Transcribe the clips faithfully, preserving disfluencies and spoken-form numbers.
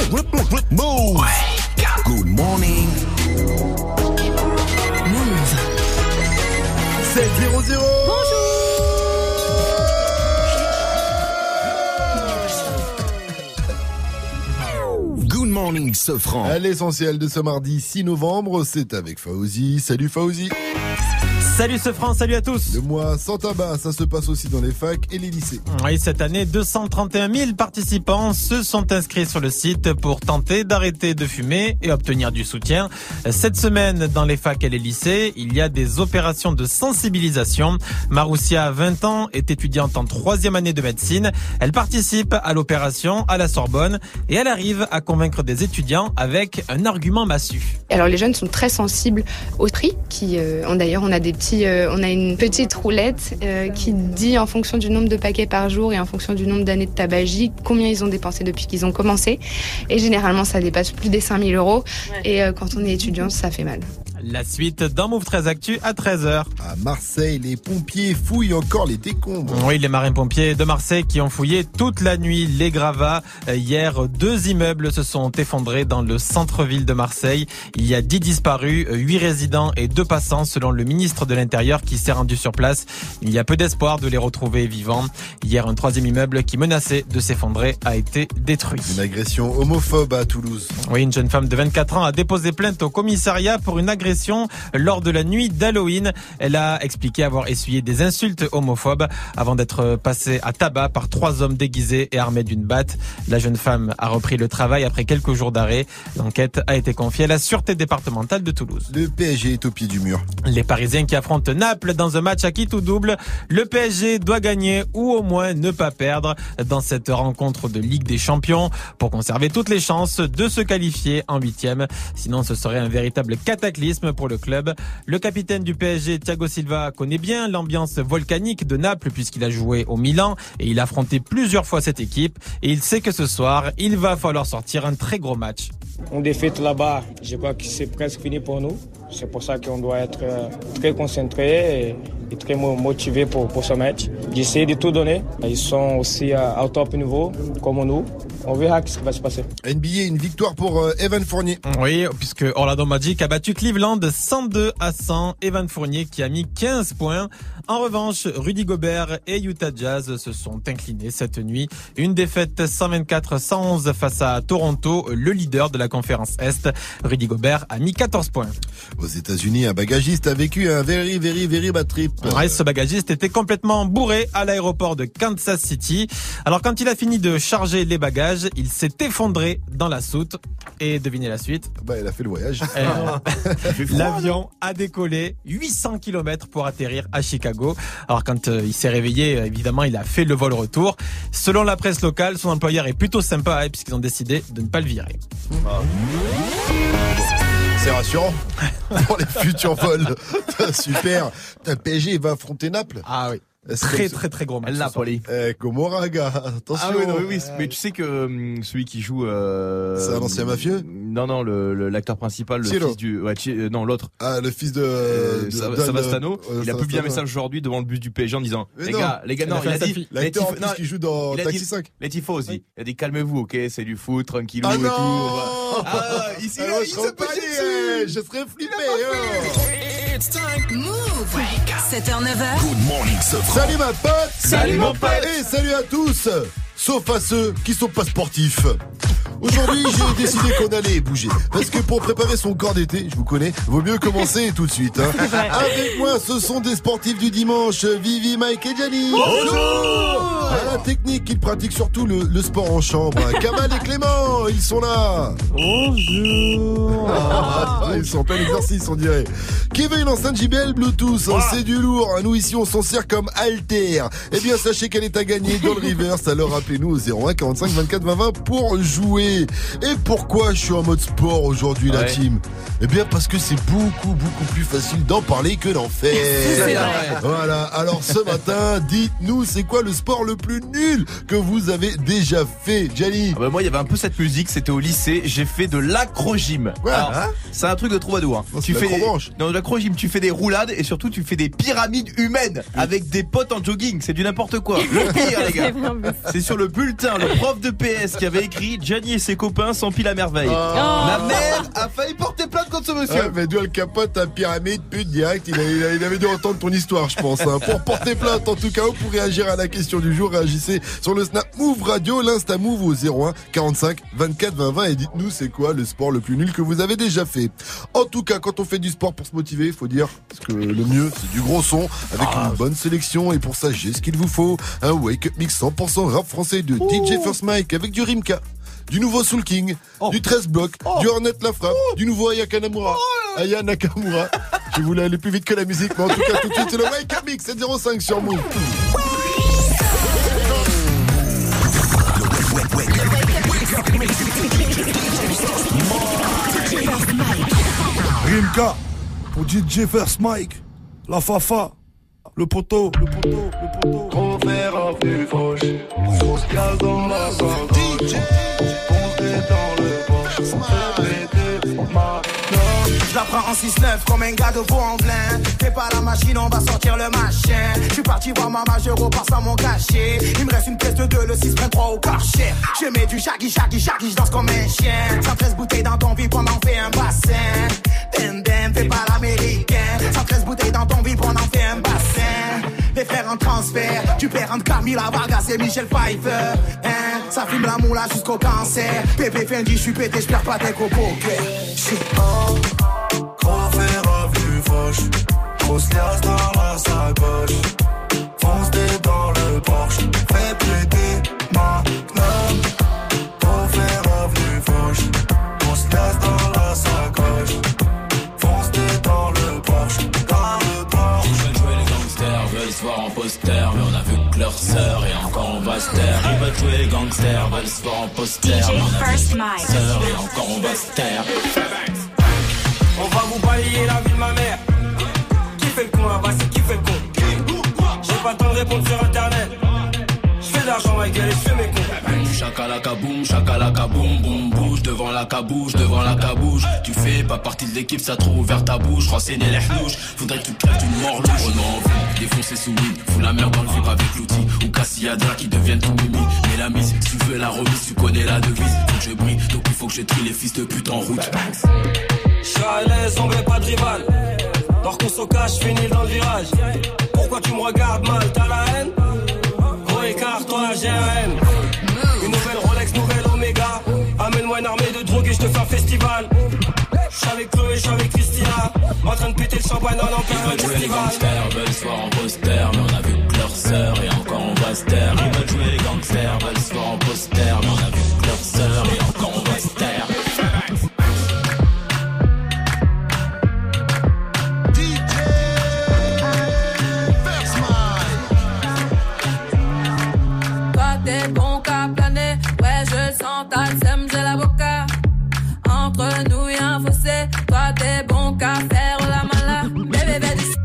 Move. Good morning. Move. sept zéro zéro. Bonjour. Good morning, Sofran. L'essentiel de ce mardi six novembre, c'est avec Fauzi. Salut Fauzi. Salut Sofran, salut à tous. Le mois sans tabac, ça se passe aussi dans les facs et les lycées. Oui, cette année, deux cent trente et un mille participants se sont inscrits sur le site pour tenter d'arrêter de fumer et obtenir du soutien. Cette semaine, dans les facs et les lycées, il y a des opérations de sensibilisation. Maroussia, vingt ans, est étudiante en troisième année de médecine. Elle participe à l'opération à la Sorbonne et elle arrive à convaincre des étudiants avec un argument massue. Alors les jeunes sont très sensibles au prix, qui euh, ont d'ailleurs on a des petits Euh, on a une petite roulette euh, qui dit en fonction du nombre de paquets par jour et en fonction du nombre d'années de tabagie combien ils ont dépensé depuis qu'ils ont commencé. Et généralement, ça dépasse plus des cinq mille euros. Ouais. Et euh, quand on est étudiant, ça fait mal. La suite dans Move treize Actu à treize heures. À Marseille, les pompiers fouillent encore les décombres. Oui, les marins-pompiers de Marseille qui ont fouillé toute la nuit les gravats. Hier, deux immeubles se sont effondrés dans le centre-ville de Marseille. Il y a dix disparus, huit résidents et deux passants selon le ministre de l'Intérieur qui s'est rendu sur place. Il y a peu d'espoir de les retrouver vivants. Hier, un troisième immeuble qui menaçait de s'effondrer a été détruit. Une agression homophobe à Toulouse. Oui, une jeune femme de vingt-quatre ans a déposé plainte au commissariat pour une agression lors de la nuit d'Halloween. Elle a expliqué avoir essuyé des insultes homophobes avant d'être passée à tabac par trois hommes déguisés et armés d'une batte. La jeune femme a repris le travail après quelques jours d'arrêt. L'enquête a été confiée à la Sûreté départementale de Toulouse. Le P S G est au pied du mur. Les Parisiens qui affrontent Naples dans un match à quitte ou double. Le P S G doit gagner ou au moins ne pas perdre dans cette rencontre de Ligue des Champions pour conserver toutes les chances de se qualifier en huitième. Sinon, ce serait un véritable cataclysme pour le club. Le capitaine du P S G, Thiago Silva, connaît bien l'ambiance volcanique de Naples puisqu'il a joué au Milan et il a affronté plusieurs fois cette équipe et il sait que ce soir, il va falloir sortir un très gros match. On défaite là-bas, je crois que c'est presque fini pour nous. C'est pour ça qu'on doit être très concentré et, et très motivé pour, pour ce match. J'essaie de tout donner. Ils sont aussi à, à top niveau, comme nous. On verra ce qui va se passer. N B A, une victoire pour euh, Evan Fournier. Oui, puisque Orlando Magic a battu Cleveland cent deux à cent. Evan Fournier qui a mis quinze points. En revanche, Rudy Gobert et Utah Jazz se sont inclinés cette nuit. Une défaite cent vingt-quatre à cent onze face à Toronto, le leader de la conférence Est. Rudy Gobert a mis quatorze points. Aux États-Unis, un bagagiste a vécu un very, very, very bad trip. Ouais, ce bagagiste était complètement bourré à l'aéroport de Kansas City. Alors quand il a fini de charger les bagages, il s'est effondré dans la soute. Et devinez la suite. Bah, il a fait le voyage. L'avion a décollé huit cents kilomètres pour atterrir à Chicago. Alors quand euh, il s'est réveillé, évidemment, il a fait le vol retour. Selon la presse locale, son employeur est plutôt sympa hein, puisqu'ils ont décidé de ne pas le virer. Ah. C'est rassurant pour les futurs vols. Super. Le P S G va affronter Naples. Ah oui. Très très très gros match. Napoli. Eh, Comoraga, attention. Ah oui, non, oui, oui, mais tu sais que hum, celui qui joue. Euh, c'est un ancien mafieux. Non, non, le, le l'acteur principal, le Cielo. fils du, ouais, euh, non, l'autre. Ah, le fils de, euh, de Savastano. Euh, il a publié un message aujourd'hui devant le bus du P S G en disant, mais les non, gars, les gars, non, il a dit, l'acteur en plus qui joue dans Taxi cinq. Les tifos, il a dit, calmez-vous, ok, c'est du foot, tranquillou ah et non tout. Ah, ici, là, il se peut je serais flippé, It's time. Move. sept heures neuf heures. Good morning, Sofran. Salut ma pote. Salut mon pote. Et salut à tous. Sauf à ceux qui sont pas sportifs. Aujourd'hui, j'ai décidé qu'on allait bouger. Parce que pour préparer son corps d'été, je vous connais, vaut mieux commencer tout de suite. Hein. Avec moi, ce sont des sportifs du dimanche, Vivi, Mike et Gianni. Bonjour. À la technique, ils pratiquent surtout le, le sport en chambre. Kamal et Clément, ils sont là. Bonjour. Ah, ils sont en plein exercice, on dirait. Qui veut une enceinte J B L Bluetooth, hein, c'est du lourd. Nous ici, on s'en sert comme halter. Eh bien, sachez qu'elle est à gagner dans le reverse. Alors appelez-nous au zéro un quarante-cinq vingt-quatre vingt vingt pour jouer. Et pourquoi je suis en mode sport aujourd'hui, la ouais. team? Eh bien, parce que c'est beaucoup, beaucoup plus facile d'en parler que d'en faire. C'est vrai. Voilà. Alors ce matin, dites-nous, c'est quoi le sport le plus nul que vous avez déjà fait, Gianni? Ah bah moi, il y avait un peu cette musique, c'était au lycée, j'ai fait de l'acrogym. Ouais, Alors, hein ça un truc de troubadour. Hein. Non, tu c'est fais l'acrobranche. dans l'acro-gym, tu fais des roulades et surtout tu fais des pyramides humaines avec des potes en jogging. C'est du n'importe quoi. Le pire, les gars. C'est sur le bulletin, le prof de P S qui avait écrit Gianni et ses copains s'empilent à merveille. Ah. La mère a failli porter plainte contre ce monsieur. Ouais, mais d'où elle capote un pyramide, pute direct. Il, a, il, a, il avait dû entendre ton histoire, je pense. Hein. Pour porter plainte, en tout cas, ou pour réagir à la question du jour, réagissez sur le Snap Move Radio, l'Insta Move au zéro un quarante-cinq vingt-quatre vingt vingt et dites-nous c'est quoi le sport le plus nul que vous avez déjà fait. En tout cas, quand on fait du sport pour se motiver, il faut dire que le mieux, c'est du gros son avec ah. une bonne sélection. Et pour ça, j'ai ce qu'il vous faut. Un Wake Up Mix cent pour cent rap français de oh. D J First Mike avec du Rimka, du nouveau Soul King, oh. du treize blocs, oh. du Hornet La Frappe, oh. du nouveau Aya Kanamura, oh. Aya Nakamura. Je voulais aller plus vite que la musique, mais en tout cas, tout de suite, c'est le Wake Up Mix sept zéro cinq sur Move. Rimka pour D J First Mike, la Fafa, le poteau, le poteau, le poteau. Trop faire plus fauche, sauce cale dans la salle. D J, foncez dans le poche, fais ma. Je la prends en six neuf comme un gars de Vaux-en-Velin. Fais pas la machine, on va sortir le machin. Je suis parti voir ma mère, je repars sans mon cachet. Il me reste une pièce de deux, le six vingt-trois au Karcher. Je mets du shaggy, shaggy, shaggy, je danse comme un chien. cent treize bouteilles dans ton vide, on en fait un bassin. Den den, fais pas l'américain. cent treize bouteilles dans ton vide, on en fait un bassin. Les frères en transfert, tu perds entre Camila Vargas et Michel Pfeiffer. Hein, ça fume la moula jusqu'au cancer. Pépé Fendi, je suis pété, je perds pas tes copos. Shit, oh. Trop faire revenu fauche, grosse liasse dans la sacoche. Fonce dans le Porsche, fais péter ma gnome. Trop faire revenu fauche, grosse liasse dans la sacoche. Fonce dans le Porsche, dans le Porsche. Ils veulent jouer les gangsters, veulent se voir en poster, mais on a vu que leur sœur et encore on va se taire. Ils veulent jouer les gangsters, veulent se voir en poster, mais on a vu que leur sœur et encore on va se taire. On va vous balayer la vie de ma mère. Qui fait le con là-bas, c'est qui fait le con? J'ai pas le temps de répondre sur internet. J'fais de l'argent ma gueule et j'fais mes cons. Chakalaka boum, chakalaka boum, boum, bouge devant la cabouche, devant la cabouche. Tu fais pas partie de l'équipe, ça trop ouvert ta bouche. Renseigner les hnouches, faudrait que tu te lèves d'une mort louche. Oh non, vous, défoncer sous weed, fous la merde dans le vip avec l'outil. Ou Cassiadra qui deviennent ton mimi. Mais la mise, si tu veux la remise, tu connais la devise. Faut que je brille, donc il faut que je trie les fils de pute en route. J'suis à l'aise, on veut pas de rival. Par qu'on se cache, finis dans le virage. Pourquoi tu me regardes mal, t'as la haine? Gros écart, toi j'ai la haine. Une nouvelle Rolex, nouvelle Omega. Amène-moi une armée de drogue et je te fais un festival. J'suis avec Chloé, j'suis avec Christina. En train de péter le champagne dans l'enfer du festival. Ils veulent jouer les gangsters, veulent se voir en poster, mais on a vu que leur sœur et encore on va se taire. Ils veulent jouer les gangsters, veulent se voir en poster, mais on a vu que leur sœur et encore on va se taire. T'es bon qu'à planer, ouais je sens ta sème, j'ai l'avocat. Entre nous y'a un fossé, toi t'es bon qu'à faire la mala. Bébé bébé du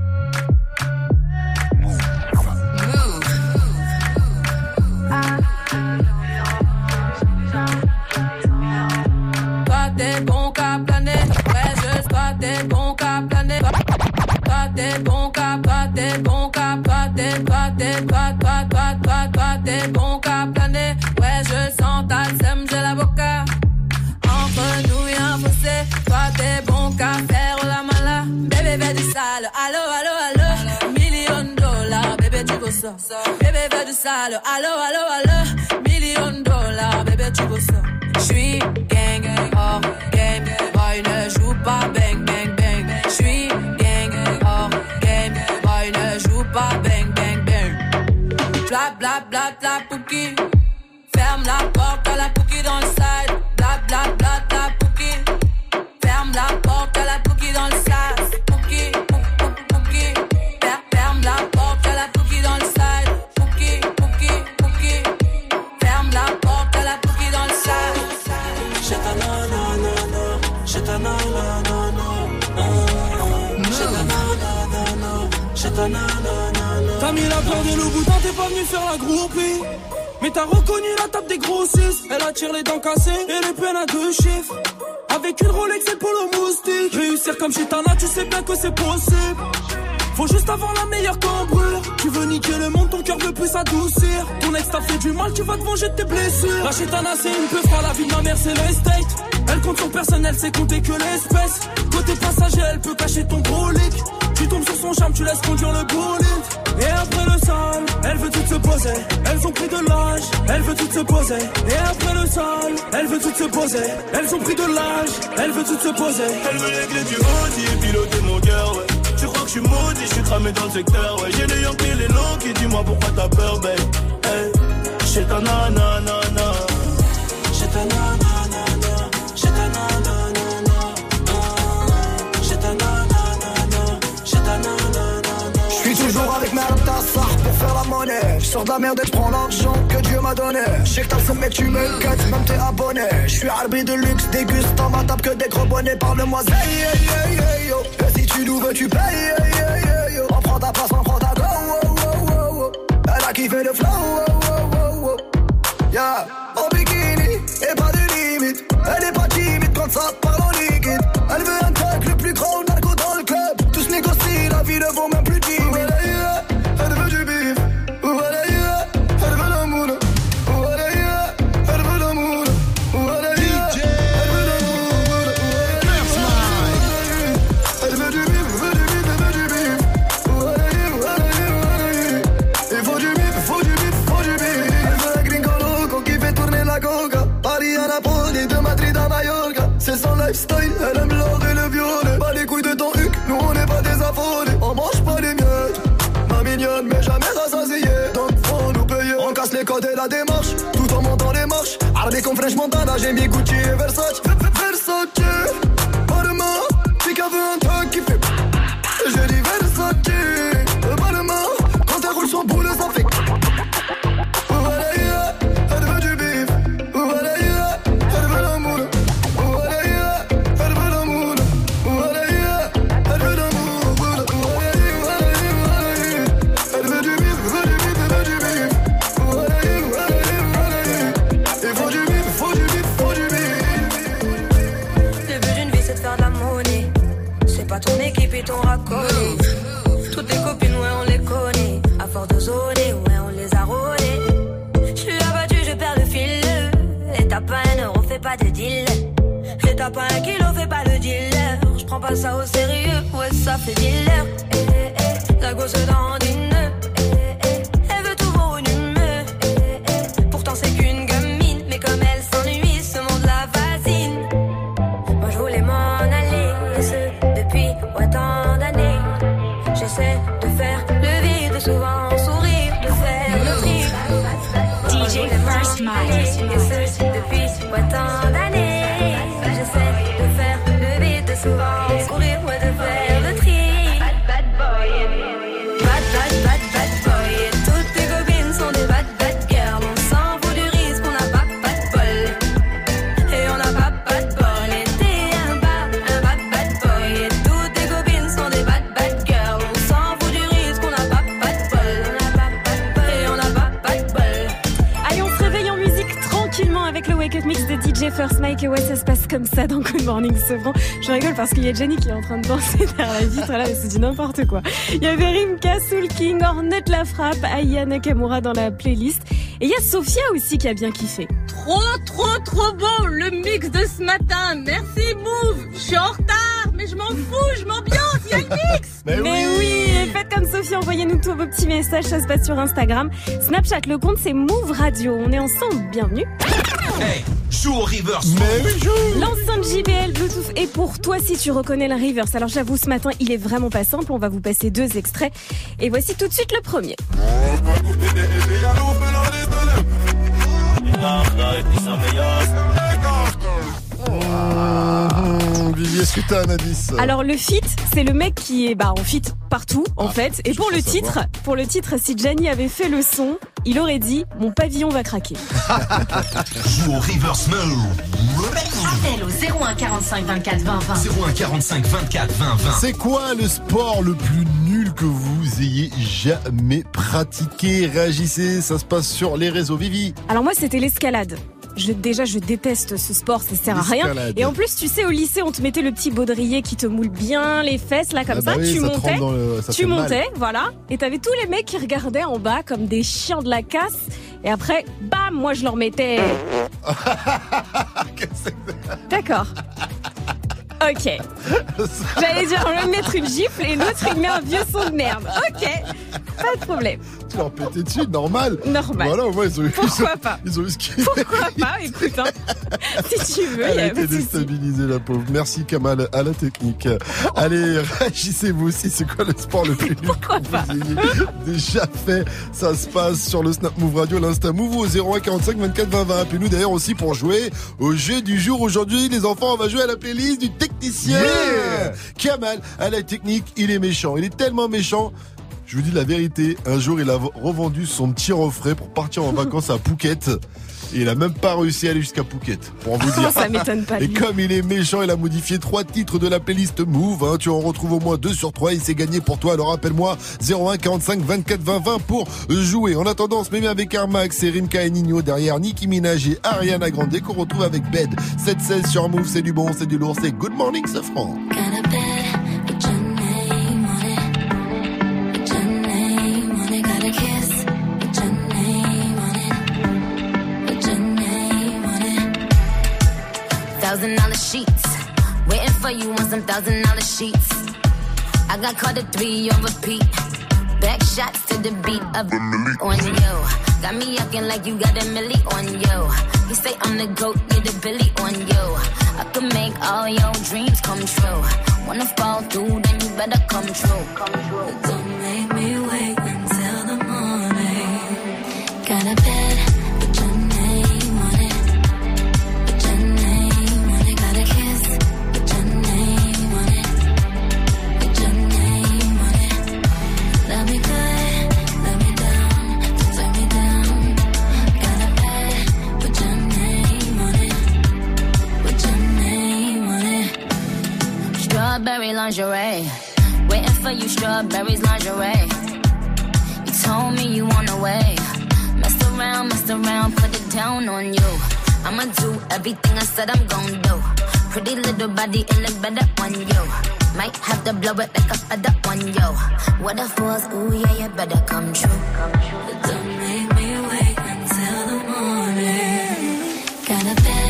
toi t'es bon qu'à planer, ouais je toi t'es bon qu'à planer. Toi t'es bon qu'à, toi t'es bon qu'à, toi t'es, toi t'es, toi toi toi toi toi t'es bon qu'à planer. Ouais je sens ta sème, j'ai l'avocat. Entre nous y'a un fossé, toi t'es bon qu'à faire la mala. Bébé bébé du sale, allo allo allo. Million dollars, bébé tu veux ça. Bébé bébé du sale, allo allo allo. Million dollars, bébé tu veux ça. J'suis gang, hors game, boy ne joue pas bang bang bang. J'suis gang, hors game, boy ne joue pas bang bang bang. Bla bla bla bla pouki. Ferme la porte à la pouki dans le side. Bla bla bla bla pouki. Ferme la porte à la pouki dans le sas. Pouki, pouki, pouki. Ferme la porte à la pouki dans le side. Pouki, pouki, pouki. Ferme la porte à la pouki dans le sas. J'ai ta nanana, j'ai ta nanana, j'ai ta nanana, j'ai ta nanana. T'as mis la peur de loup boutin, t'es pas venu faire la groupie. Mais t'as reconnu la table des grossistes. Elle attire les dents cassées et les peines à deux chiffres. Avec une Rolex et le polo moustique. Réussir comme chez Tana, tu sais bien que c'est possible. Faut juste avoir la meilleure cambrure. Tu veux niquer le monde, ton cœur veut plus s'adoucir. Ton ex t'a fait du mal, tu vas te venger de tes blessures. La chétana c'est une peu froide, la vie de ma mère c'est l'estate. Elle compte son personnel, c'est compter que l'espèce. Côté passager, elle peut cacher ton brolic. Tu tombes sur son charme, tu laisses conduire le bolide. Et après le sale, elle veut tout se poser. Elles ont pris de l'âge, elle veut tout se poser. Et après le sale, elle veut tout se poser. Elles ont pris de l'âge, elle veut tout se poser. Elle veut les clés du Audi et piloter mon cœur, ouais. Tu crois que je suis maudit, je suis cramé dans le secteur, ouais. J'ai les Yankees, les Lonky, dis-moi pourquoi t'as peur, babe. Hey, j'ai ta nanana. J'ai ta nanana. J'ai ta nanana. J'ai ta nanana. J'ai ta nanana. Je suis toujours avec ma tassard pour faire la monnaie. Je sors de la merde et je prends l'argent que Dieu m'a donné. Je sais que t'as le seum mais tu me cuts, même t'es abonné. Je suis arbitre de luxe, déguste dans ma table que des gros bonnets. Parle-moi zay, hey, hey, hey, yo. Et si tu nous veux tu payes, hey, hey, hey, yo. On prend ta place, on prend ta go, oh, oh, oh, oh. Elle a kiffé le flow, oh, oh, oh, oh. Yeah, en bikini, et pas de limite. Elle est pas timide quand ça parle en liquide. Elle veut un truc le plus gros narco dans le club. Tous négocient, la vie ne vaut même plus dix mille. Elle veut du bif, elle veut la moule. Elle veut la moule. Elle veut du bif, veut du bif, veut du bif. Il faut du bif, faut du bif, faut du bif. Elle veut un gringo loco qui fait tourner la coca. Paris à Napoli, de Madrid à Mallorca. C'est son lifestyle, elle aime l'or et le violet. Pas les couilles de ton huc, nous on n'est pas des affolés. On mange pas les miettes, ma mignonne, mais jamais rassasiée. Donc faut nous payer, on casse les codes et la démarche. Tout en montant les marches, Harley comme French Montana. J'ai mis Gucci et Versace. Versace, pas de main, Pika veut un truc qui fait. J'ai dit Versace, pas de main, quand elle roule son boule ça fait. Elle veut du bif, elle veut la moule. Elle veut la moule, elle veut la moule. Elle veut du bif, veut du bif, veut du bif. Il faut du bif, faut du bif, faut du bif. Le but d'une vie c'est de faire de la monnaie. C'est pas ton équipe et ton racolé. Toutes tes copines ouais on les connaît. À force de zoner ouais on les a rôlées. Je suis abattu je perds le fil. Et t'as pas un euro fais pas de deal. Et t'as pas un kilo fais pas le dealer. Je prends pas ça au sérieux ouais ça fait dealer. Eh, eh, eh. La gosse dans une. Eh, eh. Elle veut tout voir une humeur. Eh, eh. Pourtant c'est qu'une gamine. Mais comme elle s'ennuie ce monde la fascine. Moi je voulais m'en aller. Et ce depuis autant d'années. J'essaie de faire le vide, souvent sourire, de faire le tri. D J First Mike. Et ce depuis autant d'années. J'essaie de faire le vide, souvent sourire, ouais, de faire le tri. Bad bad boy. Bad bad bad bad boy. Et toutes tes copines sont des bad bad girls. On s'en fout du risque, on n'a pas pas de bol. Et on n'a pas pas de bol. Et t'es un bad, un bad bad boy. Et toutes tes copines sont des bad bad girls. On s'en fout du risque, on n'a pas pas de bol. On n'a pas pas de bol. Et on n'a pas pas de bol. Allez, on se réveille en musique tranquillement avec le Wake Up Mix de D J First Mike. Et ouais, ça se passe comme ça dans Good Morning Sofran. Je rigole parce qu'il y a Jenny qui est en train de danser derrière la vitre. Là, elle se dit n'importe quoi. Il y avait Rimka, Soul King, Ornette La Frappe, Aya Nakamura dans la playlist. Et il y a Sophia aussi qui a bien kiffé. Trop, trop, trop beau le mix de ce matin. Merci Move. Je suis en retard, mais je m'en fous, je m'ambiance, il y a le mix. Mais, Mais oui, oui. Faites comme Sophie, envoyez-nous tous vos petits messages, ça se passe sur Instagram. Snapchat, le compte c'est Move Radio. On est ensemble, bienvenue. Hey, joue au reverse. Mais oui, joue. L'enceinte J B L Bluetooth est pour toi si tu reconnais le reverse. Alors j'avoue, ce matin, il est vraiment pas simple. On va vous passer deux extraits. Et voici tout de suite le premier. Mmh, Vivi, est-ce que t'as un indice? Alors le feat, c'est le mec qui est bah en feat partout en ah, fait. Et pour le titre, savoir. pour le titre, si Gianni avait fait le son, il aurait dit mon pavillon va craquer. Joue au reverse mode. Appel au zéro un quarante-cinq vingt-quatre vingt vingt. zéro un quarante-cinq vingt-quatre vingt vingt. C'est quoi le sport le plus nul plus que vous ayez jamais pratiqué? Réagissez, ça se passe sur les réseaux. Vivi. Alors moi, c'était l'escalade. Je, déjà, je déteste ce sport, ça sert à rien. Et en plus, tu sais, au lycée, on te mettait le petit baudrier qui te moule bien les fesses, là, comme ah bah ça. Oui, tu ça montais, le, ça tu montais, mal. Voilà. Et t'avais tous les mecs qui regardaient en bas comme des chiens de la casse. Et après, bam, moi, je leur mettais. D'accord. Ok. J'allais dire, on lui mettre une gifle et l'autre, il met un vieux son de merde. Ok. Pas de problème. Tu leur pétais dessus, normal. Normal. Voilà, au moins, ils ont eu. Pourquoi pas? Ils ont eu ce qu'ils Pourquoi pas? Écoute, hein. Si tu veux, elle il y a a été déstabilisée, la pauvre. Merci, Kamal, à la technique. Allez, réagissez vous aussi. C'est quoi le sport le plus nul Pourquoi pas? Vous ayez déjà fait? Ça se passe sur le Snap Move Radio, l'Insta Move au zéro un quarante-cinq vingt-quatre vingt vingt. Appelez-nous d'ailleurs aussi pour jouer au jeu du jour. Aujourd'hui, les enfants, on va jouer à la playlist du technicien. Yeah. Kamal, à la technique, il est méchant. Il est tellement méchant. Je vous dis la vérité, un jour il a revendu son petit refrain pour partir en vacances à Phuket. Et il a même pas réussi à aller jusqu'à Phuket, pour vous dire. Ça m'étonne pas. Et comme il est méchant, il a modifié trois titres de la playlist Move. Hein. Tu en retrouves au moins deux sur trois. Il s'est gagné pour toi. Alors appelle-moi zéro un quarante-cinq vingt-quatre vingt vingt pour jouer. En attendant, on se met bien avec Air Max et Rimka et Nino derrière Nicki Minaj et Ariana Grande qu'on retrouve avec Bed. sept seize sur Move, c'est du bon, c'est du lourd, c'est Good Morning Safran. Thousand dollar sheets, waiting for you on some thousand dollar sheets. I got caught at three on repeat, back shots to the beat of on you. Got me acting like you got a milli on you. You say I'm the goat, you're the Billy on you. I could make all your dreams come true. Wanna fall through, then you better come true. Come true. Don't make me wait until the morning. Got a bed. Strawberry lingerie, waiting for you, strawberries lingerie. You told me you on the way. Messed around, messed around, put it down on you. I'ma do everything I said I'm gon' do. Pretty little body, it look better on you. Might have to blow it like a feather on you. What if was, ooh yeah, you better come true. Don't make me wait until the morning. Got a bed.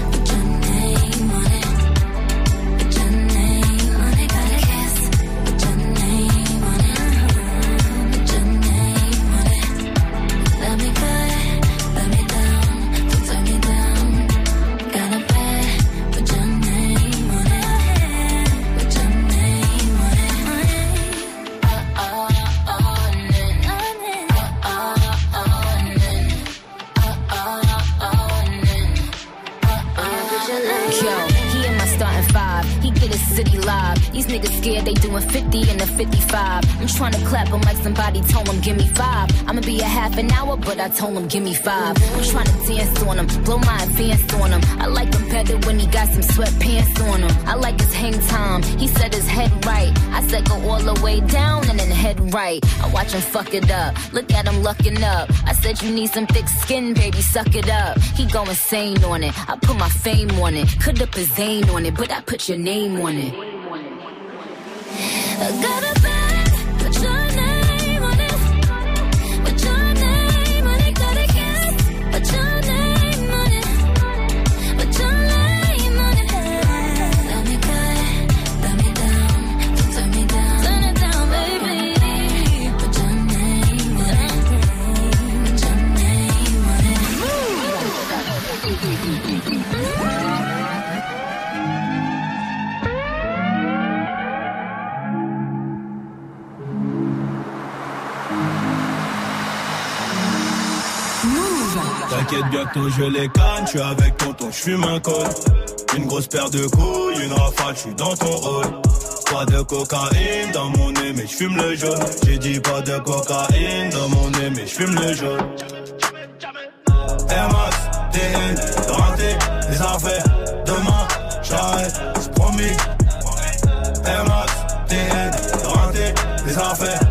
City live. These niggas scared they doing fifty and a fifty-five. I'm trying to clap them like somebody told them give me five. I'ma be a half an hour, but I told them give me five. I'm trying to dance on them, blow my advance on him. I like him better when he got some sweatpants on him. I like his hang time, he said his head right. I said go all the way down and then head right. I watch him fuck it up, look at him lucking up. I said you need some thick skin, baby, suck it up. He go insane on it, I put my fame on it. Could have put Zane on it, but I put your name on it. I got a bag, put your name on it. Put your name on it, got a kiss. Put your name on it. Put your name on it. Let me good, let me down. Don't turn me down, turn it down, baby. Put your name on it. Put your name on it. T'inquiète, bientôt je les canne, j'suis avec tonton, j'fume un col. Une grosse paire de couilles, une rafale, j'suis dans ton rôle. Pas de cocaïne dans mon nez, mais j'fume le jaune. J'ai dit pas de cocaïne dans mon nez, mais j'fume le jaune. Air Max, T N, rentré, les affaires, demain, j'arrête, c'est promis. Air Max, T N, rentré, les affaires,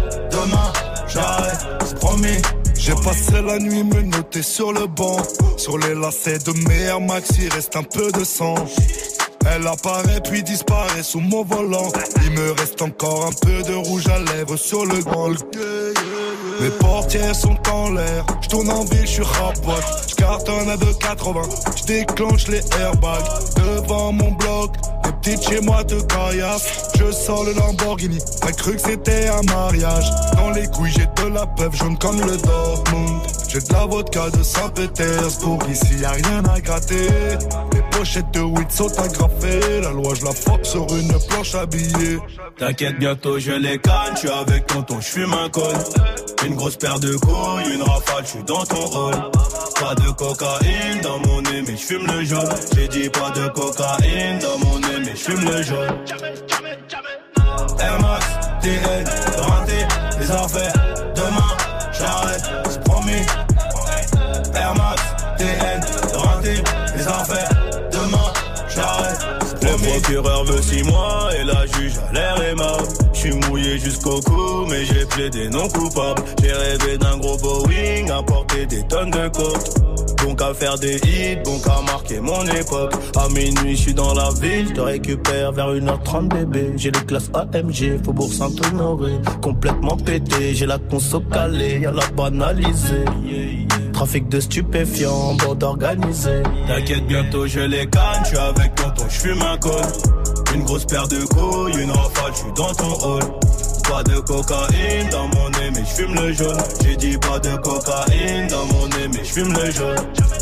J'ai passé la nuit menotté sur le banc. Sur les lacets de mes Air Max, il reste un peu de sang. Elle apparaît puis disparaît sous mon volant. Il me reste encore un peu de rouge à lèvres sur le grand. Mes portières sont en l'air. J'tourne en ville, j'suis rapote. J'cartonne à deux quatre-vingts. J'déclenche les airbags devant mon bloc. Les petites chez moi te caillassent. Je sors le Lamborghini. T'as cru que c'était un mariage. Dans les couilles j'ai de la peuple jaune comme le Dortmund. J'ai de la vodka de Saint-Pétersbourg. Ici y'a rien à gratter. Les pochettes de weed sont agrafées. La loi je la frappe sur une planche habillée. T'inquiète, bientôt je les canne. J'suis avec tonton, j'fume un col. Une grosse paire de couilles, une rafale, j'suis dans ton rôle. Pas de cocaïne dans mon nez, mais j'fume le jaune. J'ai dit pas de cocaïne dans mon nez, mais j'fume le jaune. Air Max, T N, raté les affaires. Demain, j'arrête, c'est promis. Air Max, T N, raté les affaires. Demain, j'arrête. Le procureur veut six mois et la juge a l'air aimable. J'suis mouillé jusqu'au cou mais j'ai plaidé non coupable. J'ai rêvé d'un gros Boeing, apporter des tonnes de coke. Bon qu'à faire des hits, bon qu'à marquer mon époque. À minuit j'suis dans la ville, j'te récupère vers une heure trente bébé. J'ai les classes A M G, Faubourg Saint-Honoré. Complètement pété, j'ai la conso calée, y'a la banalisée. Trafic de stupéfiants, bande organisée. T'inquiète, bientôt je les canne, j'suis avec tonton, j'fume un col. Une grosse paire de couilles, une rafale, j'suis dans ton hall. Pas de cocaïne dans mon nez, mais j'fume le jaune. J'ai dit pas de cocaïne dans mon nez, mais j'fume le jaune.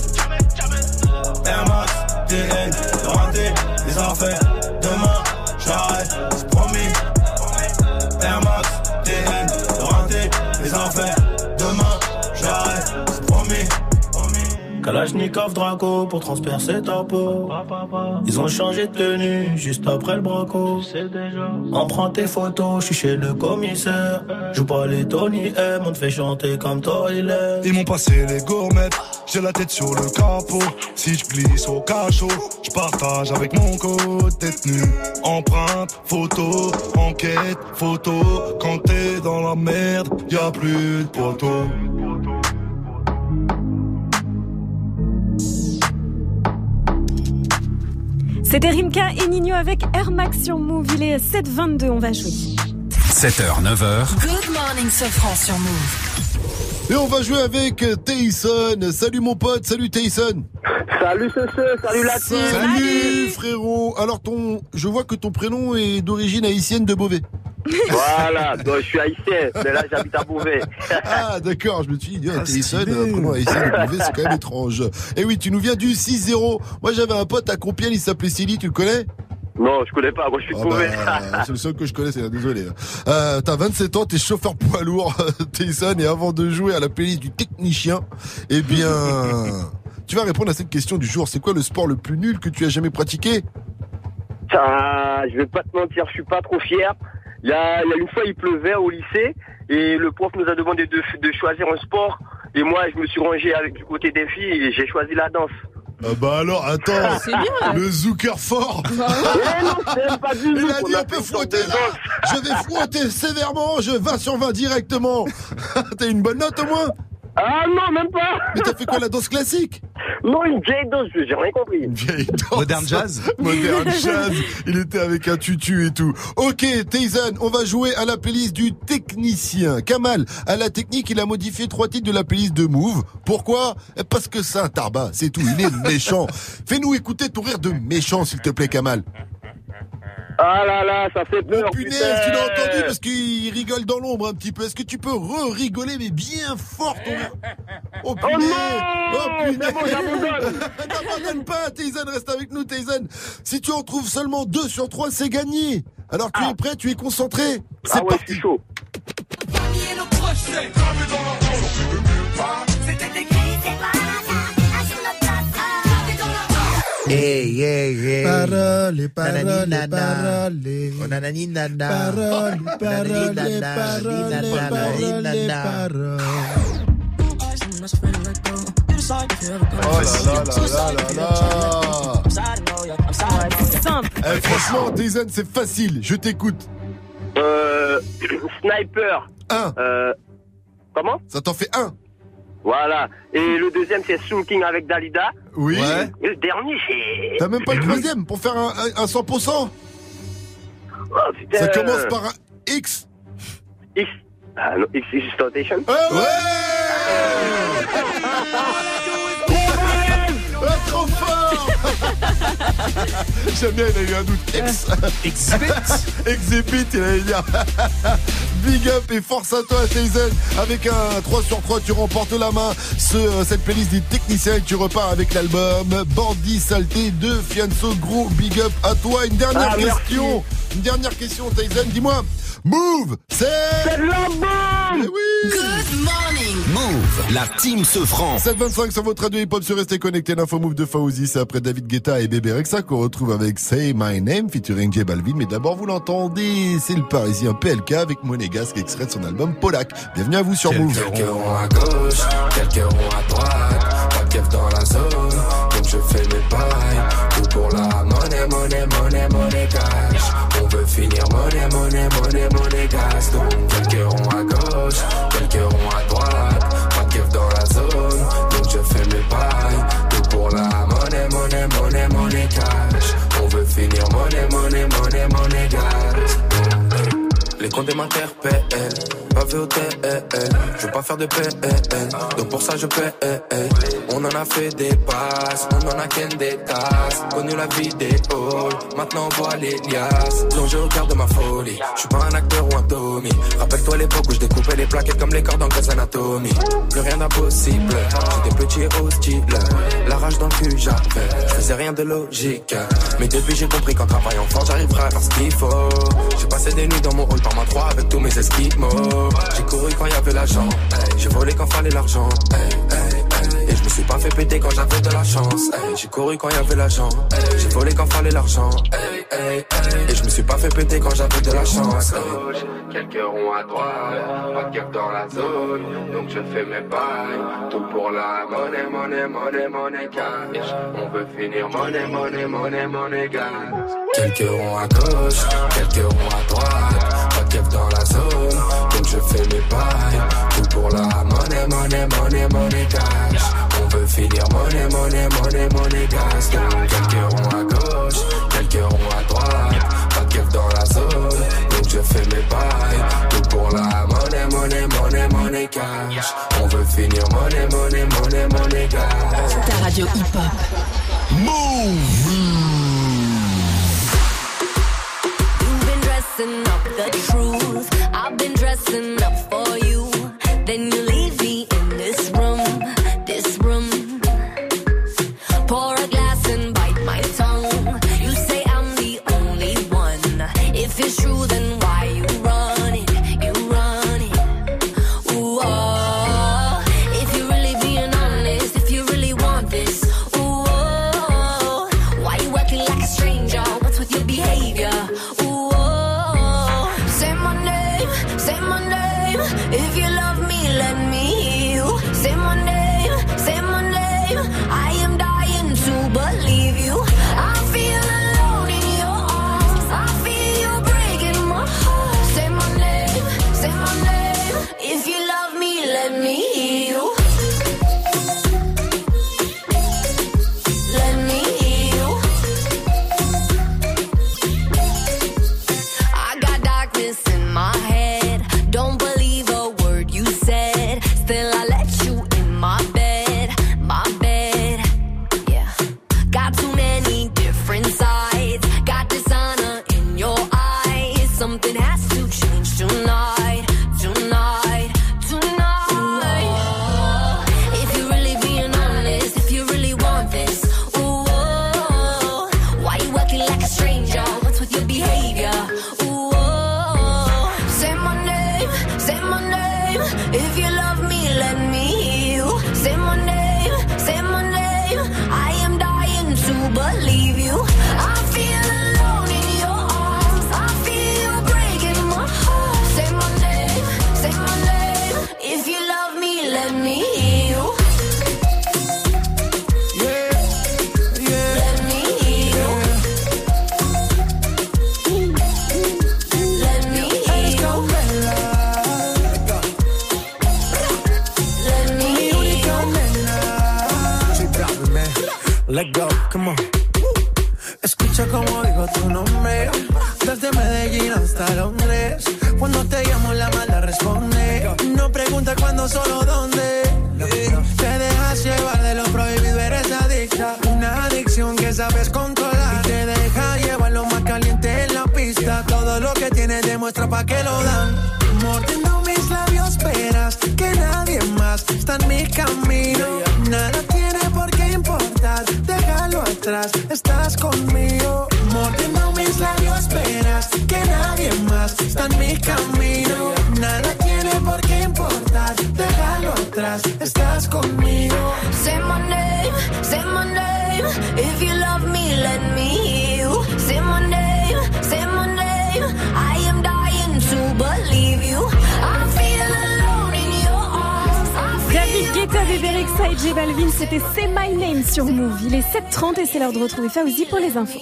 Air Max, T N, raté les affaires. Demain, j'arrête, c'est promis. Air Max, T N, raté les affaires. Demain, j'arrête, c'est promis. Kalachnikov Draco pour transpercer ta peau. Ils ont changé de tenue juste après le braco. On prend tes photos, je suis chez le commissaire. Joue pas les Tony M, on te fait chanter comme toi il est. Ils m'ont passé les gourmettes, j'ai la tête sur le capot. Si je glisse au cachot, je partage avec mon code détenu. Empreinte, photo, enquête, photo. Quand t'es dans la merde, y'a plus de poteau. C'était Rimka et Nino avec Air Max sur Move. Il est sept heures vingt-deux, on va jouer. sept heures, neuf heures. Good morning, Sofran sur Move. Et on va jouer avec Tayson. Salut mon pote, salut Tayson. Salut ce salut la team. Salut frérot. Alors ton, je vois que ton prénom est d'origine haïtienne de Beauvais. Voilà, donc je suis haïtien, mais là j'habite à Beauvais. Ah d'accord, je me suis dit, ah, Tayson, un prénom haïtien de Beauvais, c'est quand même étrange. Et oui, tu nous viens du six zéro. Moi j'avais un pote à Compiègne, il s'appelait Silly, tu le connais? Non, je connais pas, moi je suis de Beauvais. Ah bah, c'est le seul que je connais, c'est désolé. Euh, t'as vingt-sept ans, t'es chauffeur poids lourd, Tayson, et avant de jouer à la playlist du technicien, eh bien, tu vas répondre à cette question du jour. C'est quoi le sport le plus nul que tu as jamais pratiqué? Ah, je vais pas te mentir, je suis pas trop fier. Il y a, il y a une fois, il pleuvait au lycée et le prof nous a demandé de, de choisir un sport. Et moi, je me suis rangé avec du côté des filles et j'ai choisi la danse. Ah bah alors, attends, c'est bien. Le Zucker fort. Bah ouais. Non, c'est pas du Il a dit on peut fouetter là. Je vais fouetter sévèrement, je vingt sur vingt directement. T'as une bonne note au moins? Ah non, même pas. Mais t'as fait quoi, la danse classique? Non, une vieille danse, j'ai rien compris. Une vieille danse. Modern jazz. Modern jazz. Il était avec un tutu et tout. Ok, Tayson, on va jouer à la playlist du technicien. Kamal, à la technique, il a modifié trois titres de la playlist de Move. Pourquoi? Parce que c'est un tarbat, c'est tout. Il est méchant. Fais-nous écouter ton rire de méchant, s'il te plaît, Kamal. Ah là là, ça fait peur. Oh punaise, putain. Tu l'as entendu parce qu'il rigole dans l'ombre un petit peu. Est-ce que tu peux re-rigoler mais bien fort ton rire? Oh punaise. Oh, oh punaise. C'est bon, j'abandonne. T'abandonnes pas, Tayson, reste avec nous, Tayson. Si tu en trouves seulement deux sur trois, c'est gagné. Alors tu ah. es prêt, tu es concentré? C'est ah ouais, parti. Je suis chaud. Hey, hey, hey. Parole, parole, parole. Nanani, nana. Parole, parole, parole, parole, parole. Oh là là là là là là. C'est simple. Eh, franchement, Tayson, c'est facile. Je t'écoute. Euh, sniper. Un. Euh, comment? Ça t'en fait un. Voilà. Et le deuxième, c'est Soul King avec Dalida. Oui. Ouais. Et le dernier, c'est... T'as même pas le troisième pour faire un, un, un cent pour cent. Oh, putain. Ça commence par un X. X. Ah non, X is Station. Ah ouais. Ah, trop fort. J'aime bien, il a eu un doute. Ex. Exhibit. Exhibit, il allait dire. Big up et force à toi, Tyson. Avec un trois sur trois, tu remportes la main. Ce, cette playlist des techniciens et tu repars avec l'album Bandit Saleté de Fianso. Gros big up à toi. Une dernière ah, question. Merci. Une dernière question, Tyson. Dis-moi. Move, c'est... C'est de la bombe. Oui. Good morning. Move, la team Sofran. sept vingt-cinq sur votre radio hip-hop, sur Restez Connecté. L'info Move de Fauzi, c'est après David Guetta et Bébé Rexha qu'on retrouve avec Say My Name featuring J Balvin. Mais d'abord, vous l'entendez, c'est le Parisien P L K avec Monégasque, extrait de son album Polak. Bienvenue à vous sur Move. Quelques ronds à gauche, quelques ronds à droite, pas de keuf dans la zone, donc je fais mes pailles. Tout pour la monnaie, monnaie, monnaie, monnaie cash. On veut finir monnaie, monnaie, monnaie, monnaie gas. Donc quelques ronds à gauche, quelques ronds à droite, pas de keuf dans la zone, donc je fais mes pailles. Tout pour la monnaie, monnaie, monnaie, monnaie cash. On veut finir monnaie, monnaie, monnaie, monnaie gas. Les comptes m'interpellent, pas vu au T L, je veux pas faire de P L, donc pour ça je paie. On en a fait des passes, on en a qu'un des tasses, connu la vidéo, maintenant on voit les liasses, plongé au cœur de ma folie, je suis pas un acteur ou un Tommy, rappelle-toi l'époque où je découpais les plaquettes comme les cordes en Grey's Anatomy, plus rien d'impossible, j'étais petit et hostile, la rage dans le cul j'avais, je faisais rien de logique, mais depuis j'ai compris qu'en travaillant fort j'arriverai à faire ce qu'il faut, j'ai passé des nuits dans mon hall par ma trois avec tous mes esquimaux. J'ai couru quand y avait l'argent, hey. J'ai volé quand fallait l'argent, hey, hey, hey. Et je me suis pas fait péter quand j'avais de la chance, hey. J'ai couru quand y avait l'argent, hey. J'ai volé quand fallait l'argent, hey, hey, hey. Et je me suis pas fait péter quand j'avais de la chance, hey. Quelques ronds à droite, pas de keuf dans la zone, donc je fais mes bails. Tout pour la monnaie, monnaie, monnaie, monnaie cash. On veut finir monnaie, monnaie, monnaie, monnaie gas. Quelques ronds à gauche, quelques ronds à droite, pas de keuf dans la zone, donc je fais mes bails. Tout pour la monnaie, monnaie, monnaie, monnaie cash. On veut finir monnaie, monnaie, monnaie, monnaie gas. Donc quelques ronds à gauche, quelques ronds à droite, pas de keuf dans la zone, donc je fais mes bails. Tout pour la monnaie, monnaie, monnaie, monnaie cash. On veut finir monnaie, monnaie, monnaie, monnaie gas. Ta radio hip-hop. Move. Up the truth, I've been dressing up for you. Then you leave me in this room, this room. Pour a glass and bite my tongue. You say I'm the only one. If it's true, then why you run it? You run it. Ooh, oh. If you're really being honest, if you really want this, ooh, oh. Why you acting like a stranger? What's with your behavior? Ooh, say my name, Toma. Escucha como digo tu nombre, desde Medellín hasta Londres. Cuando te llamo la mala responde. No pregunta cuándo, solo dónde. Te dejas llevar de lo prohibido, eres adicta. Una adicción que sabes controlar. Y te deja llevar lo más caliente en la pista. Todo lo que tienes demuestra pa' que lo dan. Mordiendo mis labios, verás que nadie más está en mi camino. Nada tiene por qué importar, déjalo atrás, estás conmigo. Mordiendo mis labios, verás que nadie más está en mi camino. Nada tiene por qué importar, déjalo atrás, estás conmigo. Say my name, say my name. If you love me, let me hear you. Say my name, say my name. I am dying to believe you. I feel alone in your arms. David Guetta, Bébé Rexha et J Balvin, c'était Say My Name sur Move. Il est sept heures trente et c'est l'heure de retrouver Fauzi pour les infos.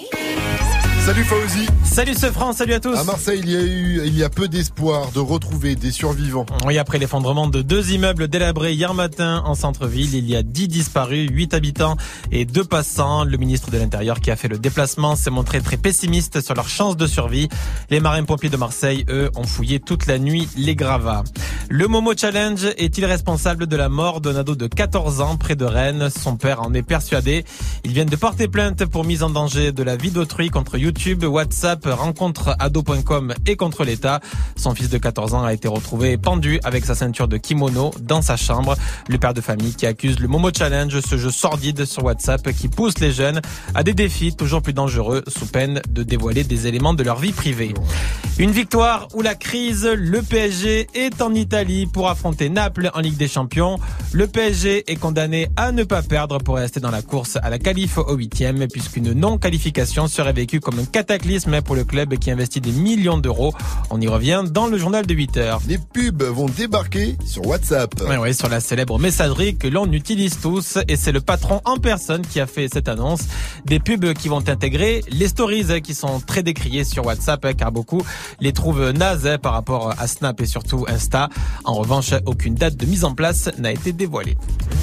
Salut Fauzi. Salut ce France, salut à tous. À Marseille, il y a eu, il y a peu d'espoir de retrouver des survivants. Oui, après l'effondrement de deux immeubles délabrés hier matin en centre-ville, il y a dix disparus, huit habitants et deux passants. Le ministre de l'Intérieur qui a fait le déplacement s'est montré très pessimiste sur leurs chances de survie. Les marins-pompiers de Marseille, eux, ont fouillé toute la nuit les gravats. Le Momo Challenge est-il responsable de la mort d'un ado de quatorze ans près de Rennes? Son père en est persuadé. Ils viennent de porter plainte pour mise en danger de la vie d'autrui contre YouTube, WhatsApp, rencontre ado point com et contre l'État. Son fils de quatorze ans a été retrouvé pendu avec sa ceinture de kimono dans sa chambre. Le père de famille qui accuse le Momo Challenge, ce jeu sordide sur WhatsApp qui pousse les jeunes à des défis toujours plus dangereux sous peine de dévoiler des éléments de leur vie privée. Une victoire ou la crise, le P S G est en Italie pour affronter Naples en Ligue des Champions. Le P S G est condamné à ne pas perdre pour rester dans la course à la qualif au huitième, puisqu'une non-qualification serait vécue comme un cataclysme pour le club qui investit des millions d'euros. On y revient dans le journal de huit heures. Les pubs vont débarquer sur WhatsApp. Oui, oui, sur la célèbre messagerie que l'on utilise tous, et c'est le patron en personne qui a fait cette annonce. Des pubs qui vont intégrer les stories qui sont très décriées sur WhatsApp, car beaucoup les trouvent nazes par rapport à Snap et surtout Insta. En revanche, aucune date de mise en place n'a été dévoilée.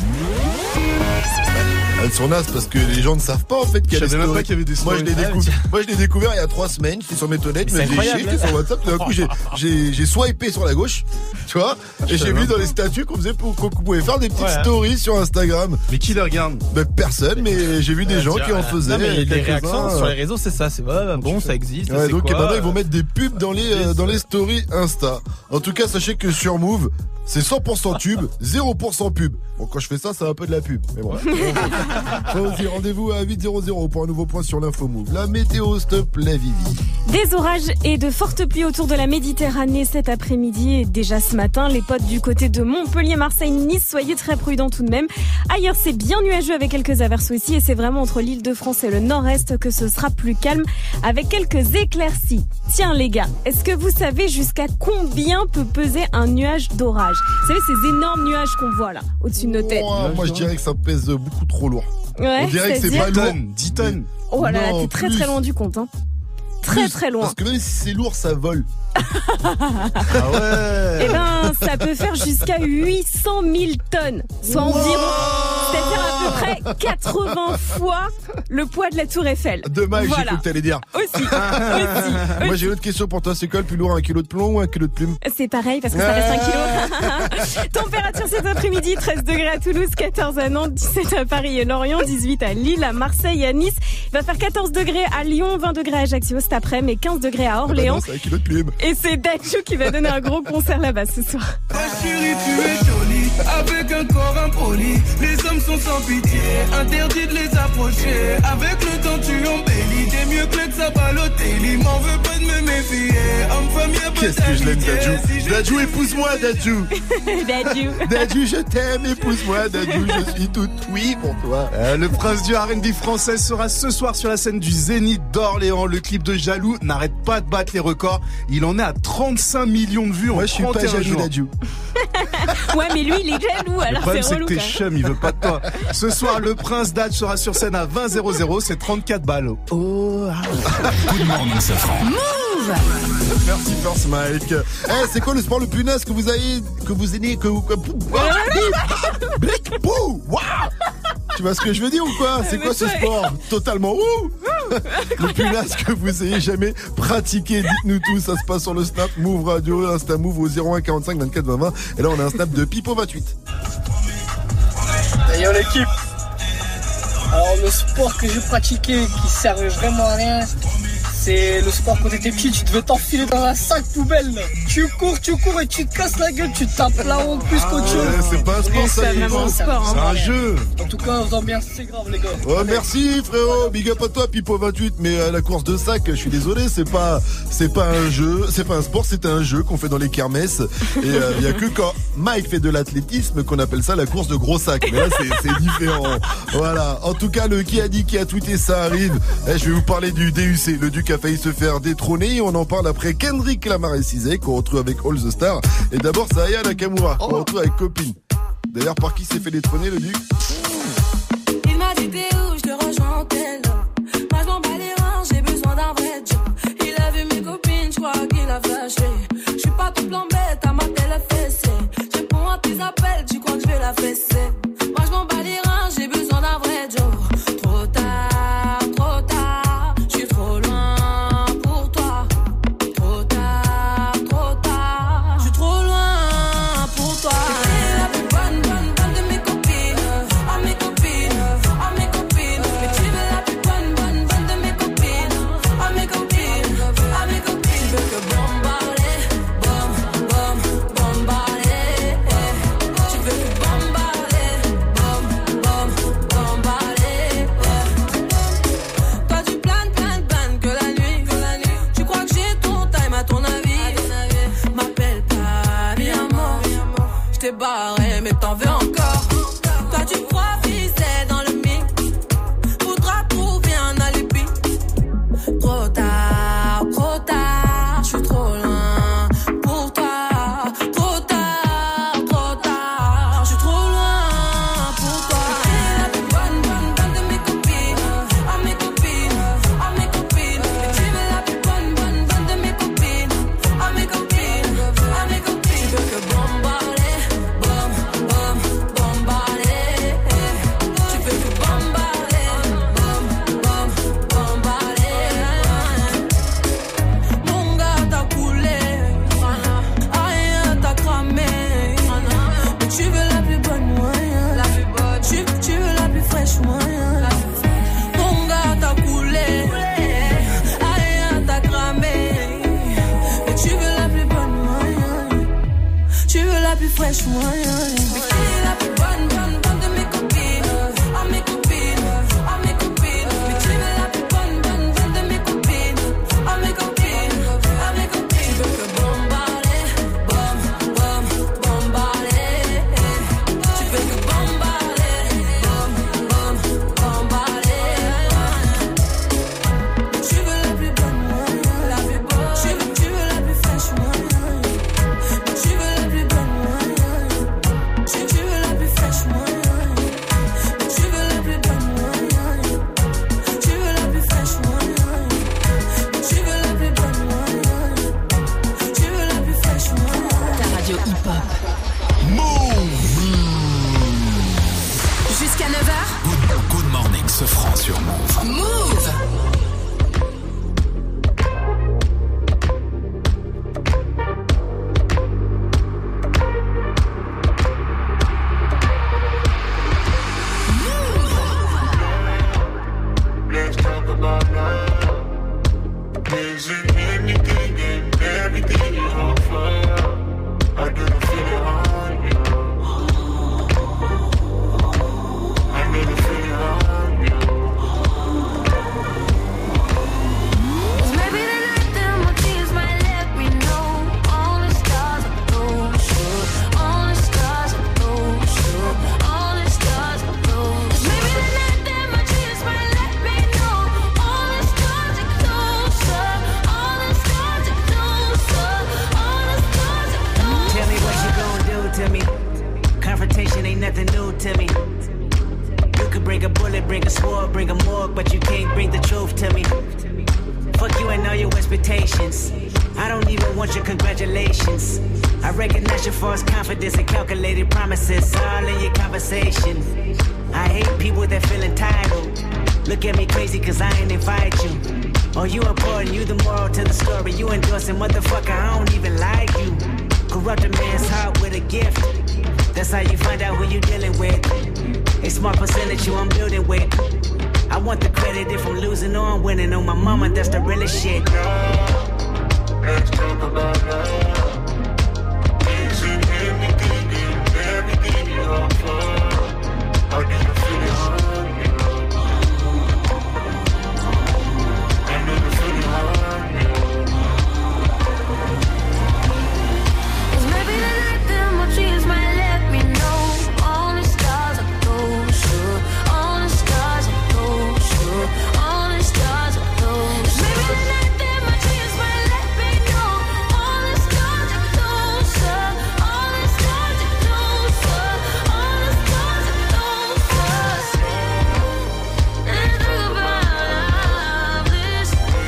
Elles sont nazes parce que les gens ne savent pas en fait qu'il y a des stories. Même pas qu'il y avait des stories. Moi je l'ai découvert, moi je l'ai découvert il y a trois semaines, j'étais sur mes tonnettes, je me déchire, j'étais sur WhatsApp, d'un coup j'ai, j'ai, j'ai swipé sur la gauche, tu vois, et j'ai vu dans les statuts qu'on faisait, qu'on pouvait faire des petites ouais. stories sur Instagram. Mais qui les regarde? Ben personne, mais j'ai vu des gens qui en faisaient. Non, mais les réactions sur les réseaux c'est ça, c'est ouais, bon ça existe. Ouais, donc quoi, maintenant ils vont mettre des pubs dans les, euh, dans les stories Insta. En tout cas sachez que sur Move, c'est cent pour cent tube, zéro pour cent pub. Bon, quand je fais ça, c'est un peu de la pub. Mais bon. Vas-y, rendez-vous à huit heures pour un nouveau point sur l'info Move. La météo, s'il te plaît, Vivi. Des orages et de fortes pluies autour de la Méditerranée cet après-midi et déjà ce matin. Les potes du côté de Montpellier, Marseille, Nice, soyez très prudents tout de même. Ailleurs, c'est bien nuageux avec quelques averses aussi et c'est vraiment entre l'Île-de-France et le Nord-Est que ce sera plus calme avec quelques éclaircies. Tiens, les gars, est-ce que vous savez jusqu'à combien peut peser un nuage d'orage? Vous savez, ces énormes nuages qu'on voit là, au-dessus de nos têtes. Oh, moi, je dirais que ça pèse beaucoup trop lourd. Ouais, on dirait que c'est pas lourd. dix tonnes. Oh là là, t'es très très loin du compte. Hein. Très plus, très loin. Parce que même si c'est lourd, ça vole. Ah ouais. Eh ben, ça peut faire jusqu'à huit cent mille tonnes. Soit wow. environ, c'est-à-dire à peu près quatre-vingts fois le poids de la Tour Eiffel. Dommage, voilà. j'ai cru que t'allais dire. Aussi, aussi. Moi, j'ai une autre question pour toi. C'est quoi le plus lourd, un kilo de plomb ou un kilo de plume? C'est pareil, parce que ça reste un kilo. Température cet après-midi, treize degrés à Toulouse, quatorze à Nantes, dix-sept à Paris et Lorient, dix-huit à Lille, à Marseille et à Nice. Il va faire quatorze degrés à Lyon, vingt degrés à Ajaccio cet après-midi, et quinze degrés à Orléans. Ah bah non, c'est un kilo de plume. Et c'est Dadju qui va donner un gros concert là-bas ce soir. Ma chérie, tu es jolie, avec un corps impoli. Les hommes sont sans pitié, interdit de les approcher. Avec le temps tu embellis, t'es mieux que l'ex à Balotelli. M'en veux pas de me méfier, homme-femme y'a pas Qu'est-ce que je l'aime Dadju. Si Dadju, épouse-moi Dadju. Dadju. Dadju, je t'aime, épouse-moi Dadju, je suis tout oui pour toi. Euh, le prince du R and B français sera ce soir sur la scène du Zénith d'Orléans. Le clip de Jaloux n'arrête pas de battre les records. Il en est à trente-cinq millions de vues en Moi, je suis pas jaloux Dadju. Ouais, mais lui, il est jaloux, alors c'est relou. Le problème, c'est que t'es chum, il veut pas de toi. Ce soir, le prince Dad sera sur scène à vingt heures, c'est trente-quatre balles. Oh, Good morning, Safran. Move! Merci, First Mike. Eh, hey, c'est quoi le sport le plus naze que vous avez, que vous aimez, que vous, que, Tu vois ce que je veux dire ou quoi? C'est quoi ce sport? Totalement ouh le plus naze que vous ayez jamais pratiqué. Dites-nous tout, ça se passe sur le Snap Move Radio, Insta Move au zéro un quarante-cinq vingt-quatre vingt vingt. Et là on a un Snap de Pipo vingt-huit. Yo l'équipe. Alors le sport que j'ai pratiqué qui servait vraiment à rien, c'est le sport quand t'étais petit, tu devais t'enfiler dans un sac poubelle. Tu cours, tu cours et tu te casses la gueule, tu tapes là-haut plus qu'autre chose. Ouais, c'est pas un sport, ça, c'est vraiment un sport. C'est un jeu. En tout cas, vous en bien, c'est grave les gars. Oh, merci frérot, big up à toi Pipo vingt-huit. Mais euh, la course de sac, je suis désolé, c'est pas, c'est pas un jeu, c'est pas un sport, c'est un jeu qu'on fait dans les kermesses. Et il euh, y a que quand Mike fait de l'athlétisme qu'on appelle ça la course de gros sac. Mais là c'est, c'est différent. Voilà. En tout cas, le qui a dit qui a tweeté, ça arrive. Eh, je vais vous parler du D U C. Le Duc a failli se faire détrôner. On en parle après Kendrick Lamar et Cizé qu'on retrouve avec All the Stars. Et d'abord, c'est Aya Nakamura qu'on retrouve avec Copine. D'ailleurs, par qui s'est fait détrôner le Duc? Il m'a dit t'es où, je te rejoins en tel. Moi je m'en bats les reins, j'ai besoin d'un vrai job. Il a vu mes copines, je crois qu'il a flashé. Je suis pas tout plan bête, à ma télé fessée. Je réponds à tes appels, tu crois que je vais la fesser. Moi je m'en bats les reins, j'ai besoin d'un vrai job. Trop tard, trop tard, je suis trop loin pour toi. Trop tard, trop tard, je suis trop loin pour toi. La plus bonne, bonne, bonne de mes copines. À mes copines, à mes copines. Mais tu veux la plus bonne, bonne, bonne de mes copines. À mes copines, à mes copines. Tu veux que bombarder, bom, bom, bombarder. Tu veux que bombarder, bom, bom, bombarder. Toi tu planes, planes, planes que la nuit, que la nuit. Tu crois que j'ai ton time à ton avis. M'appelle pas, mi amor. Je t'ai barré mais t'en veux encore. Toi tu crois viser dans le mix. Faudra trouver un alibi. Trop tard, trop tard, je suis trop loin pour toi. Trop tard, trop tard, je suis trop loin pour toi. La plus bonne, bonne, bonne de mes copines. À mes copines, à mes copines. Mais tu veux la plus bonne, bonne, bonne de mes copines. À mes copines, à mes copines. Tu veux que bombarder, bom, bom, bombarder. Tu veux que bombarder, bom, bom, bombarder. Mon gars t'a coulé, rien t'a cramé. Mais tu veux la plus bonne moyen, tu, tu veux la plus fraîche moyen. Mon gars t'a coulé, rien t'a cramé. Mais tu veux la plus bonne moyen, tu veux la plus fraîche moyen. Mais qui est la plus bonne, bonne, bonne de mes copines? À mes copines, à mes copines. Mais tu veux la plus bonne, bonne, bonne de mes copines? À mes copines, à mes copines. Tu veux que bombarder, bom, bom, bombarder. Tu veux que bombarder, bom, bom, bombarder. Mais tu veux la plus bonne moyen, la plus bonne. Tu veux, tu veux la plus fraîche moyen. Mais tu veux la plus bonne moyen. Tu, tu veux la plus fraîche moyen. Mais tu veux la plus bonne moyen. Tu veux la plus fraîche moyen. Mais tu veux la plus bonne moyen. Tu veux la plus fraîche moyen. Ta radio hip-hop. Jusqu'à neuf heures. Good, good morning, ce franc sur Move. Move. Let's talk about love. Is it anything and everything you offer? I didn't feel it on you. I didn't feel it on you. Maybe tonight that my tears might let me know. All the stars are those, all the stars are those, all the stars are those. Maybe tonight that my tears might let me know. All the stars are closer, all the stars are closer, all the stars are closer. Tell me what you gonna do to me. Confrontation ain't nothing new to me. You could bring a bullet, bring a sword, bring a morgue, but you can't bring the truth to me. Fuck you and all your expectations. I don't even want your congratulations. I recognize your false confidence and calculated promises all in your conversation. I hate people that feel entitled. Look at me crazy cause I ain't invite you. Oh, you important, you the moral to the story. You endorsing, motherfucker, I don't even like you. Corrupt a man's heart with a gift. That's how you find out who you dealing with. A smart percentage you I'm building with. I want the credit if I'm losing or I'm winning. On my mama, that's the realest shit. Let's talk about love. Is it anything and everything you offer? How do you feel it hard? I know you feel it hard. It's maybe the night that my dreams might let me know. All the stars are closer. All the stars are closer. All the stars are closer. It's maybe the night that my dreams might let me know. All the stars are closer. All the stars are closer. All the stars are closer. And I think about this.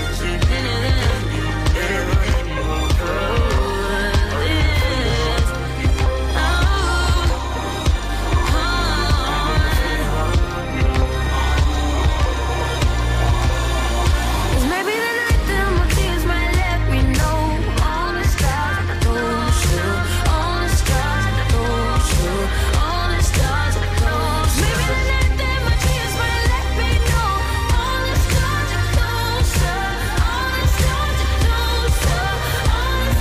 It's maybe the night that my tears might let me know. All the stars are closer. All the stars are closer. All the stars are closer. Maybe the night that my tears might let me know. All the stars are closer. All the stars are closer. All the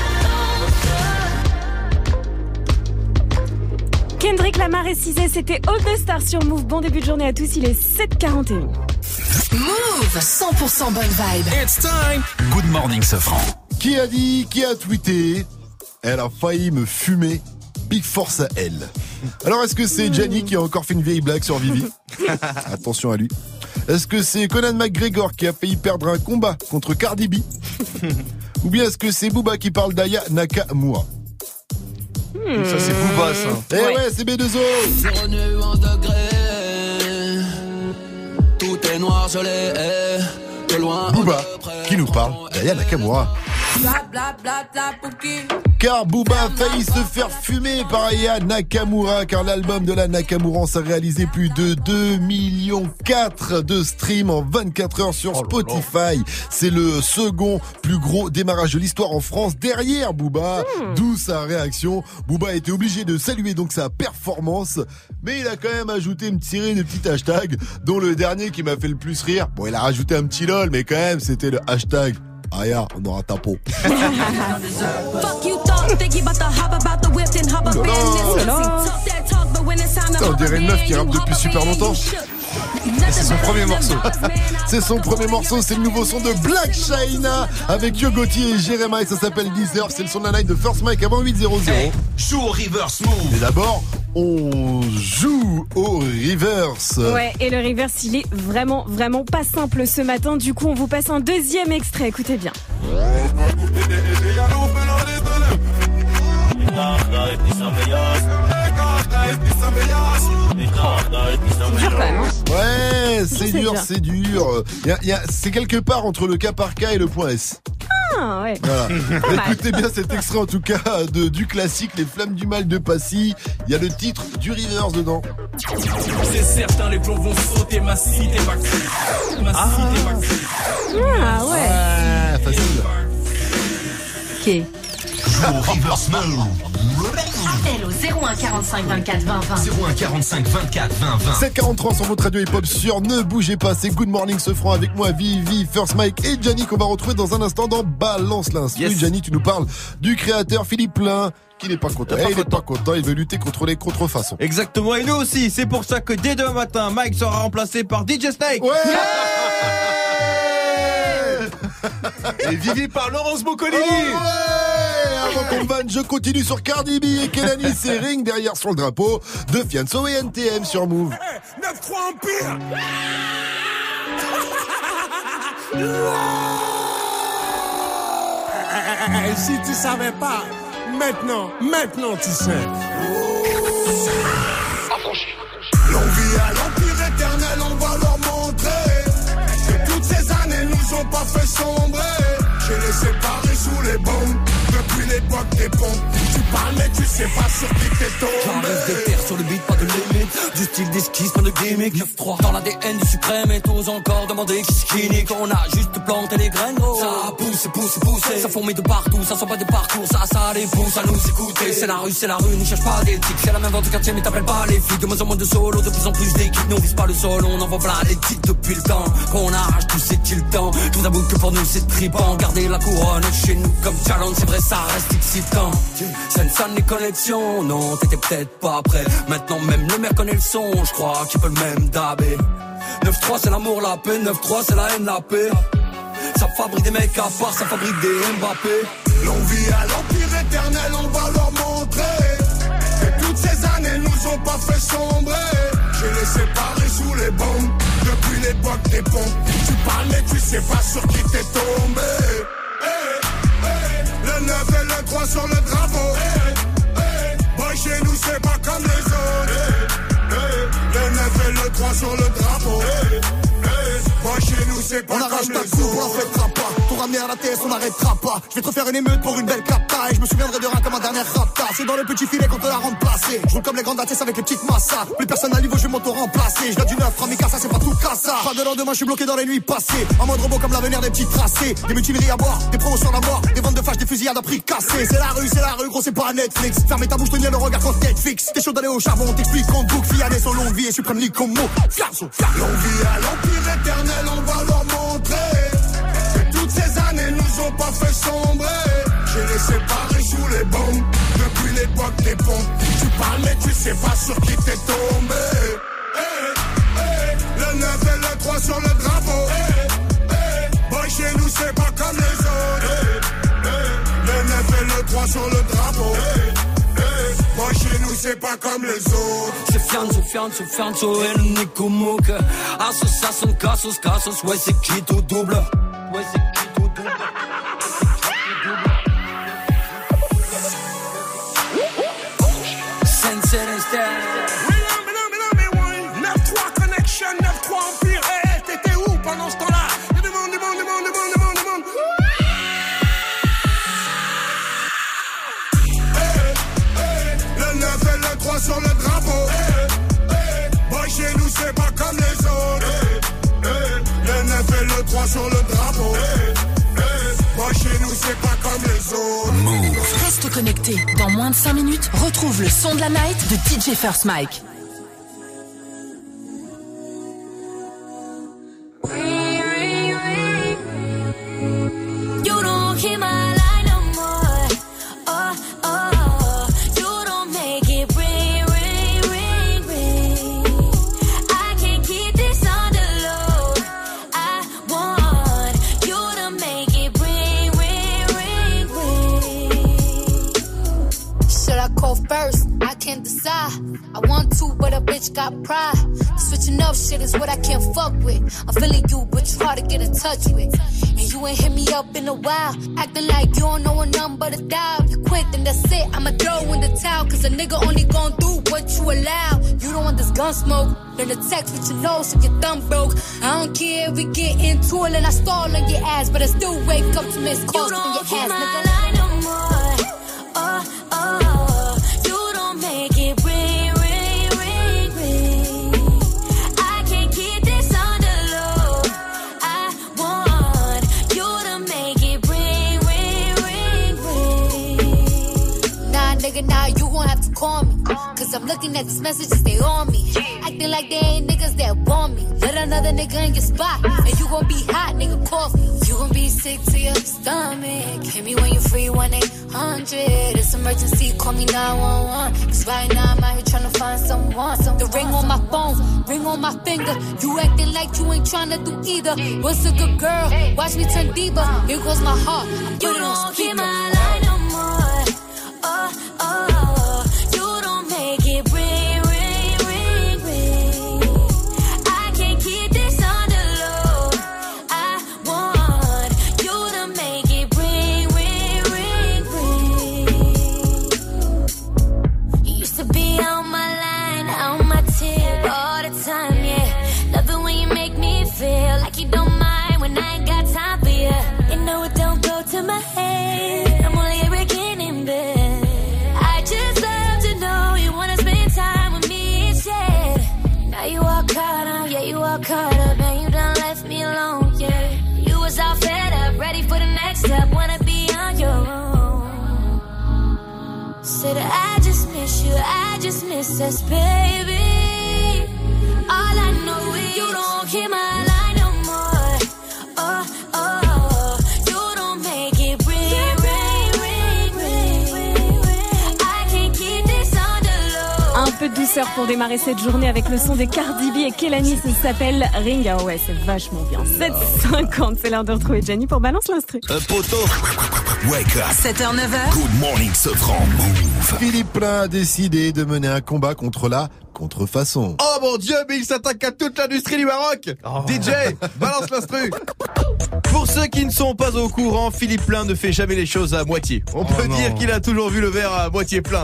stars are closer. Kendrick Lamar et Cizé, c'était All the Stars sur Move. Bon début de journée à tous, il est sept heures quarante et un. Move cent pour cent bonne vibe. It's time. Good morning, Sofran. Qui a dit, qui a tweeté? Elle a failli me fumer. Big force à elle. Alors est-ce que c'est Gianni qui a encore fait une vieille blague sur Vivi? Attention à lui. Est-ce que c'est Conor McGregor qui a failli perdre un combat contre Cardi B? Ou bien est-ce que c'est Booba qui parle d'Aya Nakamura? Ça c'est Booba ça. Eh ouais, ouais c'est B deux O. Zéro nuance degré. Tout est noir, je l'ai. De loin. Booba qui nous parle d'Aya Nakamura. Bla bla bla bla pour qui? Car Booba a failli se faire fumer par Aya Nakamura, car l'album de la Nakamura a réalisé plus de deux millions quatre de streams en vingt-quatre heures sur Spotify. C'est le second plus gros démarrage de l'histoire en France derrière Booba. Mmh. D'où sa réaction. Booba a été obligé de saluer donc sa performance, mais il a quand même ajouté une série de petits hashtags, dont le dernier qui m'a fait le plus rire. Bon, il a rajouté un petit lol, mais quand même, c'était le hashtag Aya, on aura ta peau. On dirait une meuf qui rappe depuis super longtemps. C'est son premier morceau. C'est son premier morceau, c'est le nouveau son de Black China avec Yo Gotti et Jeremiah, ça s'appelle Deserve, c'est le son de la night de First Mike avant huit zéro zéro. Hey, joue au reverse move. Et d'abord, on joue au reverse. Ouais, et le reverse, il est vraiment, vraiment pas simple ce matin. Du coup, on vous passe un deuxième extrait, écoutez bien. C'est dur quand même, hein. Ouais, c'est c'est dur, dur. c'est dur. Y a, y a, c'est quelque part entre le cas par cas et le point S. Ah ouais. Voilà. Pas mal. Écoutez bien cet extrait en tout cas de, du classique Les Flammes du Mal de Passy. Il y a le titre du reverse dedans. C'est certain, les plombs vont sauter, ma cité vaccinée. Ma Ah. cité vaccinée. Ah ouais. Ouais, facile. Ok. Joue au reverse move. Appel au zéro un quarante-cinq vingt-quatre vingt vingt. zéro un quarante-cinq vingt-quatre vingt vingt. sept quarante-trois sur votre radio hip-hop sur Ne bougez pas, c'est Good Morning Sofran avec moi, Vivi, First Mike et Gianni qu'on va retrouver dans un instant dans Balance l'instru. Yes. Gianni, tu nous parles du créateur Philippe Plein qui n'est pas content. Il est pas Eh, il est content. pas content, il veut lutter contre les contrefaçons. Exactement, et nous aussi, c'est pour ça que dès demain matin, Mike sera remplacé par D J Snake. Ouais. Et Vivi par Laurence Boccolini. Oh ouais. Avant qu'on me vanne, je continue sur Cardi B et Kelani c'est Ring derrière sur le drapeau de Fianso et N T M sur Move. neuf trois Empire. Si tu savais pas, maintenant, maintenant tu sais. L'envie à l'empire éternel, on va leur montrer que toutes ces années nous ont pas fait sombrer. J'ai les séparés sous les bombes, depuis l'époque des pompes. Tu parles mais tu sais pas sur qui t'es tombé. J'arrive des terres sur le beat, pas de limite. Du style d'esquisse, pas de gimmick. neuf trois dans l'A D N du suprême et t'oses encore demander qui skinnick. On a juste planté les graines gros. Ça pousse, pousse, poussé. Ça fourmille de partout, ça sent pas des parcours. Ça, ça les pousse à nous écouter. C'est la rue, c'est la rue, n'y cherche pas d'éthique. C'est la même vente au quartier mais t'appelles pas les flics. De moins en moins de solo, de plus en plus d'équipes. Nous on vise pas le sol, on envoie plein les titres depuis le temps qu'on arrache tout c'est-il temps. Tout d'abord que pour nous c'est trippant. Garder la couronne chez nous comme challenge, c'est vrai ça reste excitant. Sensan les connexions, non t'étais peut-être pas prêt. Maintenant même le maire connaît le son, je crois qu'il peut le même dabé. neuf trois c'est l'amour, la paix, neuf trois c'est la haine, la paix. Ça fabrique des mecs à part, ça fabrique des Mbappé. L'on vit à l'empire éternel, on va leur montrer que toutes ces années nous ont pas fait sombrer. J'ai les séparés sous les bombes depuis l'époque des pompes. Tu parles mais tu sais pas sur qui t'es tombé. Hey, hey, le neuf et le trois sur le drapeau. Hey, hey, boy chez nous c'est pas comme les autres. Hey, hey, le neuf et le trois sur le drapeau. Hey, hey, boy chez nous c'est pas on comme arrache les ta autres. coupe, on la fêtera pas. Tout ramener à la T S, on n'arrêtera pas. Je vais te refaire une émeute pour une belle capta. Et je me souviendrai de rien comme un dernier rapta. C'est dans le petit filet qu'on te la rend placée. Je roule comme les grandes A T S avec les petites massas. Plus personne à niveau, je vais m'auto-remplacer. Je viens du neuf, Ramika, ça c'est pas tout cassa. Pas de lendemain, je suis bloqué dans les nuits passées. En mode robot comme l'avenir des petits tracés. Des mutineries à boire, des promotions à mort. Des ventes de flash, des fusillades à prix cassés. C'est la rue, c'est la rue, gros, c'est pas Netflix. Fermez ta bouche, tenir le regard quand Netflix. T'es chaud d'aller au charbon, on t'explique qu'on te boucle. Fianès au longue vie et suprême Nicomo. Fiazo, fiazo. L'on vit à l'empire éternel, on va leur montrer que toutes ces années nous ont pas fait sombrer. J'ai les séparés sous les bombes depuis l'époque des pompes. Tu parles mais tu sais pas sur qui t'es tombé. Hey, hey, le neuf et le trois sur le drapeau. Hey, hey, boy chez nous c'est pas comme les autres. Hey, hey, le neuf et le trois sur le drapeau. Hey, hey, boy chez nous c'est pas comme les autres. C'est Fianzo, Fianzo, Fianzo et le Nico Mouk. Association, Cassos, Cassos, ouais c'est qui tout double. Ouais c'est qui tout double. Sensei neuf trois Connection, neuf trois Empire. Eh, hey, t'étais où pendant ce temps-là? Du monde, du monde, du monde, du monde, du monde, du monde. Hey, hey, le neuf et le trois sur le drapeau. Hey, hey, boy chez nous c'est pas comme les autres. Hey, hey, le neuf et le trois sur le drapeau. Hey, hey, boy chez nous c'est pas comme les autres. Move. Reste connecté. Dans moins de cinq minutes, retrouve le son de la night de D J First Mike. You don't hear my line no more. Oh, oh, you don't make it ring, ring, ring, ring. I can't keep this on the low. I want you to make it ring, ring, ring, ring. Should I call first? I can't decide. I want to, but a bitch got pride. Switching up shit is what I can't fuck with. I'm feeling you, but you hard to get in touch with. And you ain't hit me up in a while. Acting like you don't know a number to dial. You quit, then that's it. I'ma throw in the towel. Cause a nigga only gon' do what you allow. You don't want this gun smoke. Learn to text with your nose so your thumb broke. I don't care if we get into it and I stall on your ass. But I still wake up to miss calls from your ass, You don't hear my nigga. line no more. Oh, oh, you don't make it ring, ring, ring, ring. I can't keep this on the low. I want you to make it ring, ring, ring, ring. Nah, nigga, nah, you gon' have to call me. Cause I'm looking at these messages, they on me. Acting like they ain't niggas that want me. Let another nigga in your spot. And you gon' be hot, nigga, call me. You gon' be sick to your stomach. Hit me when you free, one eight hundred. It's emergency, call me nine one one. Cause right now I'm out here tryna find someone. The ring on my phone, ring on my finger. You acting like you ain't tryna do either. What's a good girl? Watch me turn diva. Here goes my heart. I put You it on don't hear speaker. my line no more. Oh, oh, you don't make it ring, ring, ring, ring. I can't keep this on the low. I want you to make it ring, ring, ring, ring. You used to be on my line, on my tip all the time, yeah. Love it when you make me feel like you don't mind when I ain't got time for you. You know it don't go to my head. I'm only said I just miss you, I just miss us, baby. All I know is you don't hear my line no more. Oh, oh, you don't make it ring, ring, ring, ring, ring. I can't keep this on the low. Un peu de douceur pour démarrer cette journée avec le son de Cardi B et Kelani, ça s'appelle Ring. Ah ouais, c'est vachement bien. sept heures cinquante, c'est l'heure de retrouver Gianni pour Balance l'instru. Un poteau. Wake up. sept heures neuf heures. Good morning, Sofran. Move. Philippe Plein a décidé de mener un combat contre la contrefaçon. Oh mon Dieu, mais il s'attaque à toute l'industrie du Maroc. Oh. D J, balance l'instru. Pour ceux qui ne sont pas au courant, Philippe Plein ne fait jamais les choses à moitié. On oh peut non. dire qu'il a toujours vu le verre à moitié plein.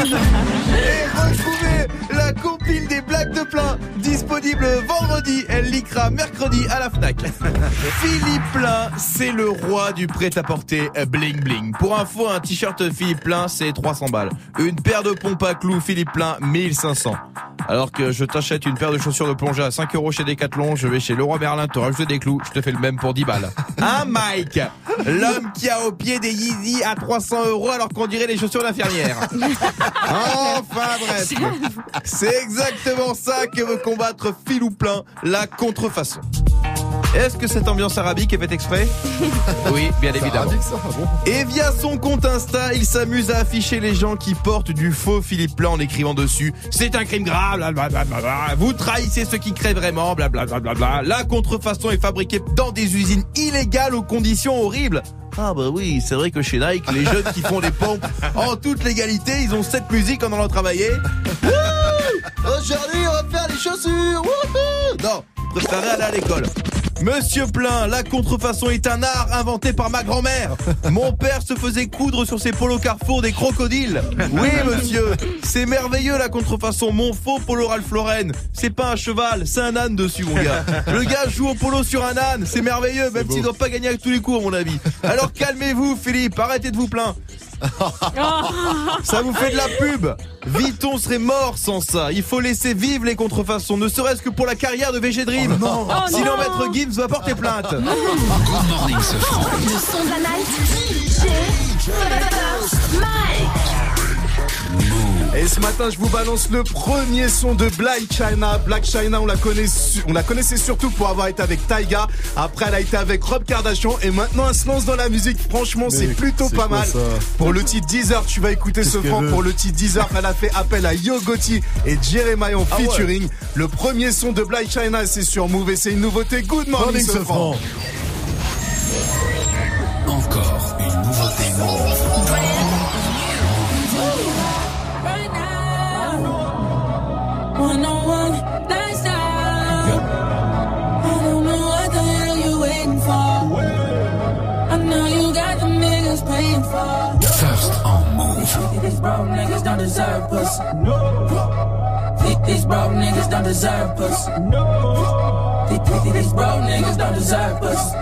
Et retrouvez la compile des blagues de Plein, disponible vendredi. Elle leakera mercredi à la Fnac. Philippe Plein, c'est le roi du prêt-à-porter bling bling. Pour info, un t-shirt Philippe Plein, c'est trois cents balles. Une paire de pompes à clous Philippe Plein, mille cinq cents. Alors que je t'achète une paire de chaussures de plongée à cinq euros chez Decathlon, je vais chez Leroy Merlin te rajouter des clous, je te fais le même pour dix balles. Hein, Mike? L'homme qui a au pied des Yeezy à trois cents euros alors qu'on dirait les chaussures d'infirmière. Enfin bref. C'est exactement ça que veut combattre Philou Plein, la contrefaçon. Est-ce que cette ambiance arabique est faite exprès? Oui, bien évidemment. Ça, bon. Et via son compte Insta, il s'amuse à afficher les gens qui portent du faux Philippe Plein en écrivant dessus « C'est un crime grave, blablabla. Vous trahissez ceux qui créent vraiment, blablabla. La contrefaçon est fabriquée dans des usines illégales aux conditions horribles. » Ah bah oui, c'est vrai que chez Nike, les jeunes qui font des pompes en toute légalité, ils ont cette musique en allant travailler. Aujourd'hui, on va faire les chaussures. Wouhou. Non, je préférerais aller à l'école. Monsieur Plein, la contrefaçon est un art inventé par ma grand-mère. Mon père se faisait coudre sur ses polos Carrefour des crocodiles. Oui, monsieur, c'est merveilleux la contrefaçon. Mon faux polo Ralph Lauren, c'est pas un cheval, c'est un âne dessus, mon gars. Le gars joue au polo sur un âne, c'est merveilleux, même s'il doit pas gagner avec tous les coups, à mon avis. Alors calmez-vous, Philippe, arrêtez de vous plaindre. Ça vous fait de la pub. Vuitton serait mort sans ça. Il faut laisser vivre les contrefaçons, ne serait-ce que pour la carrière de V G Dream. Oh non. Oh Sinon non. Maître Gibbs va porter plainte. Good morning, Sofran. Le son de la night, D J First Mike. Et ce matin, je vous balance le premier son de Black China. Black China, on la connaît, on la connaissait surtout pour avoir été avec Taiga. Après, elle a été avec Rob Kardashian. Et maintenant, elle se lance dans la musique. Franchement, mais c'est plutôt c'est pas mal. Ça pour le titre Deezer, tu vas écouter ce franc. Pour le titre Deezer, elle a fait appel à Yo Gotti et Jeremiah en featuring. Ah ouais. Le premier son de Black China, c'est sur Move et c'est une nouveauté. Good morning, ce franc. Encore une nouveauté Move. One on one, lifestyle. I don't know what the hell you waiting for. I know you got the niggas paying for. First on Move. These broke niggas don't deserve pussy. These broke niggas don't deserve pussy. These broke niggas don't deserve pussy.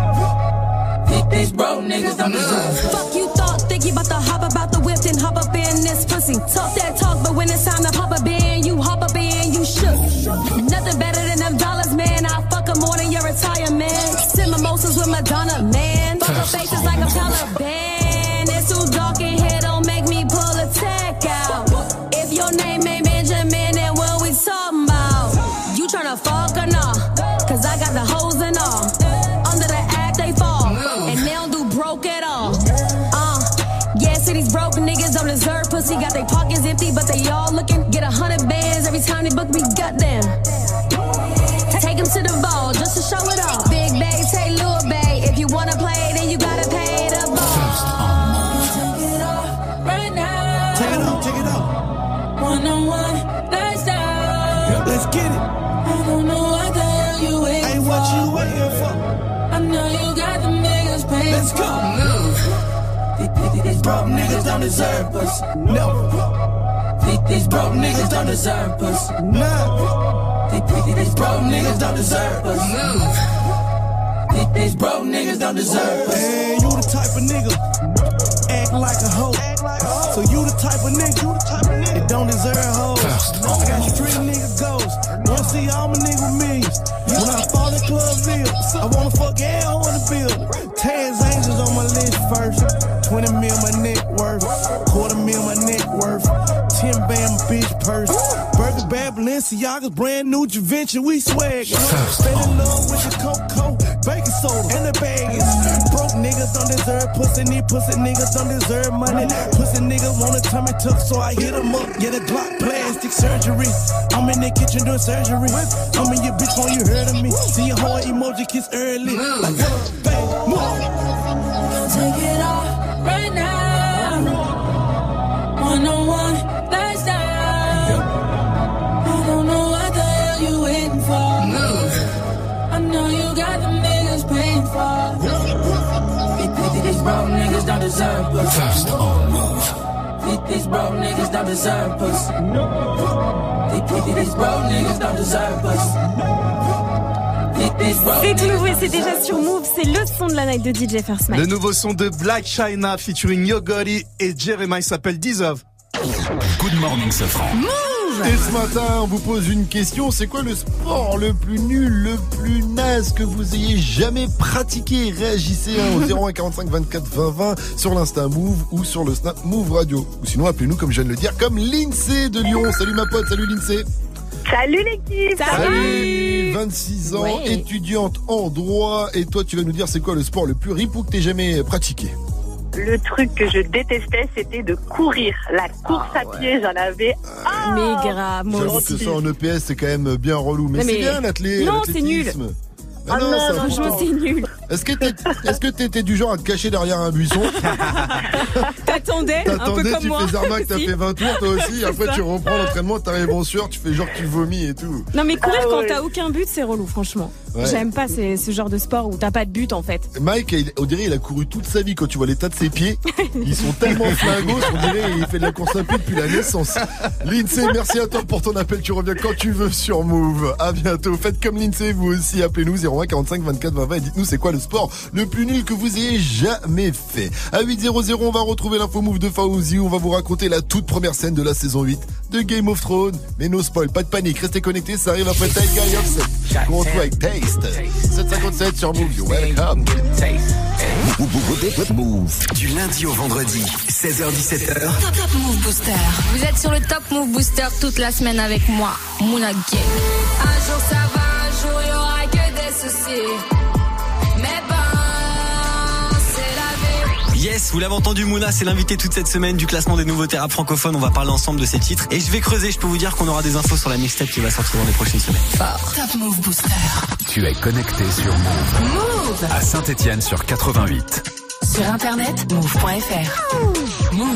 These broke niggas don't deserve pussy. Fuck you thought, think you about to hop about the whip, then hop up in this pussy. Talk that talk, but when it's time to pop up in, you hop up in, you shook. Nothing better than them dollars, man. I fuck 'em more than your retirement. Sip mimosas with Madonna, man. Fuck her faces like I'm Taliban. It's too dark in here, don't make me pull a tech out. If your name ain't Benjamin, then what we talking about? You tryna fuck or nah? Cause I got the hoes and all. Under the act they fall, and they don't do broke at all. Uh, yeah, see these broke niggas don't deserve pussy. Got their pockets empty, but they all looking. Get a hundred bands every time they book me, goddamn. Take them to the ball just to show it off. Big Bay, say Lil Bay. If you wanna play, then you gotta pay the ball. Take it off right now. Take it off, take it off. One on one, lifestyle. Let's get it. I don't know what the hell you waiting for. Ain't what you waiting for. I know you got the niggas paying Let's for. go. Move. These broke niggas don't deserve pussy. No. These broke niggas don't deserve pussy. No. These broke niggas don't deserve pussy. Move. These broke niggas don't deserve pussy. Hey, you the type of nigga act like a hoe. So you the type of nigga that don't deserve hoes. I got street nigga ghosts. Wanna see all my niggas millions. When I fall in Clubville, I wanna fuck every hoe in the building. Taz Angels on my list first. twenty mil my net worth. Quarter mil my net Balenciaga's brand new Givenchy, we swag. Stay in love with the Coco, baking soda, and the baggage. Broke niggas don't deserve pussy, these pussy niggas don't deserve money. Pussy niggas want a tummy tuck, so I hit them up, get a Glock plastic surgery. I'm in the kitchen doing surgery. I'm in your bitch when you heard of me. See your whole emoji kiss early. Like, bang, move. Take it off right now. One on one, lifestyle. I don't know what the hell you waiting for. Move. I know you got them niggas paying for. These broke niggas don't deserve us. First on Move. These broke niggas don't deserve us. These broke niggas don't deserve us. C'est tout nouveau et c'est déjà sur Move, c'est le son de la night de D J First Mike. Le nouveau son de Black China featuring Yo Gotti et Jeremiah s'appelle Deserve. Good morning, Sofran. Et ce matin, on vous pose une question. C'est quoi le sport le plus nul, le plus naze que vous ayez jamais pratiqué? Réagissez hein, au zéro un quarante-cinq vingt-quatre vingt vingt sur l'Insta Move ou sur le Snap Move Radio. Ou sinon, appelez-nous, comme je viens de le dire, comme Lindsay de Lyon. Salut ma pote, salut Lindsay. Salut l'équipe. Salut. vingt-six ans, ouais. Étudiante en droit. Et toi, tu vas nous dire c'est quoi le sport le plus ripou que t'aies jamais pratiqué? Le truc que je détestais, c'était de courir. La course ah, à pied, ouais. j'en avais. Ah, mais grave, moi J'avoue aussi. que ça en E P S, c'est quand même bien relou. Mais, non, mais c'est bien l'athlé- non, l'athlétisme. C'est nul. Ah oh non, non, ça franchement, c'est nul. Est-ce que t'es, est-ce que t'étais du genre à te cacher derrière un buisson? T'attendais, un peu comme tu moi. fais Zarmac, t'as fait vingt tours toi aussi. Après, ça. tu reprends l'entraînement, t'arrives en sueur, tu fais genre que tu vomis et tout. Non, mais courir ah, quand ouais. t'as aucun but, c'est relou, franchement. Ouais. J'aime pas ces, ce genre de sport où t'as pas de but en fait. Mike, il, on dirait il a couru toute sa vie. Quand tu vois l'état de ses pieds, ils sont tellement flingos, on dirait il fait de la course à pied depuis la naissance. Lindsay, merci à toi pour ton appel. Tu reviens quand tu veux sur Move. À bientôt. Faites comme Lindsay, vous aussi. Appelez-nous zéro un quarante-cinq vingt-quatre vingt vingt et dites-nous c'est quoi le sport le plus nul que vous ayez jamais fait. À huit cents, on va retrouver l'info Move de Fauzi. On va vous raconter la toute première scène de la saison huit de Game of Thrones. Mais no spoil, pas de panique. Restez connectés, ça arrive après Tiger et Offset. Go on avec Taste. sept cinquante-sept sur Move. You're welcome. Move. Du lundi au vendredi, seize heures dix-sept heures. Top, top Move Booster. Vous êtes sur le Top Move Booster toute la semaine avec moi, Mouna Gang. Un jour ça va, un jour il y aura que des soucis. Mais bon, c'est la vie. Yes, vous l'avez entendu, Mouna, c'est l'invité toute cette semaine du classement des nouveautés rap francophones. On va parler ensemble de ces titres. Et je vais creuser, je peux vous dire qu'on aura des infos sur la mixtape qui va sortir dans les prochaines semaines. Fort. Top Move Booster. Tu es connecté sur Move. Move. À Saint-Étienne sur quatre-vingt-huit. Sur internet, move point f r. Move.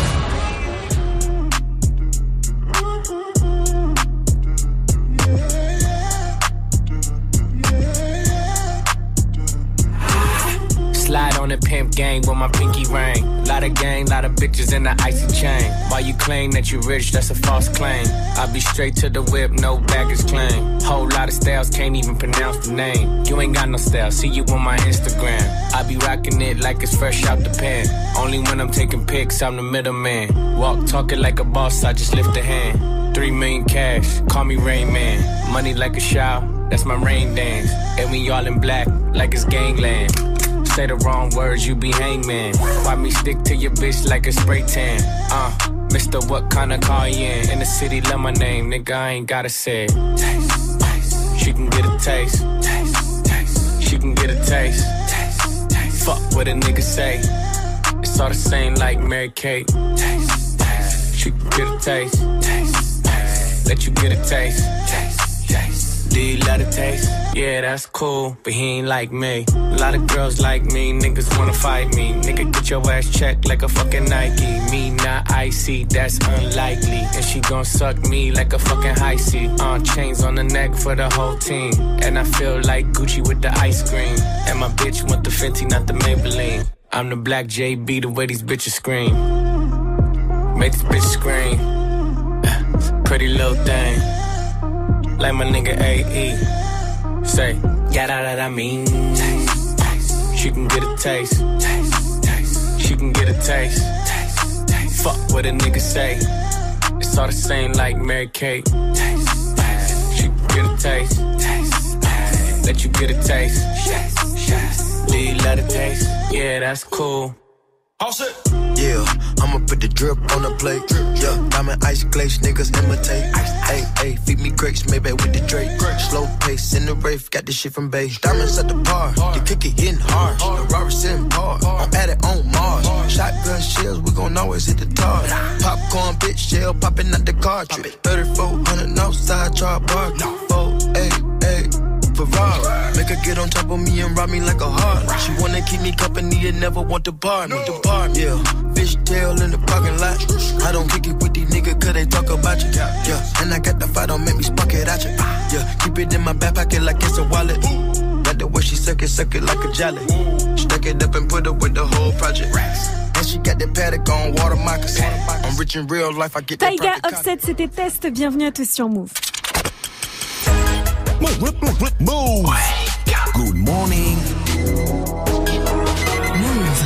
Slide on the pimp gang with my pinky ring. Lot of gang, lot of bitches in the icy chain. While you claim that you rich, that's a false claim. I be straight to the whip, no baggage claim. Whole lot of styles, can't even pronounce the name. You ain't got no style, see you on my Instagram. I be rocking it like it's fresh out the pan. Only when I'm taking pics, I'm the middleman. Walk talking like a boss, I just lift a hand. Three million cash, call me Rain Man. Money like a shower, that's my rain dance. And we all in black, like it's gangland. Say the wrong words, you be hangman. Why me stick to your bitch like a spray tan? Uh, Mister What kind of car you in? In the city, love my name, nigga, I ain't gotta say it. Taste, taste. She can get a taste. Taste, taste. She can get a taste. Taste, taste. Fuck what a nigga say. It's all the same like Mary Kate. Taste, taste. She can get a taste. Taste, taste. Let you get a taste. Taste, taste. Do you love the taste? Yeah, that's cool, but he ain't like me. A lot of girls like me, niggas wanna fight me. Nigga, get your ass checked like a fucking Nike. Me not icy, that's unlikely. And she gon' suck me like a fucking high C. Uh, chains on the neck for the whole team. And I feel like Gucci with the ice cream. And my bitch want the Fenty, not the Maybelline. I'm the black J B, the way these bitches scream. Make this bitch scream. Pretty little thing. Like my nigga A E. Say, yeah, that, that I mean. Taste, taste. She can get a taste. Taste, taste. She can get a taste. Taste, taste. Fuck what a nigga say. It's all the same like Mary Kate. Taste, taste. She can get a taste. Taste, taste. Let you get a taste. Taste, taste. Do you love the taste? Yeah, that's cool. All set. Yeah, I'ma put the drip on the plate. Yeah, diamond ice glaze, niggas imitate. Hey, hey, feed me grapes, maybe with the Drake. Slow pace in the rave, got this shit from base. Diamonds at the bar, the kick it hitting hard. The Robert sitting hard, I'm at it on Mars. Shotgun shells, we gon' always hit the tar. Popcorn, bitch, shell popping out the cartridge. thirty-four hundred outside, try bar. Oh, hey, hey. Ferrari. Make her get on top of me and rob me like a heart. She wanna keep me company and never want to bar me. The bar, yeah. Fishtail in the parking lot. I don't kick it with these niggas cause they talk about you. Yeah, and I got the fight, don't make me spark it at you. Yeah, keep it in my back pocket like it's a wallet. Got the way she suck it, suck it like a jelly. Stuck it up and put up with the whole project. And she got that paddock on water moccasins. I'm rich in real life, I get that Taiga, Offset, c'était Test. Bienvenue à tous sur Move. Move, move, move, move. Good morning. Move.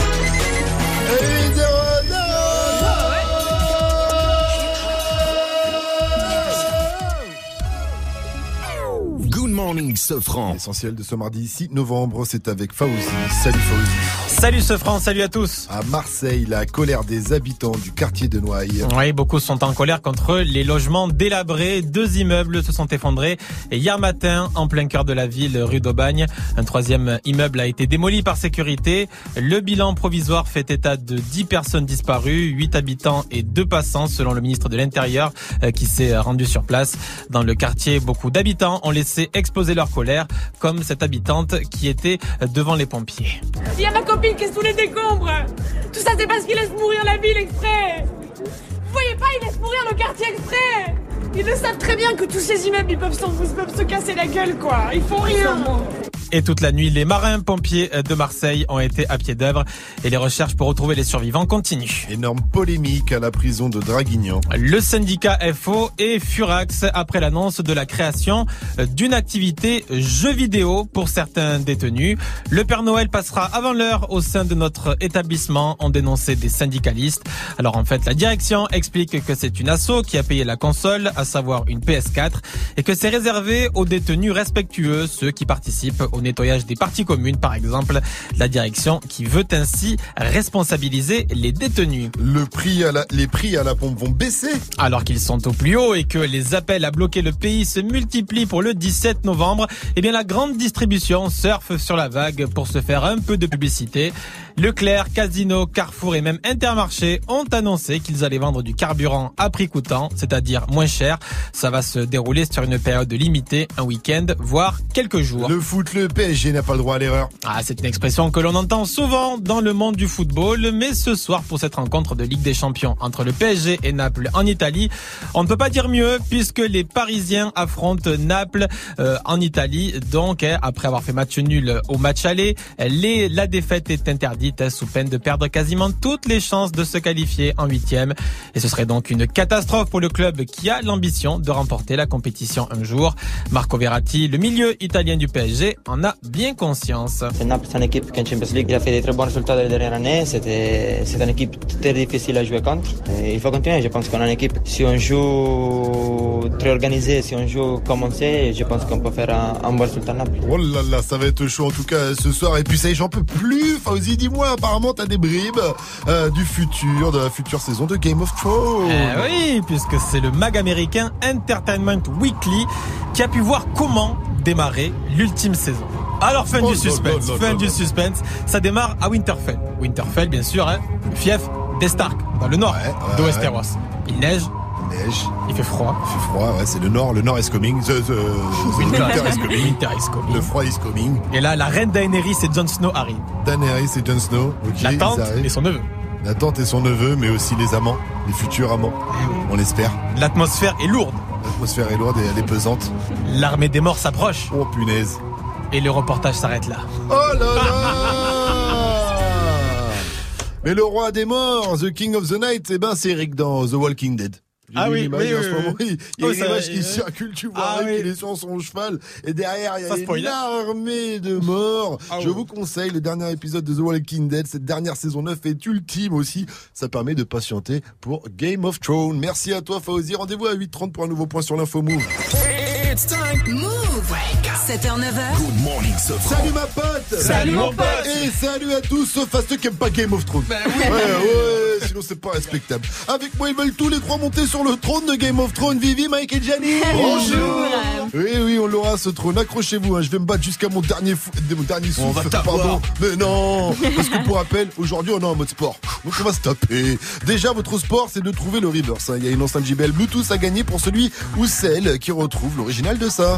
Good morning, Sofran. L'essentiel de ce mardi six novembre, c'est avec Fauzi. Salut Fauzi. Salut Sofran, salut à tous. À Marseille, la colère des habitants du quartier de Noailles. Oui, beaucoup sont en colère contre les logements délabrés. Deux immeubles se sont effondrés et hier matin, en plein cœur de la ville, rue d'Aubagne. Un troisième immeuble a été démoli par sécurité. Le bilan provisoire fait état de dix personnes disparues, huit habitants et deux passants, selon le ministre de l'Intérieur qui s'est rendu sur place. Dans le quartier, beaucoup d'habitants ont laissé exploser leur colère, comme cette habitante qui était devant les pompiers. Il y a ma copine qui est sous les décombres. Tout ça, c'est parce qu'ils laissent mourir la ville exprès. Vous voyez pas, ils laissent mourir le quartier exprès. Ils le savent très bien que tous ces immeubles, ils peuvent, ils peuvent se casser la gueule, quoi. Ils font rien. Et toute la nuit, les marins-pompiers de Marseille ont été à pied d'œuvre et les recherches pour retrouver les survivants continuent. Énorme polémique à la prison de Draguignan. Le syndicat F O est furax après l'annonce de la création d'une activité jeux vidéo pour certains détenus. Le Père Noël passera avant l'heure au sein de notre établissement, ont dénoncé des syndicalistes. Alors en fait, la direction explique que c'est une asso qui a payé la console, à savoir une P S quatre, et que c'est réservé aux détenus respectueux, ceux qui participent au nettoyage des parties communes, par exemple. La direction qui veut ainsi responsabiliser les détenus. Le prix à la, les prix à la pompe vont baisser alors qu'ils sont au plus haut et que les appels à bloquer le pays se multiplient pour le dix-sept novembre. Eh bien, la grande distribution surfe sur la vague pour se faire un peu de publicité. Leclerc, Casino, Carrefour et même Intermarché ont annoncé qu'ils allaient vendre du carburant à prix coûtant, c'est-à-dire moins cher. Ça va se dérouler sur une période limitée, un week-end, voire quelques jours. Le foot, le P S G n'a pas le droit à l'erreur. Ah, c'est une expression que l'on entend souvent dans le monde du football, mais ce soir, pour cette rencontre de Ligue des Champions entre le P S G et Naples en Italie, on ne peut pas dire mieux puisque les Parisiens affrontent Naples euh, en Italie. Donc, hein, après avoir fait match nul au match aller, les, la défaite est interdite sous peine de perdre quasiment toutes les chances de se qualifier en huitième. Et ce serait donc une catastrophe pour le club qui a l'ambition de remporter la compétition un jour. Marco Verratti, le milieu italien du P S G, en a bien conscience. Naples, c'est une équipe qui en Champions League a fait des très bons résultats dans les dernières années. C'était, c'est une équipe très difficile à jouer contre. Et il faut continuer. Je pense qu'on a une équipe, si on joue très organisé, si on joue comme on sait, je pense qu'on peut faire un, un bon résultat à Naples. Oh là là, ça va être chaud en tout cas ce soir. Et puis ça y est, j'en peux plus. Fauzi, dis-moi, apparemment t'as des bribes euh, du futur, de la future saison de Game of Thrones. Eh oui, puisque c'est le mag américain Entertainment Weekly qui a pu voir comment démarrer l'ultime saison. Alors fin oh, du suspense, non, non, fin non, du non. suspense. Ça démarre à Winterfell. Winterfell, bien sûr, hein, le fief des Stark, dans le nord ouais, ouais, de Westeros. Ouais. Il neige. Neige. Il fait froid. Il fait froid, ouais, c'est le nord. Le nord is coming. The, the, Winter, winter is coming. Winter is coming. Le froid is coming. Et là, la reine Daenerys et Jon Snow arrivent. Daenerys et Jon Snow. Okay, la tante et son neveu. La tante et son neveu, mais aussi les amants, les futurs amants. On l'espère. L'atmosphère est lourde. L'atmosphère est lourde et elle est pesante. L'armée des morts s'approche. Oh punaise. Et le reportage s'arrête là. Oh là là. Mais le roi des morts, The King of the Night, eh ben c'est Rick dans The Walking Dead. J'ai ah oui, oui, oui, en ce moment. oui. Il y a oh, une image qui circule, tu vois, ah, Rick, oui. Il est sur son cheval, et derrière, il y a ça une armée de morts. Ah, Je oui. vous conseille le dernier épisode de The Walking Dead. Cette dernière saison neuf est ultime aussi. Ça permet de patienter pour Game of Thrones. Merci à toi, Fauzi. Rendez-vous à huit heures trente pour un nouveau point sur l'info Move. It's time. Move. sept heures neuf heures. Good morning, Sofran. Salut ma pote. Salut mon pote. Et salut à tous, sauf à ceux qui aiment pas Game of Thrones. Ben oui. Ouais, ouais, sinon c'est pas respectable. Avec moi, ils veulent tous les trois monter sur le trône de Game of Thrones. Vivi, Mike et Gianni. Bonjour. Oui, oui, on l'aura ce trône. Accrochez-vous, hein. Je vais me battre jusqu'à mon dernier, fou... mon dernier souffle. On va t'avoir. Pardon. Mais non. Parce que pour rappel, aujourd'hui, on est en mode sport. Donc on va se taper. Déjà, votre sport, c'est de trouver le reverse. Il y a une enceinte J B L Bluetooth à gagner pour celui ou celle qui retrouve l'original de ça.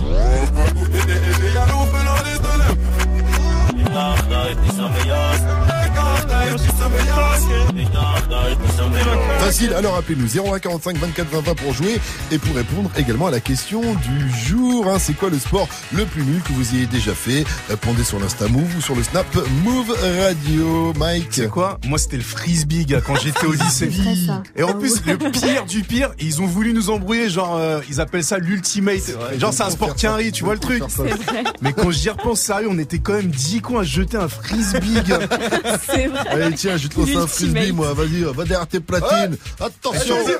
Facile, alors appelez-nous zéro un quarante-cinq vingt-quatre vingt vingt pour jouer et pour répondre également à la question du jour. Hein, c'est quoi le sport le plus nul que vous ayez déjà fait? Répondez sur l'Insta Move ou sur le Snap Move Radio. Mike, c'est quoi? Moi, c'était le frisbee, gars, quand j'étais au lycée. Et en plus, le pire du pire, ils ont voulu nous embrouiller, genre, euh, ils appellent ça l'ultimate. Vrai, genre, c'est un sport quinri, tu vois le truc. Mais quand j'y repense sérieux, on était quand même dix cons à jeter un frisbee, gars. C'est vrai. Allez, tiens, je te lance un frisbee, moi. Vas-y, va derrière tes platines. Ouais. Attention. Ouais,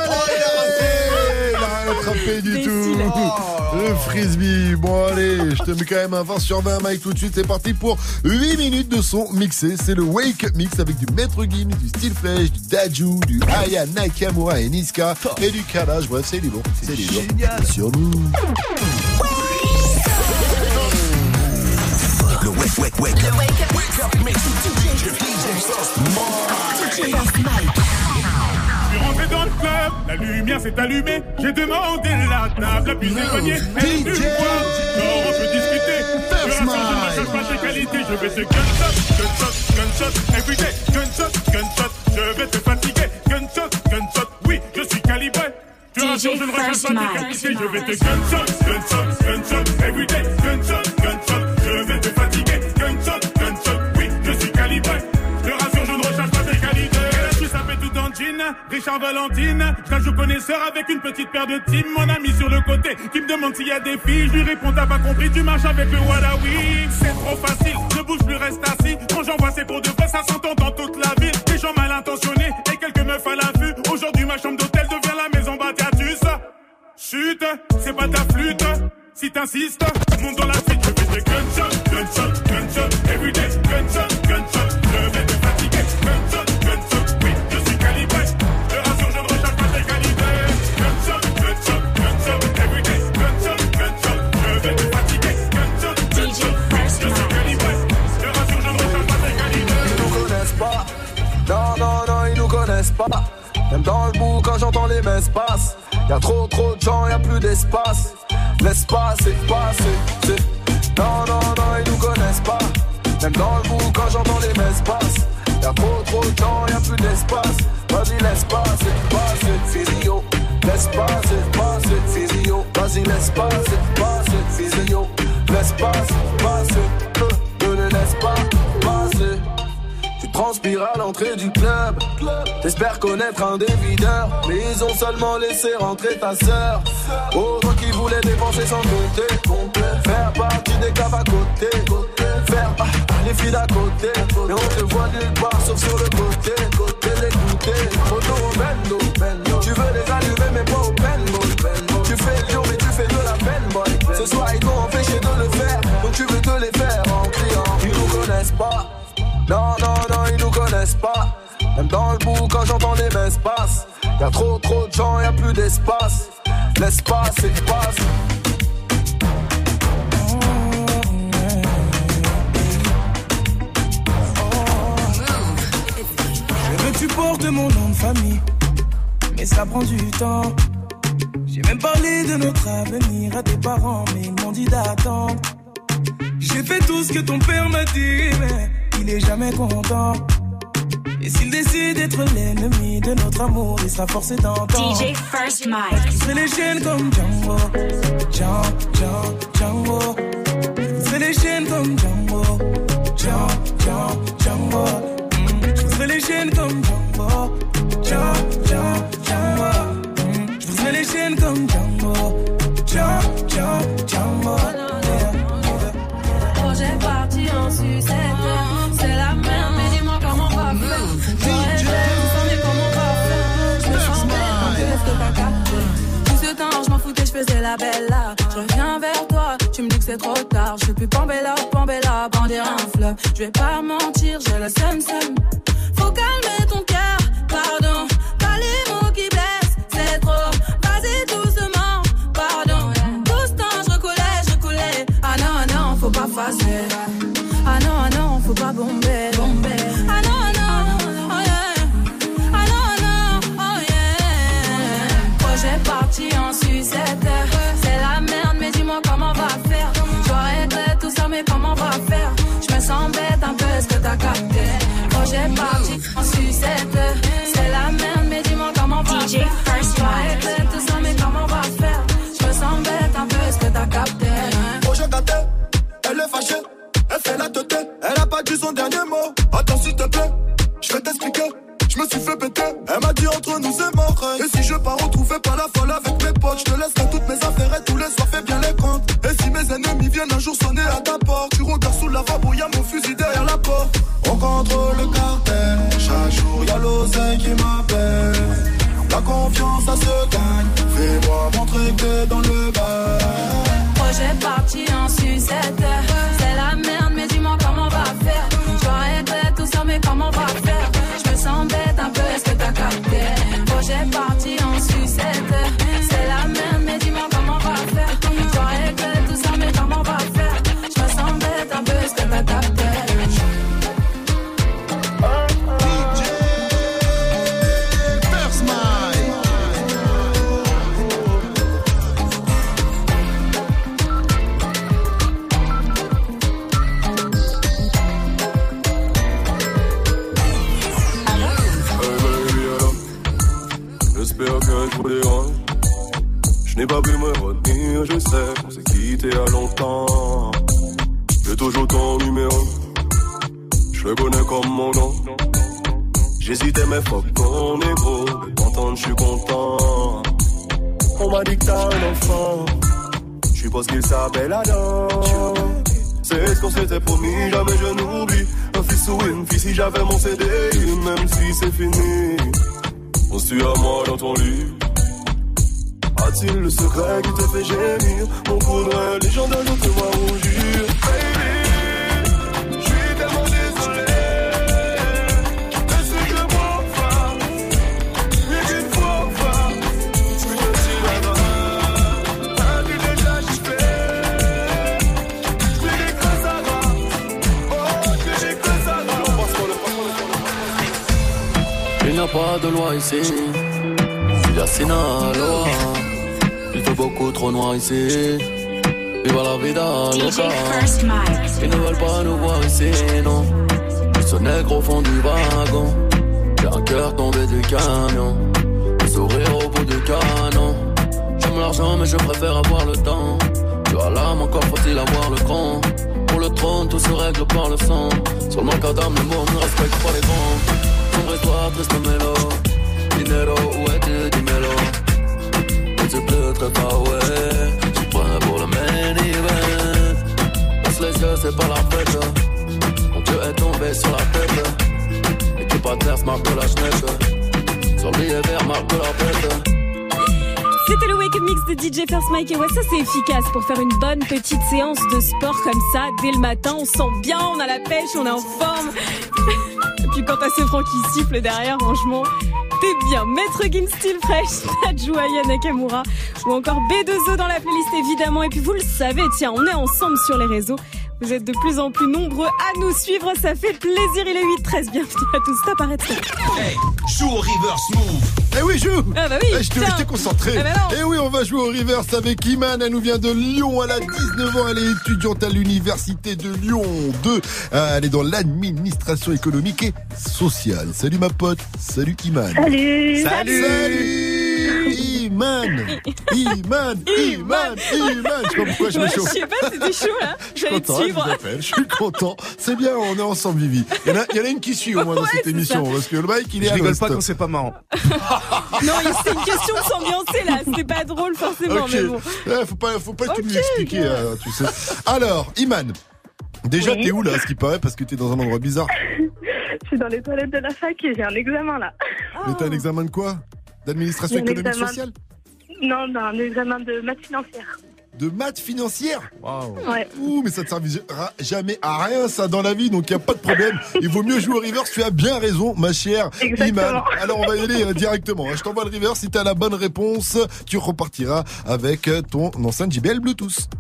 il a rien attrapé du tout. Le frisbee. Bon, allez, je te mets quand même un vingt sur vingt, Mike, tout de suite. C'est parti pour huit minutes de son mixé. C'est le Wake Up Mix avec du Maître Gims, du Steel Fresh, du Daju, du Aya Nakamura et Niska et du Kalash. Bref, c'est libre. C'est libre. Sur nous. Le Wake, Wake, Wake. Le Wake Up, Wake Up Mix. D J First Mike. Je suis rentré dans le club, la lumière s'est allumée. J'ai demandé la table la plus éloignée. Elle est venue me voir, non, on peut discuter. Je ne cherche pas tes qualités, je vais te gunshot, gunshot, gunshot, everyday, gunshot, gunshot. Je vais te fatiguer, gunshot, gunshot. Oui, je suis calibré. Je rassure, je ne recherche pas tes qualités, je vais te gunshot, gunshot, gunshot, everyday, gunshot, gunshot. Je vais te fatiguer, gunshot, gunshot. Oui, je suis calibré. Je rassure, je ne recherche pas tes qualités. Ça fait tout en jean, Richard Valentine. Je joue connaisseur avec une petite paire de team. Mon ami sur le côté qui me demande s'il y a des filles. Je lui réponds t'as pas compris, tu marches avec le Wadawi. C'est trop facile, ne bouge plus, reste assis. Quand j'envoie c'est pour de vrai, ça s'entend dans toute la ville. Des gens mal intentionnés et quelques meufs à l'affût. Aujourd'hui ma chambre d'hôtel devient la maison Batiatus. Chut, c'est pas ta flûte. Si t'insistes, monte dans la suite. Je vais te gunshot, gunshot, gunshot. Everyday, gunshot, gunshot. Je vais te fatiguer, gunshot. Non, non, non, ils nous connaissent pas. Même dans le bout, quand j'entends les messes passes, y'a trop, trop de gens, y'a plus d'espace. L'espace est passé, c'est... Non, non, non, ils nous connaissent pas. Même dans le bout, quand j'entends les messes passes, y'a trop, trop de gens, y'a plus d'espace. Vas-y, l'espace est passé, physio. L'espace est passé, physio. Vas-y, l'espace est passé, physio. L'espace est passé, ne le laisse pas passer. Tu transpires à l'entrée du club. T'espères connaître un des videurs, mais ils ont seulement laissé rentrer ta sœur. Oh, toi qui voulais dépenser sans compter, faire partie des caves à côté, faire ah, les filles d'à côté. Mais on te voit nulle part sauf sur le côté. Côté l'écouter, photo au bendo. Tu veux les allumer mais pas au bendo. Tu fais le lion mais tu fais de la peine, boy. Ce soir ils t'ont empêché de le faire, donc tu veux te les faire en criant. Ils nous connaissent pas. Non, non, non, ils nous connaissent pas. Même dans le bout, quand j'entends les messes passes, y'a trop, trop de gens, y'a plus d'espace. L'espace est passé. Je veux que tu portes mon nom de famille, mais ça prend du temps. J'ai même parlé de notre avenir à tes parents, mais ils m'ont dit d'attendre. J'ai fait tout ce que ton père m'a dit, mais il est jamais content. Et s'il décide d'être l'ennemi de notre amour, il sera forcé d'entendre. D J First Mike. Je ferai les chaînes comme Django, Django, Django, Django. Je ferai les chaînes comme Django, Django, Django, Django. Je ferai les chaînes comme Django, Django, Django, Django. Je ferai les chaînes comme Django, Django, Django, Django. Projet parti en sucette, c'est la merde, mais dis-moi comment on va faire. J'aurais rêvé, vous savez comment on va faire. Je me sens belle, donc est-ce que t'as capté? Tout ce temps, je m'en foutais, je faisais la bella, bella. Je reviens vers toi, tu me dis que c'est trop tard. Je suis plus pambella, pambella, bandir un flop. Je vais pas mentir, j'ai la seum, seum. Faut calmer ton cœur, pardon. Pas les mots qui blessent, c'est trop. Vas-y doucement, pardon. Tout ce temps, je recoulais, je recoulais. Ah non, ah non, faut pas passer. Ah non, ah non, faut pas bomber, bomber. Ah non, ah non, oh yeah. Ah non, ah non, oh yeah. Projet parti en sucette. C'est la merde, mais dis-moi comment on va faire. Je regrette tout ça, mais comment on va faire. Je me sens bête un peu, est-ce que t'as capté? Projet parti en sucette. C'est la merde, mais dis-moi comment on va faire. Je regrette tout ça, mais comment on va faire. Je me sens bête un peu, est-ce que t'as capté? Projet gâté, elle est fâchée. Elle fait la tête, elle a pas dit son dernier mot. Attends s'il te plaît, je vais t'expliquer. Je me suis fait péter, elle m'a dit entre nous c'est mort. Et si je pars retrouver pas la folle avec mes potes, je te laisserai toutes mes affaires et tous les soirs fais bien les comptes. Et si mes ennemis viennent un jour sonner à ta porte, tu regardes sous la lavabo, y'a mon fusil derrière la porte. On contrôle le cartel, chaque jour y'a l'oseille qui m'appelle. La confiance ça se gagne, fais-moi montrer que t'es dans le bar. Projet parti en sucette. C'est la merde, mais dis-moi comment on va faire. Je tout ça, mais comment on va faire. Je me sens bête un peu, est-ce que t'as capté? Projet parti en sucette. C'est la merde, mais dis-moi comment on va faire. Je tout ça, mais comment on va faire. Je me sens bête un peu, est-ce que t'as capté? J'espère que je vous dérange. Je n'ai pas pu me retenir, je sais qu'on s'est quitté à longtemps. J'ai toujours ton numéro, je le connais comme mon nom. J'hésitais mais fuck ton égo, de t'entendre je suis content. On m'a dit que t'as un enfant, je suppose qu'il s'appelle Adam. C'est ce qu'on s'était promis, jamais je n'oublie. Un fils ou une fille si j'avais mon C D, même si c'est fini. Penses-tu à moi dans ton lit? A-t-il le secret qui te fait gémir? Mon coup de rein légendaire, je te vois rougir. Baby, je suis tellement désolé de ce que moi faire. Mais qu'une fois faire, je suis un petit là-bas. As-tu déjà chiffé? Je dis que ça va. Oh, je dis que ça va. Il n'y a pas de loi ici, il y a Sinaloa. Il fait beaucoup trop noir ici, viva la vida loca. Ils ne veulent pas nous voir ici, non. Ils se nègrent au fond du wagon. J'ai un cœur tombé du camion, le sourire au bout du canon. J'aime l'argent mais je préfère avoir le temps. Tu as l'âme, encore faut-il avoir le cran. Pour le trône, tout se règle par le sang. Sur le macadam, le monde ne respecte pas les grands. Sombre histoire, triste mélo. Dinero, où es-tu, dis-mélo. Et tu pleures très far away. Je suis prêt pour le main event. Passe les yeux, c'est pas la fête. Mon Dieu est tombé sur la tête. Équipe adverse, marque de la schneck. Sur le billet vert, marque de la bête. C'était le Wake Up Mix de D J First Mike. Et ouais, ça c'est efficace pour faire une bonne petite séance de sport comme ça. Dès le matin, on sent bien, on a la pêche, on est en forme. Et puis quand t'as ce franc qui siffle derrière, franchement, t'es bien. Maître Gims, Still Fresh, Najou, Aya Nakamura ou encore B deux O dans la playlist évidemment. Et puis vous le savez, tiens, on est ensemble sur les réseaux. Vous êtes de plus en plus nombreux à nous suivre, ça fait plaisir. Il est huit treize, bienvenue à tous, top, arrête ça. Hey, joue au reverse move. Eh oui, joue. Ah bah oui, eh, je te j'étais concentré. Ah bah eh oui, on va jouer au reverse avec Iman. Elle nous vient de Lyon, elle a dix-neuf ans, elle est étudiante à l'université de Lyon deux. Elle est dans l'administration économique et sociale. Salut ma pote, salut Iman. Salut. Salut. Salut. Iman, Iman, Iman, Iman. Je sais pas pourquoi je me ouais, chauffe. Je sais pas, c'était chaud là. Je suis content, je vous appelle, je suis content. C'est bien, on est ensemble, Vivi. Il y en a, il y en a une qui suit au moins dans ouais, cette émission, ça. parce que le mec, il est je à rigole l'host. pas quand c'est pas marrant. Non, c'est une question de s'ambiancer là. C'est pas drôle forcément, Ok. mais bon. Ouais, faut pas, faut pas tout Ok, lui expliquer, gars. euh, tu sais. Alors, Iman. Déjà, Oui. t'es où là, à ce qui paraît, parce que t'es dans un endroit bizarre. Je suis dans les toilettes de la fac et j'ai un examen là. Mais t'as un examen de quoi? D'administration J'ai un économique examen- sociale? Non, d'un examen de maths financière. De maths financière. Waouh. Ouais. Ouh, mais ça te servira jamais à rien, ça, dans la vie, donc il n'y a pas de problème. Il vaut mieux jouer au reverse, tu as bien raison, ma chère Iman. Alors, on va y aller euh, directement. Je t'envoie le reverse, si tu as la bonne réponse, tu repartiras avec ton enceinte J B L Bluetooth.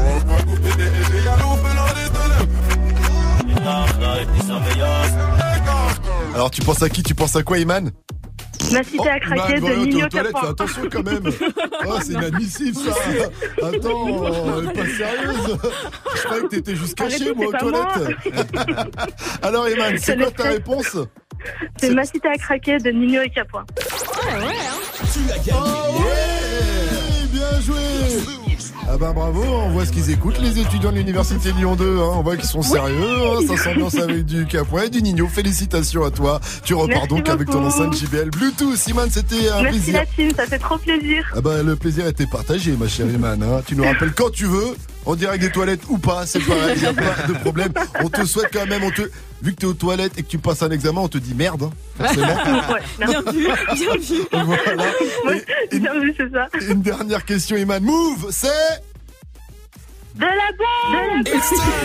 Alors, tu penses à qui? Tu penses à quoi, Iman? Ma cité à craquer de Nino Capon. Attention quand même. Oh, c'est inadmissible ça. Attends, elle est pas sérieuse. Je croyais que t'étais juste caché, moi, aux toilettes. Alors, Eman, c'est quoi ta réponse? C'est Ma cité à craquer de Nino et Capon. Ah ouais, hein. Tu as gagné. Oh ouais, bien joué. Ah bah bravo, on voit ce qu'ils écoutent, les étudiants de l'université Lyon deux, hein. On voit qu'ils sont sérieux, hein. Ça s'ambiance avec du Capouin et du Nino. Félicitations à toi. Tu repars Merci donc beaucoup. avec ton enceinte J B L Bluetooth. Iman, c'était un Merci plaisir. la team, ça fait trop plaisir. Ah bah le plaisir était partagé, ma chère Iman, hein. Tu nous rappelles quand tu veux, en direct des toilettes ou pas, c'est pareil, y a pas de problème. On te souhaite quand même, on te... vu que t'es aux toilettes et que tu passes un examen, on te dit merde, hein, forcément. Ouais, bien vu, bien vu. Voilà. Ouais, bien vu, c'est ça. Une dernière question, Iman. Move, c'est... De la bombe.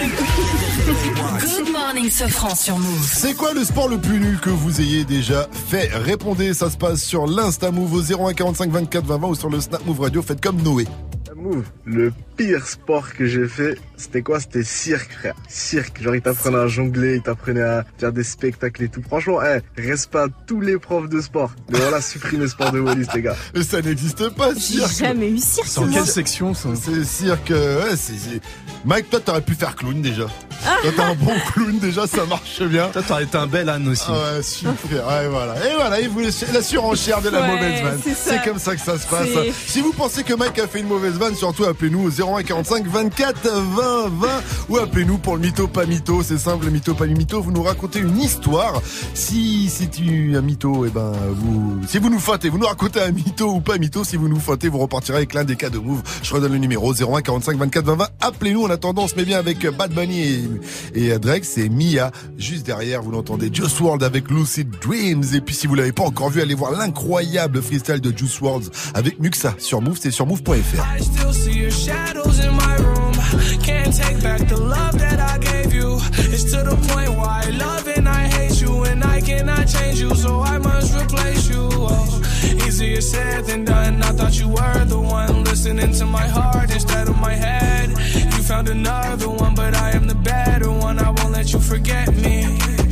Good morning, Sofran sur Move. C'est quoi le sport le plus nul que vous ayez déjà fait? Répondez, ça se passe sur l'Insta Move au zéro un quarante-cinq vingt-quatre vingt vingt ou sur le Snap Move Radio. Faites comme Noé. Move. Le pire sport que j'ai fait, c'était quoi? C'était cirque, frère. Cirque. Genre, ils t'apprenaient à jongler, ils t'apprenaient à faire des spectacles et tout. Franchement, hey, respect à tous les profs de sport. Mais voilà, supprimez sport de Wallis, les gars. Ça n'existe pas, cirque. J'ai jamais eu cirque. C'est en quelle section, ça? C'est cirque, ouais, c'est, c'est... Mike, toi, t'aurais pu faire clown, déjà. Toi, t'es un bon clown, déjà, ça marche bien. Toi, t'aurais été un bel âne aussi. Ah ouais, super. Ouais, voilà. Et voilà, il voulait la surenchère de la Ouais, mauvaise vanne. c'est ça. C'est comme ça que ça se passe. C'est- Si vous pensez que Mike a fait une mauvaise vanne, surtout appelez-nous au zéro un quarante-cinq vingt-quatre vingt vingt ou appelez-nous pour le mytho pas mytho. C'est simple, le mytho pas mytho. Vous nous racontez une histoire. Si c'est un mytho, et ben vous, si vous nous fâtez, vous nous racontez un mytho ou pas mytho. Si vous nous fâtez, vous repartirez avec l'un des cas de Move. Je redonne le numéro zéro un quarante-cinq vingt-quatre vingt vingt. Appelez-nous. En attendant, on se met bien avec Bad Bunny et, et Drake. C'est Mia. Juste derrière, vous l'entendez, Juice world avec Lucid Dreams. Et puis si vous l'avez pas encore vu, allez voir l'incroyable freestyle de Juice world avec Muxa sur Move. C'est sur move point f r. I still see your shadows in my room. Can't take back the love that I gave you. It's to the point where I love and I hate you, and I cannot change you, so I must replace you. Oh, easier said than done. I thought you were the one listening to my heart instead of my head. You found another one, but I am the better one. I won't let you forget me.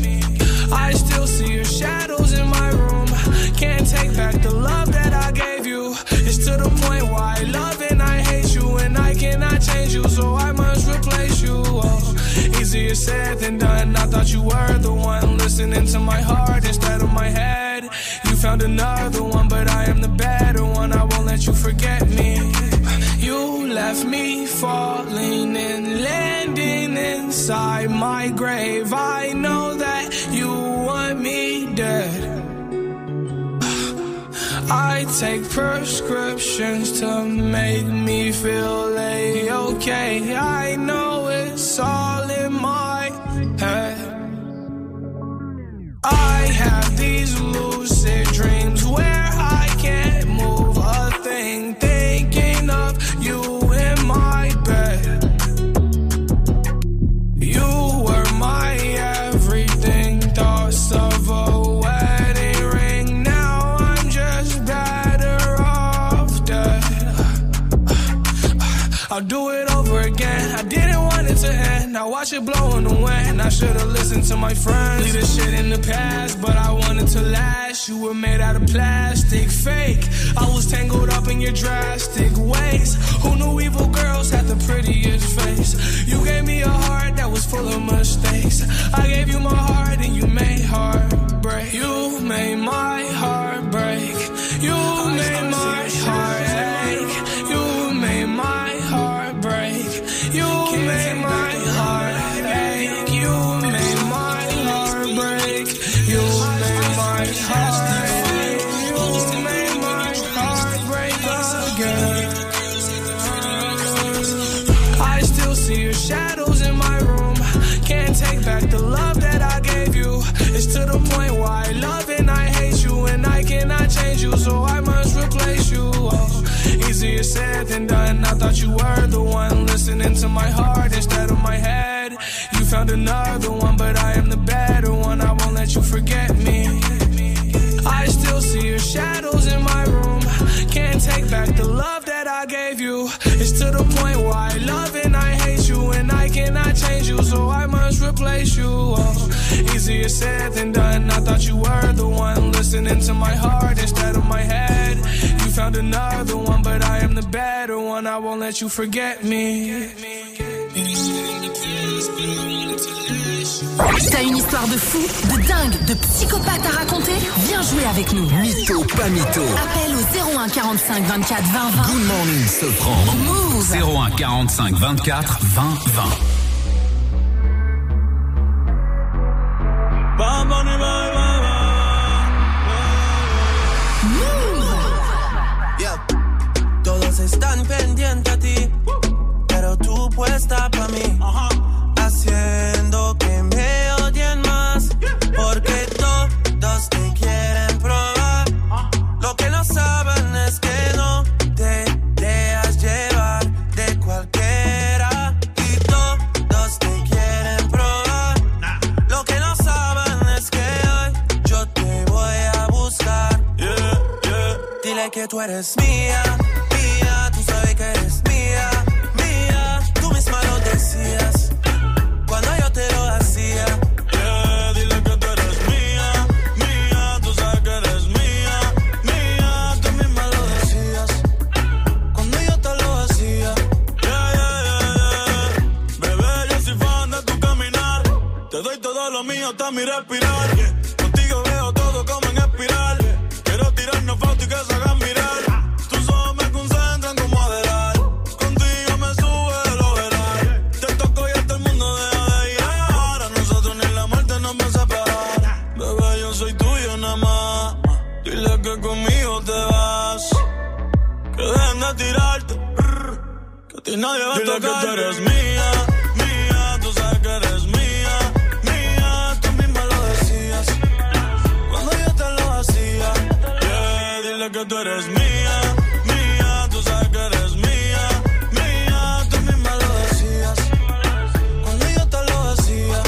I still see your shadows in my room. Can't take back the love that I gave you. It's to the point where I love and I hate you, and I cannot change you, so I must replace you. Oh, easier said than done. I thought you were the one listening to my heart instead of my head. You found another one, but I am the better one. I won't let you forget me. You left me falling and landing inside my grave. I know that you want me dead. I take prescriptions to make me feel A-okay. I know it's all in my head. I have these lucid dreams where I can't move a thing, thinking of you in my bed. You were my everything, thoughts of a wedding ring. Now I'm just better off dead. I'll do it over again. I didn't want it to end. I watch it blow in the wind. I should've listened to my friends. Leave this shit in the past, but I wanted to last. You were made out of plastic, fake. I was tangled up in your drastic ways. Who knew evil girls had the prettiest face? You gave me a heart that was full of mistakes. I gave you my heart and you made heartbreak. You made my heart break. You made my heart ache. You made my heart break. You made my heart ache. You made my heart break. You made my heart ache. You made my heart break again. I still see your shadows in my room. Can't take back the love that I gave you. It's to the point where I love and I hate you, and I cannot change you, so I must replace you. Oh, thought you were the one listening to my heart instead of my head. You found another one, but I am the better one. I won't let you forget me. I still see your shadows in my room. Can't take back the love that I gave you. It's to the point where I love and I hate you, and I cannot change you, so I must replace you. Oh, easier said than done. I thought you were the one listening to my heart instead of my head. You found another one, but I am the better one. I won't let you forget me. T'as une histoire de fou, de dingue, de psychopathe à raconter? Viens jouer avec nous. Mytho, pas mytho. Appelle au zéro un quarante-cinq vingt-quatre vingt vingt. Good morning, Sofran. Move. zéro un quarante-cinq vingt-quatre vingt vingt. Yeah. Todos están pendientes a ti, pero tú puesta pa' mí, haciendo que me odien más, porque todos te quieren probar. Lo que no saben es que no te dejas llevar de cualquiera, y todos te quieren probar. Lo que no saben es que hoy yo te voy a buscar. Yeah, yeah. Dile que tú eres mía, mía, tú sabes que eres mía, mía, tú misma lo decías cuando yo te lo hacía. Yeah, dile que tú eres mía, mía, tú sabes que eres mía, mía, tú misma lo decías cuando yo te lo hacía. Yeah, yeah, yeah, yeah. Bebé, yo soy fan de tu caminar, te doy todo lo mío hasta mi respirar. Yeah. Contigo veo todo como en espiral. Yeah. Quiero tirarnos fotos y que se hagan mirar. Tus ojos me concentran como Adelar. Contigo me sube de lo veral. Te toco y hasta el mundo deja de ir. Ahora nosotros ni la muerte nos va a separar. Bebé, yo soy tuyo nada más. Dile que conmigo te vas. Que dejen de tirarte. Que a ti nadie va a tocar. Dile que tú eres mía, mía. Tú sabes que eres mía, mía. Tú misma lo decías cuando yo te lo hacía. Yeah, dile que tú eres mía, mía. Tú sabes que eres mía, mía. Tú misma lo decías cuando yo te lo hacía.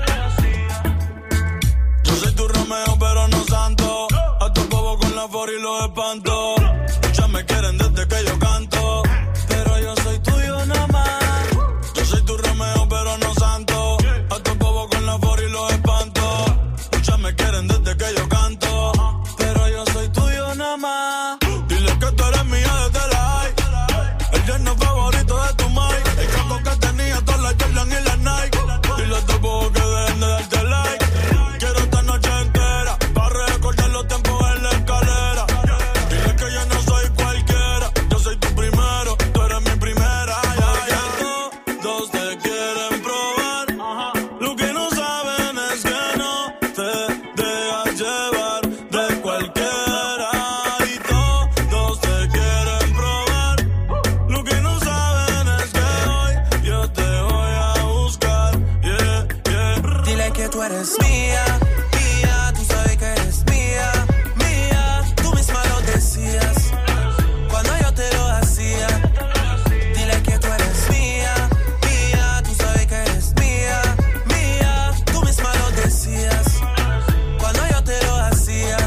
Yo soy tu Romeo pero no santo. A tu bobo con la for y los espanto. Muchas me quieren desde que yo canto, pero yo soy tuyo nada más. Yo soy tu Romeo pero no santo. A tu bobo con la for y los espanto. Muchas me quieren desde que yo canto, pero yo soy tuyo nada más. Dile que tú eres mía desde la high. El yerno favorito de tu Mike. El campo que tenía todas las Jordan y las Nike. Dile a tu bobo que dejen de darte like. Quiero esta noche entera para recordar los tiempos en la escalera. Dile que yo no soy cualquiera. Yo soy tu primero, tú eres mi primera. Ya, ya. Todos te quieren probar. Lo que no saben es que no te dejas llevar de cualquiera. Y todos te quieren probar. Lo que no saben es que hoy yo te voy a buscar. Yeah, yeah. Dile que tú eres mía, mía. Tú sabes que eres mía, mía. Tú misma lo decías cuando yo te lo hacía. Dile que tú eres mía, mía. Tú sabes que eres mía, mía. Tú misma lo decías cuando yo te lo hacía.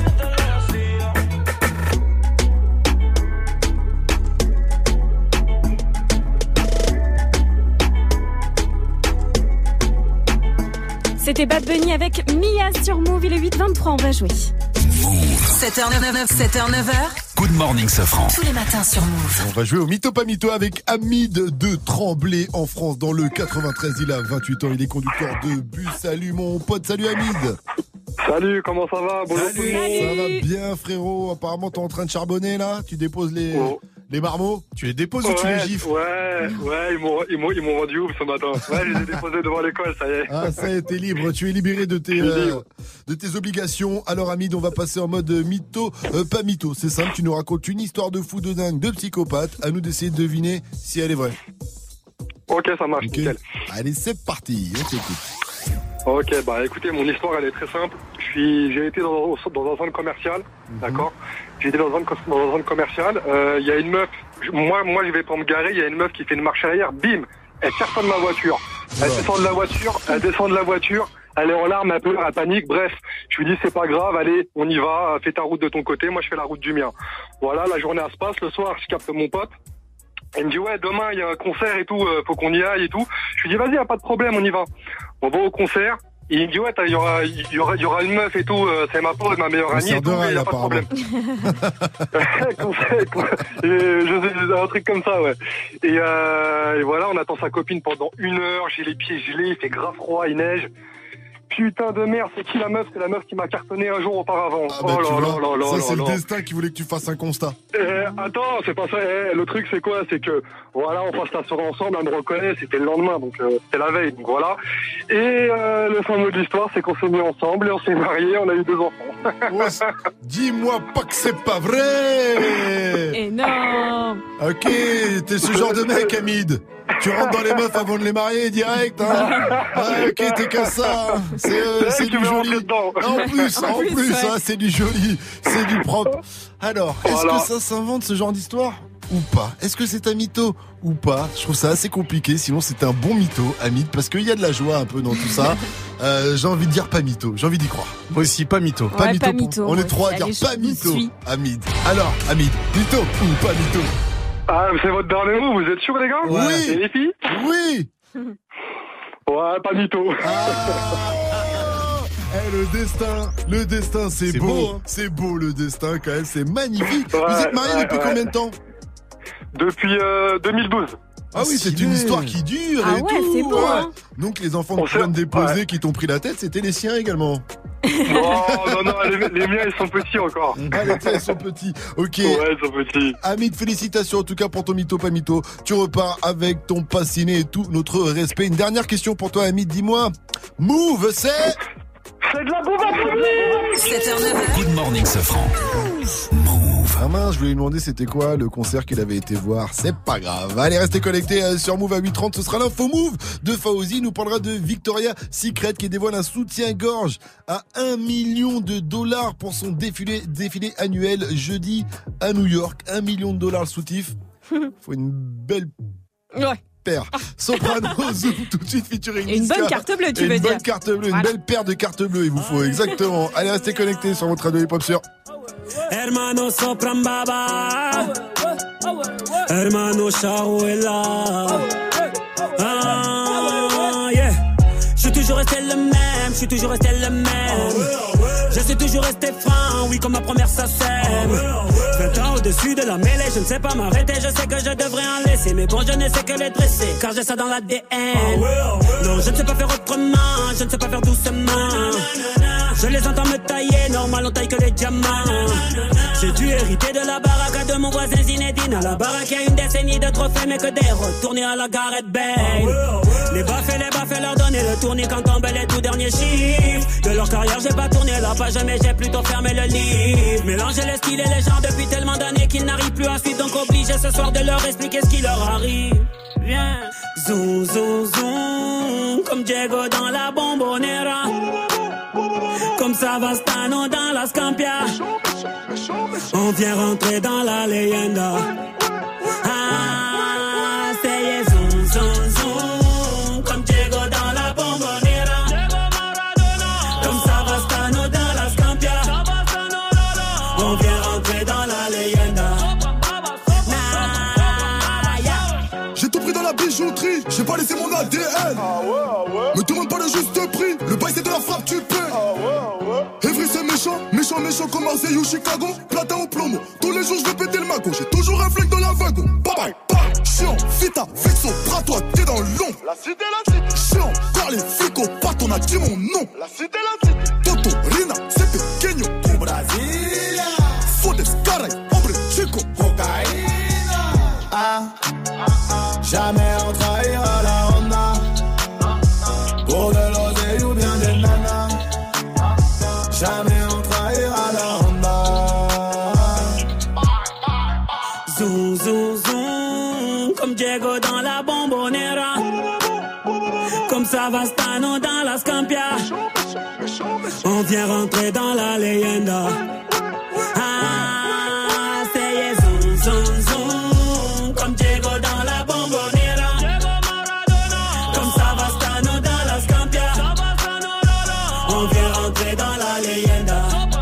C'était Bad Bunny avec Mia sur Move. Il est huit vingt-trois, on va jouer. sept heures neuf, sept heures neuf heures. Good morning, Sofran. Tous les matins sur Move. On va jouer au Mytho pas Mytho avec Hamid de Tremblay en France dans le quatre-vingt-treize. Il a vingt-huit ans, il est conducteur de bus. Salut mon pote, salut Hamid. Salut, comment ça va? Bonjour tout le monde. Ça va bien frérot, apparemment t'es en train de charbonner là. Tu déposes les, Oh. les marmots. Tu les déposes ou tu Ouais, les gifles? Ouais, ouais, ils m'ont, ils m'ont, ils m'ont rendu ouf ce matin. Ouais, je les ai déposés devant l'école, ça y est. Ah ça y est, t'es libre, tu es libéré de tes, euh, de tes obligations. Alors Hamid, on va passer en mode mytho, euh, pas mytho. C'est simple, tu nous racontes une histoire de fou, de dingue, de psychopathe. À nous d'essayer de deviner si elle est vraie. Ok, ça marche, Ok. nickel. Allez, c'est parti, on t'écoute. Ok, bah écoutez, mon histoire elle est très simple. Je suis, j'ai été dans, dans un centre commercial, mm-hmm. d'accord. J'ai été dans un, dans un centre commercial. Il euh, y a une meuf. Je, moi, moi, je vais pour me garer. Il y a une meuf qui fait une marche arrière. Bim, elle cartonne ma voiture. Elle descend de la voiture. Elle descend de la voiture. Elle est en larmes, un peu, elle panique. Bref, je lui dis c'est pas grave. Allez, on y va. Fais ta route de ton côté. Moi, je fais la route du mien. Voilà, la journée elle se passe. Le soir, je capte mon pote. Elle me dit ouais, demain il y a un concert et tout. Euh, faut qu'on y aille et tout. Je lui dis vas-y, y a pas de problème, on y va. On va au concert. Il me dit ouais, il y aura, il y aura, il y aura une meuf et tout. Euh, c'est ma pote, ma meilleure amie et tout. Il y a pas de problème. concert, et je sais, un truc comme ça, ouais. Et, euh, et voilà, on attend sa copine pendant une heure. J'ai les pieds gelés, il fait grave froid, il neige. Putain de merde, c'est qui la meuf? C'est la meuf qui m'a cartonné un jour auparavant. Ah bah, oh là là là là. Ça là c'est là. le destin qui voulait que tu fasses un constat. Eh, attends, c'est pas ça. Eh, le truc c'est quoi? C'est que voilà, on passe la soirée ensemble, elle me reconnaît, c'était le lendemain, donc euh, c'était la veille, donc voilà. Et euh, le fin mot de l'histoire, c'est qu'on s'est mis ensemble et on s'est mariés, on a eu deux enfants. Ouais, dis-moi pas que c'est pas vrai. Énorme. Ok, t'es ce genre de mec, Hamid. Tu rentres dans les meufs avant de les marier direct, hein. Ah, ok, t'es comme ça. C'est, euh, c'est du joli. En plus, en plus, hein, c'est du joli, c'est du propre. Alors, est-ce voilà. que ça s'invente ce genre d'histoire ou pas? Est-ce que c'est un mytho ou pas? Je trouve ça assez compliqué. Sinon, c'est un bon mytho, Hamid, parce qu'il y a de la joie un peu dans tout ça. Euh, j'ai envie de dire pas mytho. J'ai envie d'y croire. Moi aussi, pas mytho. Ouais, pas mytho. Pas mytho. On ouais. est trois à Allez, dire pas mytho. Hamid. Alors, Hamid, mytho ou pas mytho? Ah, c'est votre dernier mot, vous êtes sûr, les gars? Oui. Et les filles? Oui. Ouais, pas mytho. Ah. Eh, le destin, le destin, c'est, c'est beau, beau hein. C'est beau le destin quand même, c'est magnifique. Ouais, vous êtes mariés ouais, depuis ouais. combien de temps? Depuis euh, deux mille douze. Ah oui, c'est une histoire qui dure ah et ouais, tout. C'est beau, ouais. hein. Donc les enfants que tu viens de déposer, ouais. qui t'ont pris la tête, c'était les siens également. Non, non, non, les, les miens ils sont petits encore. Ah, les tiens ils sont petits. Ok. Ouais, ils sont petits. Hamid, félicitations en tout cas pour ton mytho, pas mytho. Tu repars avec ton pass ciné et tout notre respect. Une dernière question pour toi, Hamid, dis-moi. Move, c'est. C'est de la bombe atomique. sept heures neuf. Good morning, Sofran. Ah mince, je voulais lui demander c'était quoi le concert qu'il avait été voir. C'est pas grave. Allez, restez connectés sur Move à huit heures trente. Ce sera l'info Move de Fauzi. Il nous parlera de Victoria's Secret qui dévoile un soutien-gorge à un million de dollars pour son défilé, défilé annuel jeudi à New York. Un million de dollars le soutif. Faut une belle... Ouais. Soprano Zoom tout de suite featuring une bonne carte bleue tu une veux dire une bonne carte bleue, voilà. Une belle paire de cartes bleues il vous faut exactement. Allez restez connectés sur votre radio hip-hop sur Hermano Sopran Baba Hermano Shawela Ah yeah. Je suis toujours resté le même, je suis toujours resté le même. Je suis toujours resté franc, oui comme ma première ça sème. vingt ans au-dessus de la mêlée, je ne sais pas m'arrêter. Je sais que je devrais en laisser, mais bon je ne sais que les dresser, car j'ai ça dans l'A D N. Non je ne sais pas faire autrement, je ne sais pas faire doucement. Je les entends me tailler, normal on taille que les diamants. J'ai dû hériter de la baraque de mon voisin Zinedine. À la baraque y'a une décennie de trophées, mais que des retournés à la Gareth Bale. Les baffes et les baffes leur donner le tournis quand tombent les tout derniers chiffres. De leur carrière j'ai pas tourné la page, mais j'ai plutôt fermé le livre. Mélanger les styles et les genres depuis tellement d'années qu'ils n'arrivent plus à suivre. Donc obligé ce soir de leur expliquer ce qui leur arrive. Viens, zoom zoom zoom, comme Diego dans la Bombonera, comme Savastano dans la Scampia. On vient rentrer dans la leyenda. Ah, c'est zoom zoom zoom, comme Diego dans la Bombonera, comme Savastano dans la Scampia. On vient rentrer dans la leyenda. J'ai tout pris dans la bijouterie, j'ai pas laissé mon A D N. Ah ouais, ah ouais. Me demande pas le juste prix, le bail c'est de la frappe, tu paies. Ah ouais, ah ouais. Evry c'est méchant, méchant, méchant comme Marseille ou Chicago. Platin au plomo, tous les jours je vais péter le mago. J'ai toujours un flingue dans la wagon. Bye bye, bye. Chiant, vita, vexo, bras toi, t'es dans l'ombre. La cité, la cité. Chiant, car les flics au pat, on a dit mon nom. La cité, la cité. Toto, Rina, c'est pequeño. Du Brasilia. Fodes, caray, hombre, chico. Cocaïna. Ah. Jamais on trahira la Honda pour de l'oseille ou bien des nanas. Jamais on trahira la Honda. Zoom, zoom, zoom, comme Diego dans la Bombonera, comme Savastano dans la Scampia. On vient rentrer dans la leyenda. Ah, c'est yes, zoom, zoom, zoom. Comme Diego dans la bombonera. Comme Savastano dans la Scampia. On vient rentrer dans la leyenda.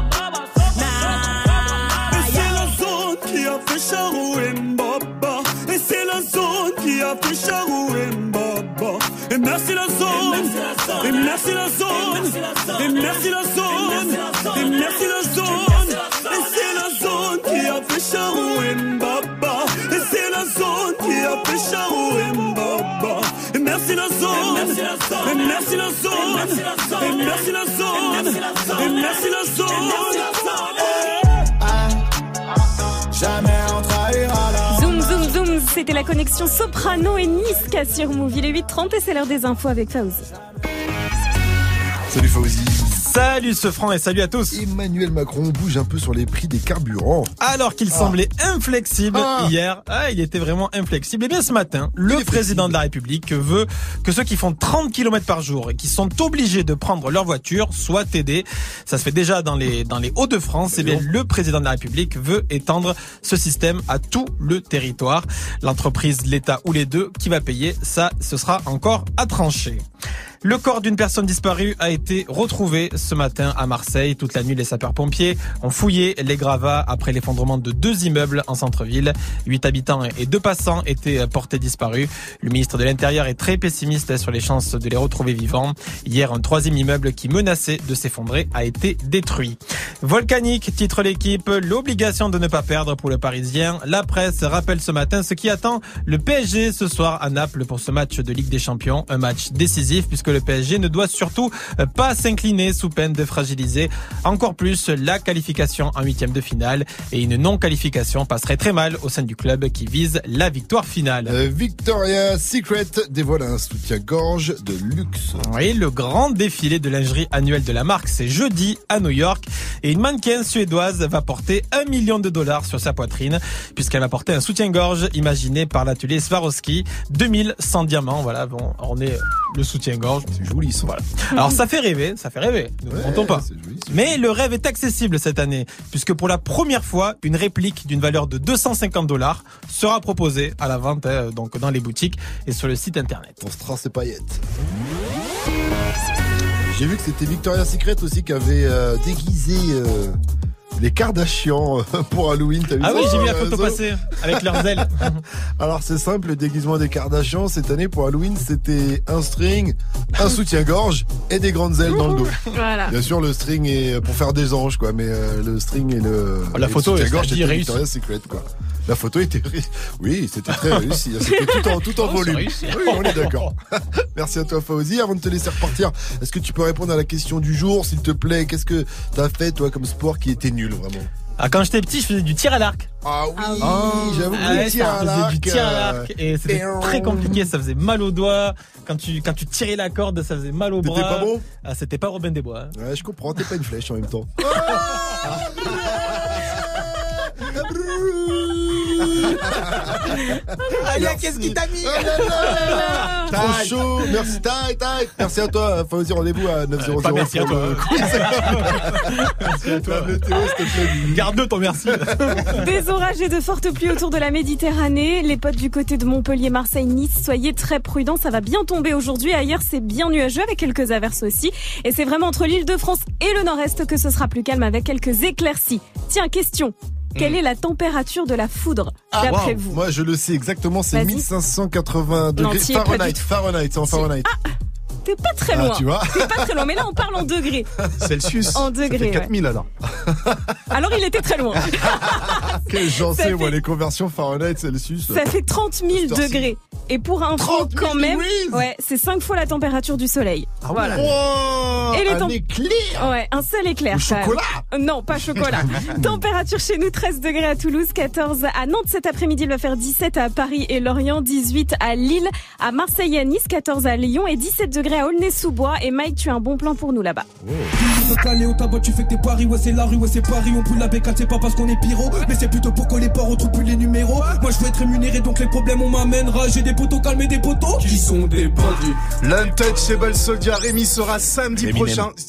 Et c'est la zone qui a fait Charou et Mbaba. Et c'est la zone qui a fait Charou et Mbaba. Et merci la zone. Et merci la zone. Et merci la zone. Et merci la zone. Et c'est la zone qui a fait Charou et Mbaba. Et c'est la zone qui a fait Charou et Mbaba. Et merci la zone. Et merci la zone. Et merci la zone. Et merci la zone. Jamais on trahira la. Zoom, zoom, zoom, c'était la connexion Soprano et Niska sur Move. Il est huit heures trente et c'est l'heure des infos avec Fauzi. Salut Fauzi. Salut ce franc et salut à tous. Emmanuel Macron bouge un peu sur les prix des carburants. Alors qu'il ah. semblait inflexible ah. hier, ah, il était vraiment inflexible. Et bien ce matin, le président de la République veut que ceux qui font trente kilomètres par jour et qui sont obligés de prendre leur voiture soient aidés. Ça se fait déjà dans les dans les Hauts-de-France. Et bien le président de la République veut étendre ce système à tout le territoire. L'entreprise, l'État ou les deux, qui va payer, ça, ce sera encore à trancher. Le corps d'une personne disparue a été retrouvé ce matin à Marseille. Toute la nuit, les sapeurs-pompiers ont fouillé les gravats après l'effondrement de deux immeubles en centre-ville. Huit habitants et deux passants étaient portés disparus. Le ministre de l'Intérieur est très pessimiste sur les chances de les retrouver vivants. Hier, un troisième immeuble qui menaçait de s'effondrer a été détruit. Volcanique, titre l'équipe, l'obligation de ne pas perdre pour le Parisien. La presse rappelle ce matin ce qui attend le P S G ce soir à Naples pour ce match de Ligue des Champions. Un match décisif puisque le P S G ne doit surtout pas s'incliner sous peine de fragiliser encore plus la qualification en huitième de finale, et une non-qualification passerait très mal au sein du club qui vise la victoire finale. Euh, Victoria's Secret dévoile un soutien-gorge de luxe. Oui, le grand défilé de lingerie annuel de la marque, c'est jeudi à New York, et une mannequin suédoise va porter un million de dollars sur sa poitrine puisqu'elle va porter un soutien-gorge imaginé par l'atelier Swarovski, deux mille cent diamants, voilà, vont orner le soutien-gorge. C'est joli ça. Voilà. Alors ça fait rêver, ça fait rêver, ne nous mentons pas. Joli, Mais le rêve est accessible cette année, puisque pour la première fois, une réplique d'une valeur de deux cent cinquante dollars sera proposée à la vente, hein, donc dans les boutiques et sur le site internet. On se trace les paillettes. J'ai vu que c'était Victoria's Secret aussi qui avait euh, déguisé euh, les Kardashians pour Halloween. T'as vu ah ça, oui, j'ai vu la euh, photo ça passer avec leurs ailes. Alors c'est simple, le déguisement des Kardashians cette année pour Halloween, c'était un string, un soutien-gorge et des grandes ailes dans le dos. Voilà. Bien sûr, le string est pour faire des anges, quoi, mais euh, le string et le, la et photo le soutien-gorge, c'était réussi. Victoria's Secret, quoi. La photo était, oui, c'était très réussi. C'était tout en, tout en oh, volume. Oui, on est d'accord. Merci à toi, Fauzi. Avant de te laisser repartir, est-ce que tu peux répondre à la question du jour, s'il te plaît? Qu'est-ce que t'as fait, toi, comme sport qui était nul, vraiment? Ah, quand j'étais petit, je faisais du tir à l'arc. Ah oui, oh, j'avoue, ah, le tir à l'arc. du tir à l'arc et c'était très compliqué, ça faisait mal aux doigts. Quand tu, quand tu tirais la corde, ça faisait mal aux bras. T'étais pas bon? Ah, c'était pas Robin des Bois. Hein. Ouais, je comprends, t'es pas une flèche en même temps. Alia, qu'est-ce qui t'a mis? Oh trop chaud, merci, taille, taille. Merci à toi, Fauzi, rendez-vous à neuf zéro zéro. Pas merci à toi. Merci à toi. La météo, s'il te plaît. Garde-le ton merci. Des orages et de fortes pluies autour de la Méditerranée. Les potes du côté de Montpellier, Marseille, Nice, soyez très prudents. Ça va bien tomber aujourd'hui. Ailleurs, c'est bien nuageux avec quelques averses aussi. Et c'est vraiment entre l'Île-de-France et le Nord-Est que ce sera plus calme avec quelques éclaircies. Tiens, question. Quelle est la température de la foudre, ah, d'après wow. vous? Moi, je le sais exactement, c'est Vas-y. mille cinq cent quatre-vingts degrés Fahrenheit. Fahrenheit, c'est en Fahrenheit. Ah, t'es pas très loin. Ah, tu vois T'es pas très loin, mais là, on parle en degrés. Celsius. En degrés. Ça fait quatre mille ouais. alors. Alors, il était très loin. Quel j'en sais, fait... moi, les conversions Fahrenheit, Celsius. Ça fait trente mille degrés. Et pour info, quand même, ouais, c'est cinq fois la température du soleil. Ah voilà. Wow, et les un temp... éclair. Ouais, un seul éclair. Au chocolat. Non, pas chocolat. Température chez nous, treize degrés à Toulouse, quatorze à Nantes cet après-midi, il va faire dix-sept à Paris et Lorient, dix-huit à Lille, à Marseille et à Nice, quatorze à Lyon et dix-sept degrés à Aulnay-sous-Bois. Et Mike, tu as un bon plan pour nous là-bas. Oh. Calé au tabac, tu fais que tes paris, ouais c'est la rue, ouais c'est Paris, on pousse la bécane, c'est pas parce qu'on est pyro, mais c'est plutôt pour que les porcs retrouvent plus les numéros. Moi je veux être rémunéré, donc les problèmes on m'amènera. J'ai des potos calmes et des potos qui sont des bandits. L'Untouchable Soldier Rémi sera samedi Eminem. prochain.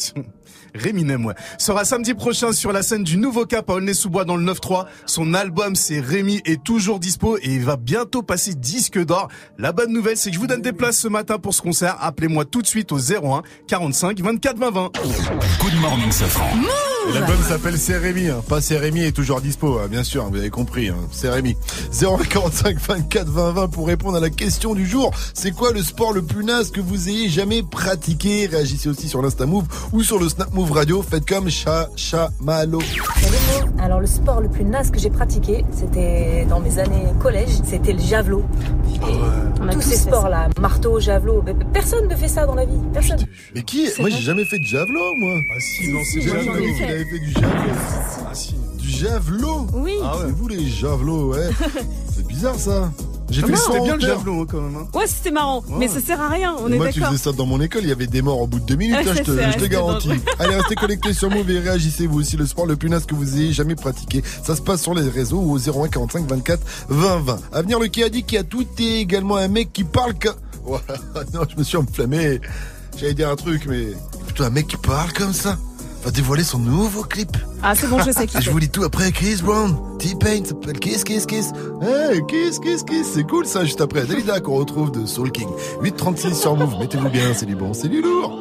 Réminem, ouais. Sera samedi prochain sur la scène du Nouveau Cap à Aulnay-sous-Bois dans le neuf trois. Son album, c'est Rémi, est toujours dispo et il va bientôt passer disque d'or. La bonne nouvelle, c'est que je vous donne des places ce matin pour ce concert. Appelez-moi tout de suite au zéro un quarante-cinq vingt-quatre vingt vingt. Good morning, Safran. L'album s'appelle C'est Rémi, hein. Pas C'est Rémi est toujours dispo, hein, bien sûr, hein, vous avez compris, hein. C'est Rémi. zéro un quarante-cinq vingt-quatre vingt vingt pour répondre à la question du jour. C'est quoi le sport le plus naze que vous ayez jamais pratiqué? Réagissez aussi sur l'Insta Move ou sur le Snap Move Radio. Faites comme Chacha Malo. Alors le sport le plus naze que j'ai pratiqué, c'était dans mes années collège, c'était le javelot. Et tous ces sports-là, marteau, javelot, personne ne fait ça dans la vie. Personne. Mais qui? Moi, j'ai jamais fait de javelot, moi. Ah si, non, c'est J'ai jamais javelot. vu qu'il avait fait du javelot. Ah si. Du javelot? Oui. Ah ouais. C'est vous les javelots, ouais. C'est bizarre ça. J'ai fait Ah, le c'était saut bien en le terre. javelot, hein, quand même. Hein. Ouais, c'était marrant, Ouais. mais ça sert à rien, on Et est moi, tu d'accord. faisais ça dans mon école, il y avait des morts au bout de deux minutes, Ouais, hein, je te, c'est je te resté garantis. dangereux. Allez, restez connectés sur Move et réagissez vous aussi. Le sport le plus naze que vous ayez jamais pratiqué. Ça se passe sur les réseaux ou au zéro un quarante-cinq vingt-quatre vingt vingt. À venir, le qui a dit qu'il y a tout et également un mec qui parle que... Ouais, non, je me suis enflammé. J'allais dire un truc, mais plutôt un mec qui parle comme ça va dévoiler son nouveau clip. Ah, c'est bon, je sais qui Je c'est. vous dis tout après. Chris Brown, T-Pain, ça s'appelle Kiss Kiss Kiss. Hey, Kiss Kiss Kiss, c'est cool ça. Juste après Dalida qu'on retrouve de Soul King. huit trente-six sur Move, mettez-vous bien, c'est du bon, c'est du lourd.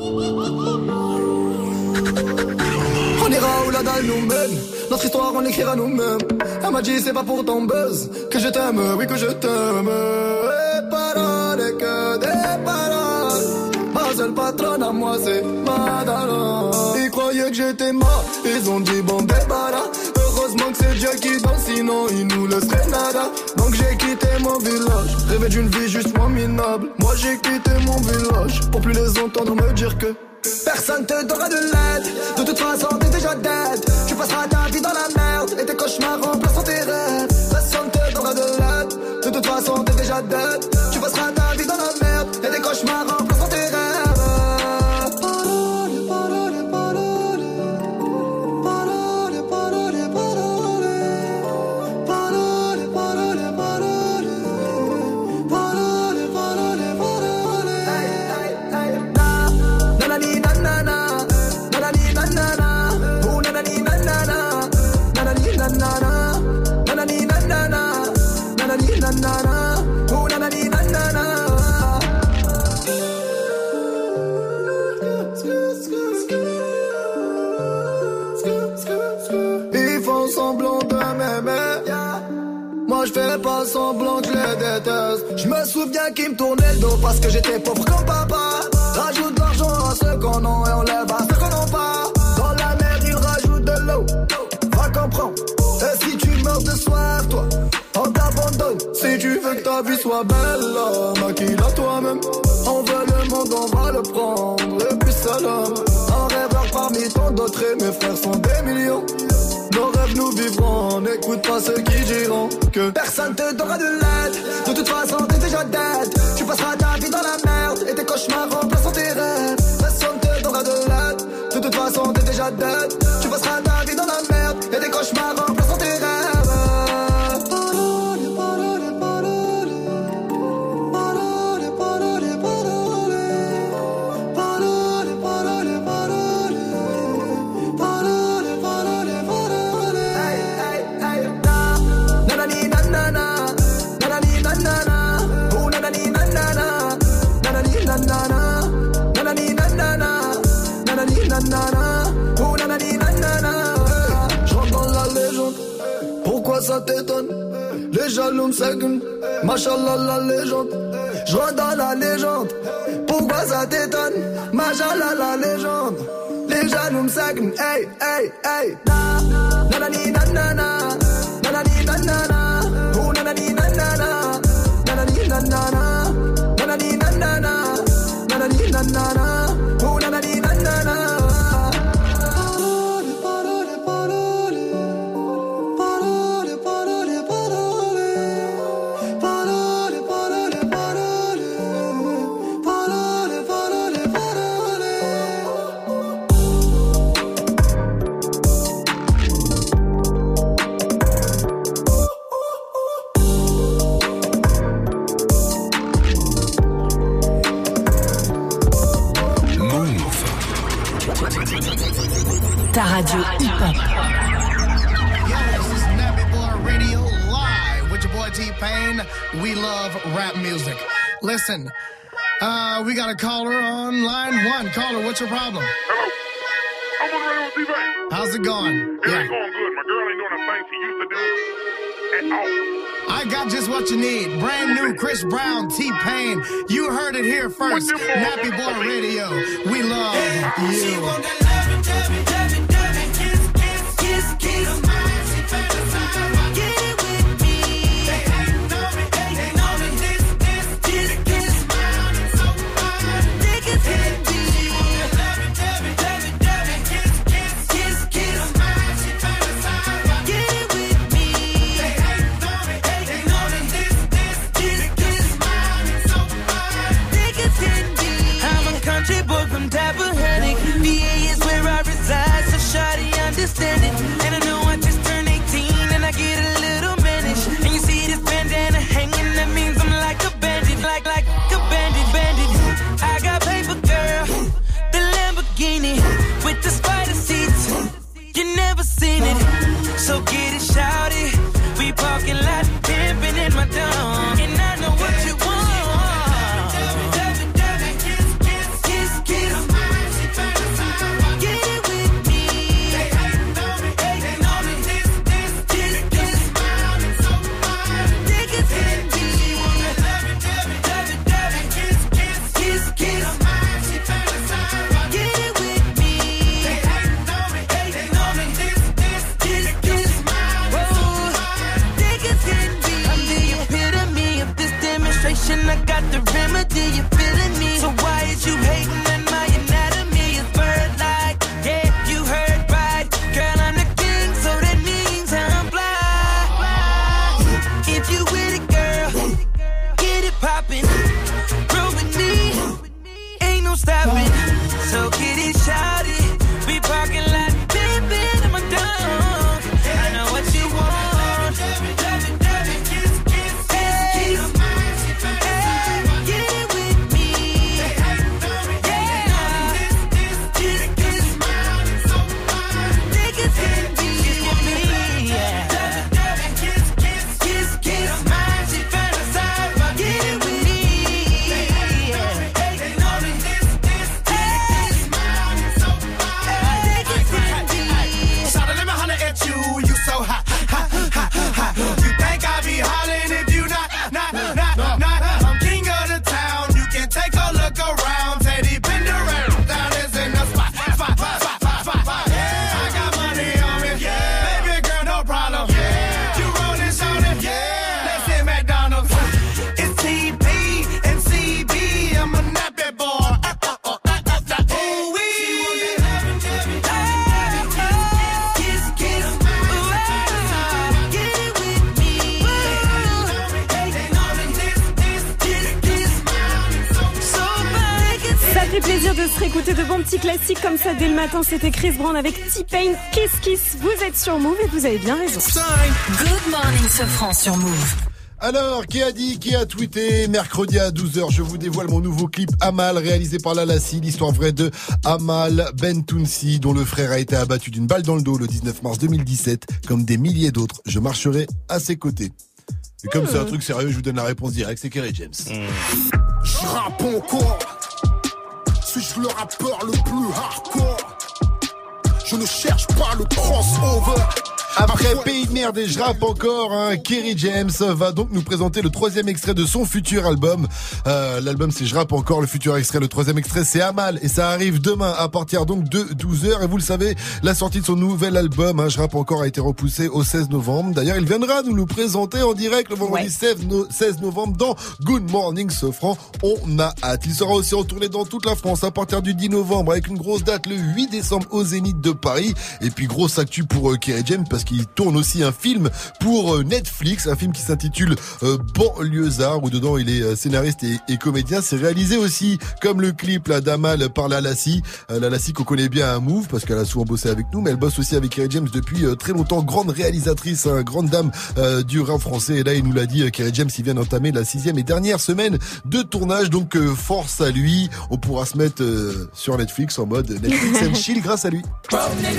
On ira où la dalle nous mène. Notre histoire on l'écrira nous-mêmes. Elle m'a dit c'est pas pour ton buzz que je t'aime, oui que je t'aime. Et paroles et que des paroles. Ma seule patronne à moi c'est Madonna. Ils croyaient que j'étais mort, ils ont dit bon débarras. Heureusement que c'est Dieu qui danse, sinon il nous laisserait nada. Donc j'ai quitté mon village, rêvé d'une vie juste moins minable. Moi j'ai quitté mon village pour plus les entendre me dire que personne te donnera de l'aide. De toute façon t'es déjà dead. Tu passeras ta vie dans la merde et tes cauchemars remplaceront tes rêves. Personne te donnera de l'aide. De toute façon t'es déjà dead. Tu passeras ta vie dans la merde et tes cauchemars remplaceront tes rêves. Ils font semblant de m'aimer. Moi je fais pas semblant que je les déteste. Je me souviens qu'ils me tournaient le dos parce que j'étais pauvre comme papa. Rajoute de l'argent à ceux qu'on a et on lève à ceux qu'on n'a pas. Dans la mer ils rajoutent de l'eau. Va comprendre. Et si tu meurs de soif, toi, on t'abandonne. Si tu veux que ta vie soit belle, là, maquille-la toi-même. On veut le monde, on va le prendre. Et puis salam. Un rêveur parmi tant d'autres et mes frères sont des millions. Nos rêves nous vivrons, n'écoute pas ceux qui diront que personne te donnera de l'aide. De toute façon t'es déjà dead. Tu passeras ta vie dans la merde et tes cauchemars remplaceront tes rêves. Personne te donnera de l'aide. De toute façon t'es déjà dead. Tu passeras ta vie dans la merde et tes cauchemars remplaceront tes rêves. Je rentre dans la légende. Pourquoi ça t'étonne? Les jaloux me seguent. Machallah la légende. Je rentre dans la légende. Pourquoi ça t'étonne? Machallah la légende. Les jaloux me seguent. Hey, hey, hey. Nanani nanana. Nanani nanana. Oh nanani nanana. Nanani nanana. Nanani nanana. Nanani nanana. Oh nanani nanana. Ta radio hip-hop. Yo, this is Nappy Boy Radio live with your boy T-Pain. We love rap music. Listen, uh, we got a caller on line one. Caller, what's your problem? Hello. I'm on the radio with T-Pain. How's it going? It Yeah. ain't going good. My girl ain't doing the thing she used to do at all. I got just what you need. Brand new Chris Brown, T-Pain. You heard it here first. Nappy Boy Radio. We love you. Understand it, and I know I just turned eighteen and I get a little mannish. And you see this bandana hanging, that means I'm like a bandit, like like a bandit, bandit. I got paper, girl, the Lamborghini with the spider seats. You never seen it, so get it, shout it. We parking lot pimping in my dome, and I know what you want. I got the remedy, you feeling me? So why is you hating on my anatomy? It's bird-like, yeah, you heard right. Girl, I'm the king, so that means I'm fly. If you with it, girl, get it poppin'. Roll with me, ain't no stopping. So get it shouted, we parking lot, pimpin' in my dome. I know what you want. Plaisir de se réécouter de bons petits classiques comme ça dès le matin. C'était Chris Brown avec T-Pain, Kiss Kiss. Vous êtes sur Move et vous avez bien raison. Good morning, Sofran sur Move. Alors, qui a dit, qui a tweeté? Mercredi à douze heures, je vous dévoile mon nouveau clip Amal, réalisé par Lalassi, l'histoire vraie de Amal Bentounsi, dont le frère a été abattu d'une balle dans le dos le dix-neuf mars deux mille dix-sept. Comme des milliers d'autres, je marcherai à ses côtés. Et comme mmh. c'est un truc sérieux, je vous donne la réponse directe, c'est Kerry James. Mmh. Je rappe encore. Suis-je le rappeur le plus hardcore? Je ne cherche pas le crossover. Après Pays de merde et je rappe encore, hein, Kerry James va donc nous présenter le troisième extrait de son futur album. Euh, l'album c'est Je rappe encore, le futur extrait, le troisième extrait c'est Amal et ça arrive demain à partir donc de douze heures. Et vous le savez, la sortie de son nouvel album, hein, Je rappe encore, a été repoussée au seize novembre. D'ailleurs, il viendra nous le présenter en direct le vendredi ouais. seize novembre dans Good Morning Sofran. On a hâte. Il sera aussi en tournée dans toute la France à partir du dix novembre avec une grosse date le huit décembre au Zénith de Paris. Et puis grosse actu pour euh, Kerry James parce parce qu'il tourne aussi un film pour euh, Netflix, un film qui s'intitule euh, Banlieusard, où dedans il est euh, scénariste et, et comédien. C'est réalisé aussi comme le clip là d'Amal par la Lassie, euh, la Lassie qu'on connaît bien à Move parce qu'elle a souvent bossé avec nous, mais elle bosse aussi avec Kerry James depuis euh, très longtemps. Grande réalisatrice, hein, grande dame euh, du rap français. Et là, il nous l'a dit, euh, Kerry James, il vient d'entamer la sixième et dernière semaine de tournage, donc euh, force à lui. On pourra se mettre euh, sur Netflix en mode Netflix and chill grâce à lui. Et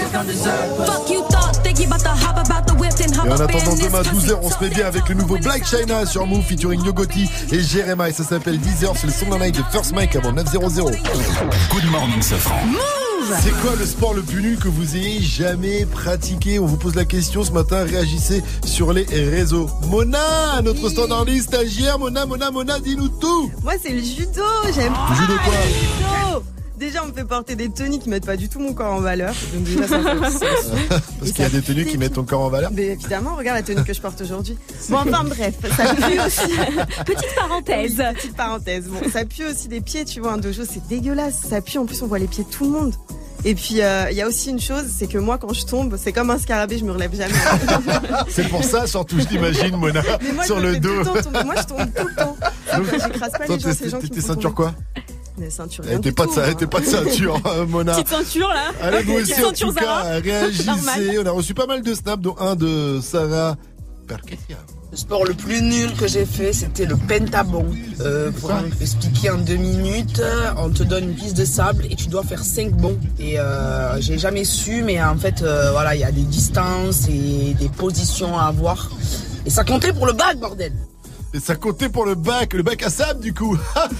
en attendant demain douze heures, on se met bien avec le nouveau Black China sur Move featuring Yogoti et Jeremiah. Et ça s'appelle dix heures, c'est le son de la night de First Mike avant neuf zéro zéro. Good morning, Safran. C'est quoi le sport le plus nul que vous ayez jamais pratiqué? On vous pose la question ce matin, réagissez sur les réseaux. Mona, notre standardiste stagiaire, Mona, Mona, Mona, dis-nous tout. Moi c'est le judo, j'aime Le judo quoi? le judo. Déjà on me fait porter des tenues qui mettent pas du tout mon corps en valeur. Donc déjà ça me fait Parce qu'il y a des tenues qui mettent ton corps en valeur. Mais évidemment, regarde la tenue que je porte aujourd'hui. Bon, enfin bref, ça pue aussi. Petite parenthèse. Oui, petite parenthèse. Bon, ça pue aussi des pieds, tu vois, un dojo, c'est dégueulasse. Ça pue, en plus on voit les pieds de tout le monde. Et puis il euh, y a aussi une chose, c'est que moi quand je tombe, c'est comme un scarabée, je me relève jamais. C'est pour ça, surtout, je t'imagine, Mona, moi, sur je me le fais dos. tout le temps tomber. Moi je tombe tout le temps. Après, j'écrase pas Toi, les gens, c'est les gens qui t'es me font ceinture tomber. quoi? Des ceintures. Elle était pas, de, pas de ceinture, hein, Mona. Petite ceinture là. Allez, vous aussi, en Ceinture tout cas, Zara. réagissez. Normal. On a reçu pas mal de snaps, dont un de Sarah Perketia. Le sport le plus nul que j'ai fait, c'était le pentabon. Euh, pour expliquer en deux minutes, on te donne une piste de sable et tu dois faire cinq bonds. Et euh, j'ai jamais su, mais en fait, euh, voilà, il y a des distances et des positions à avoir. Et ça comptait pour le bac, bordel. Et ça comptait pour le bac, le bac à sable du coup.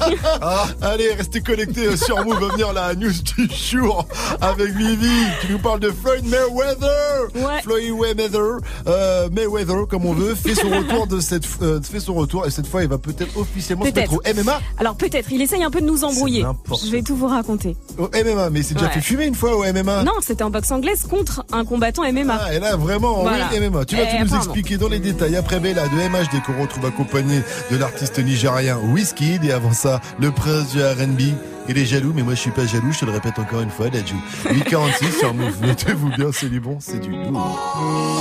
Ah, allez, restez connectés sur Move, va venir la news du jour avec Vivi qui nous parle de Floyd Mayweather. Ouais. Floyd Mayweather, euh, Mayweather comme on veut, fait son retour de cette, euh, fait son retour et cette fois il va peut-être officiellement Peut-être. se mettre au M M A. Alors peut-être, il essaye un peu de nous embrouiller. Je vais tout vous raconter. Au M M A, mais c'est déjà Ouais. fait fumer une fois au M M A. Non, c'était en boxe anglaise contre un combattant M M A. Ah, et là vraiment en Voilà. real M M A. Tu vas Eh, tout nous apparemment. expliquer dans les détails. Après Bella de M H D qu'on retrouve accompagné de l'artiste nigérien Wizkid et avant ça le prince du R and B. Il est jaloux, mais moi je suis pas jaloux, je te le répète encore une fois, Dajou. huit quarante-six sur Move, mettez-vous bien, c'est du bon, c'est du lourd.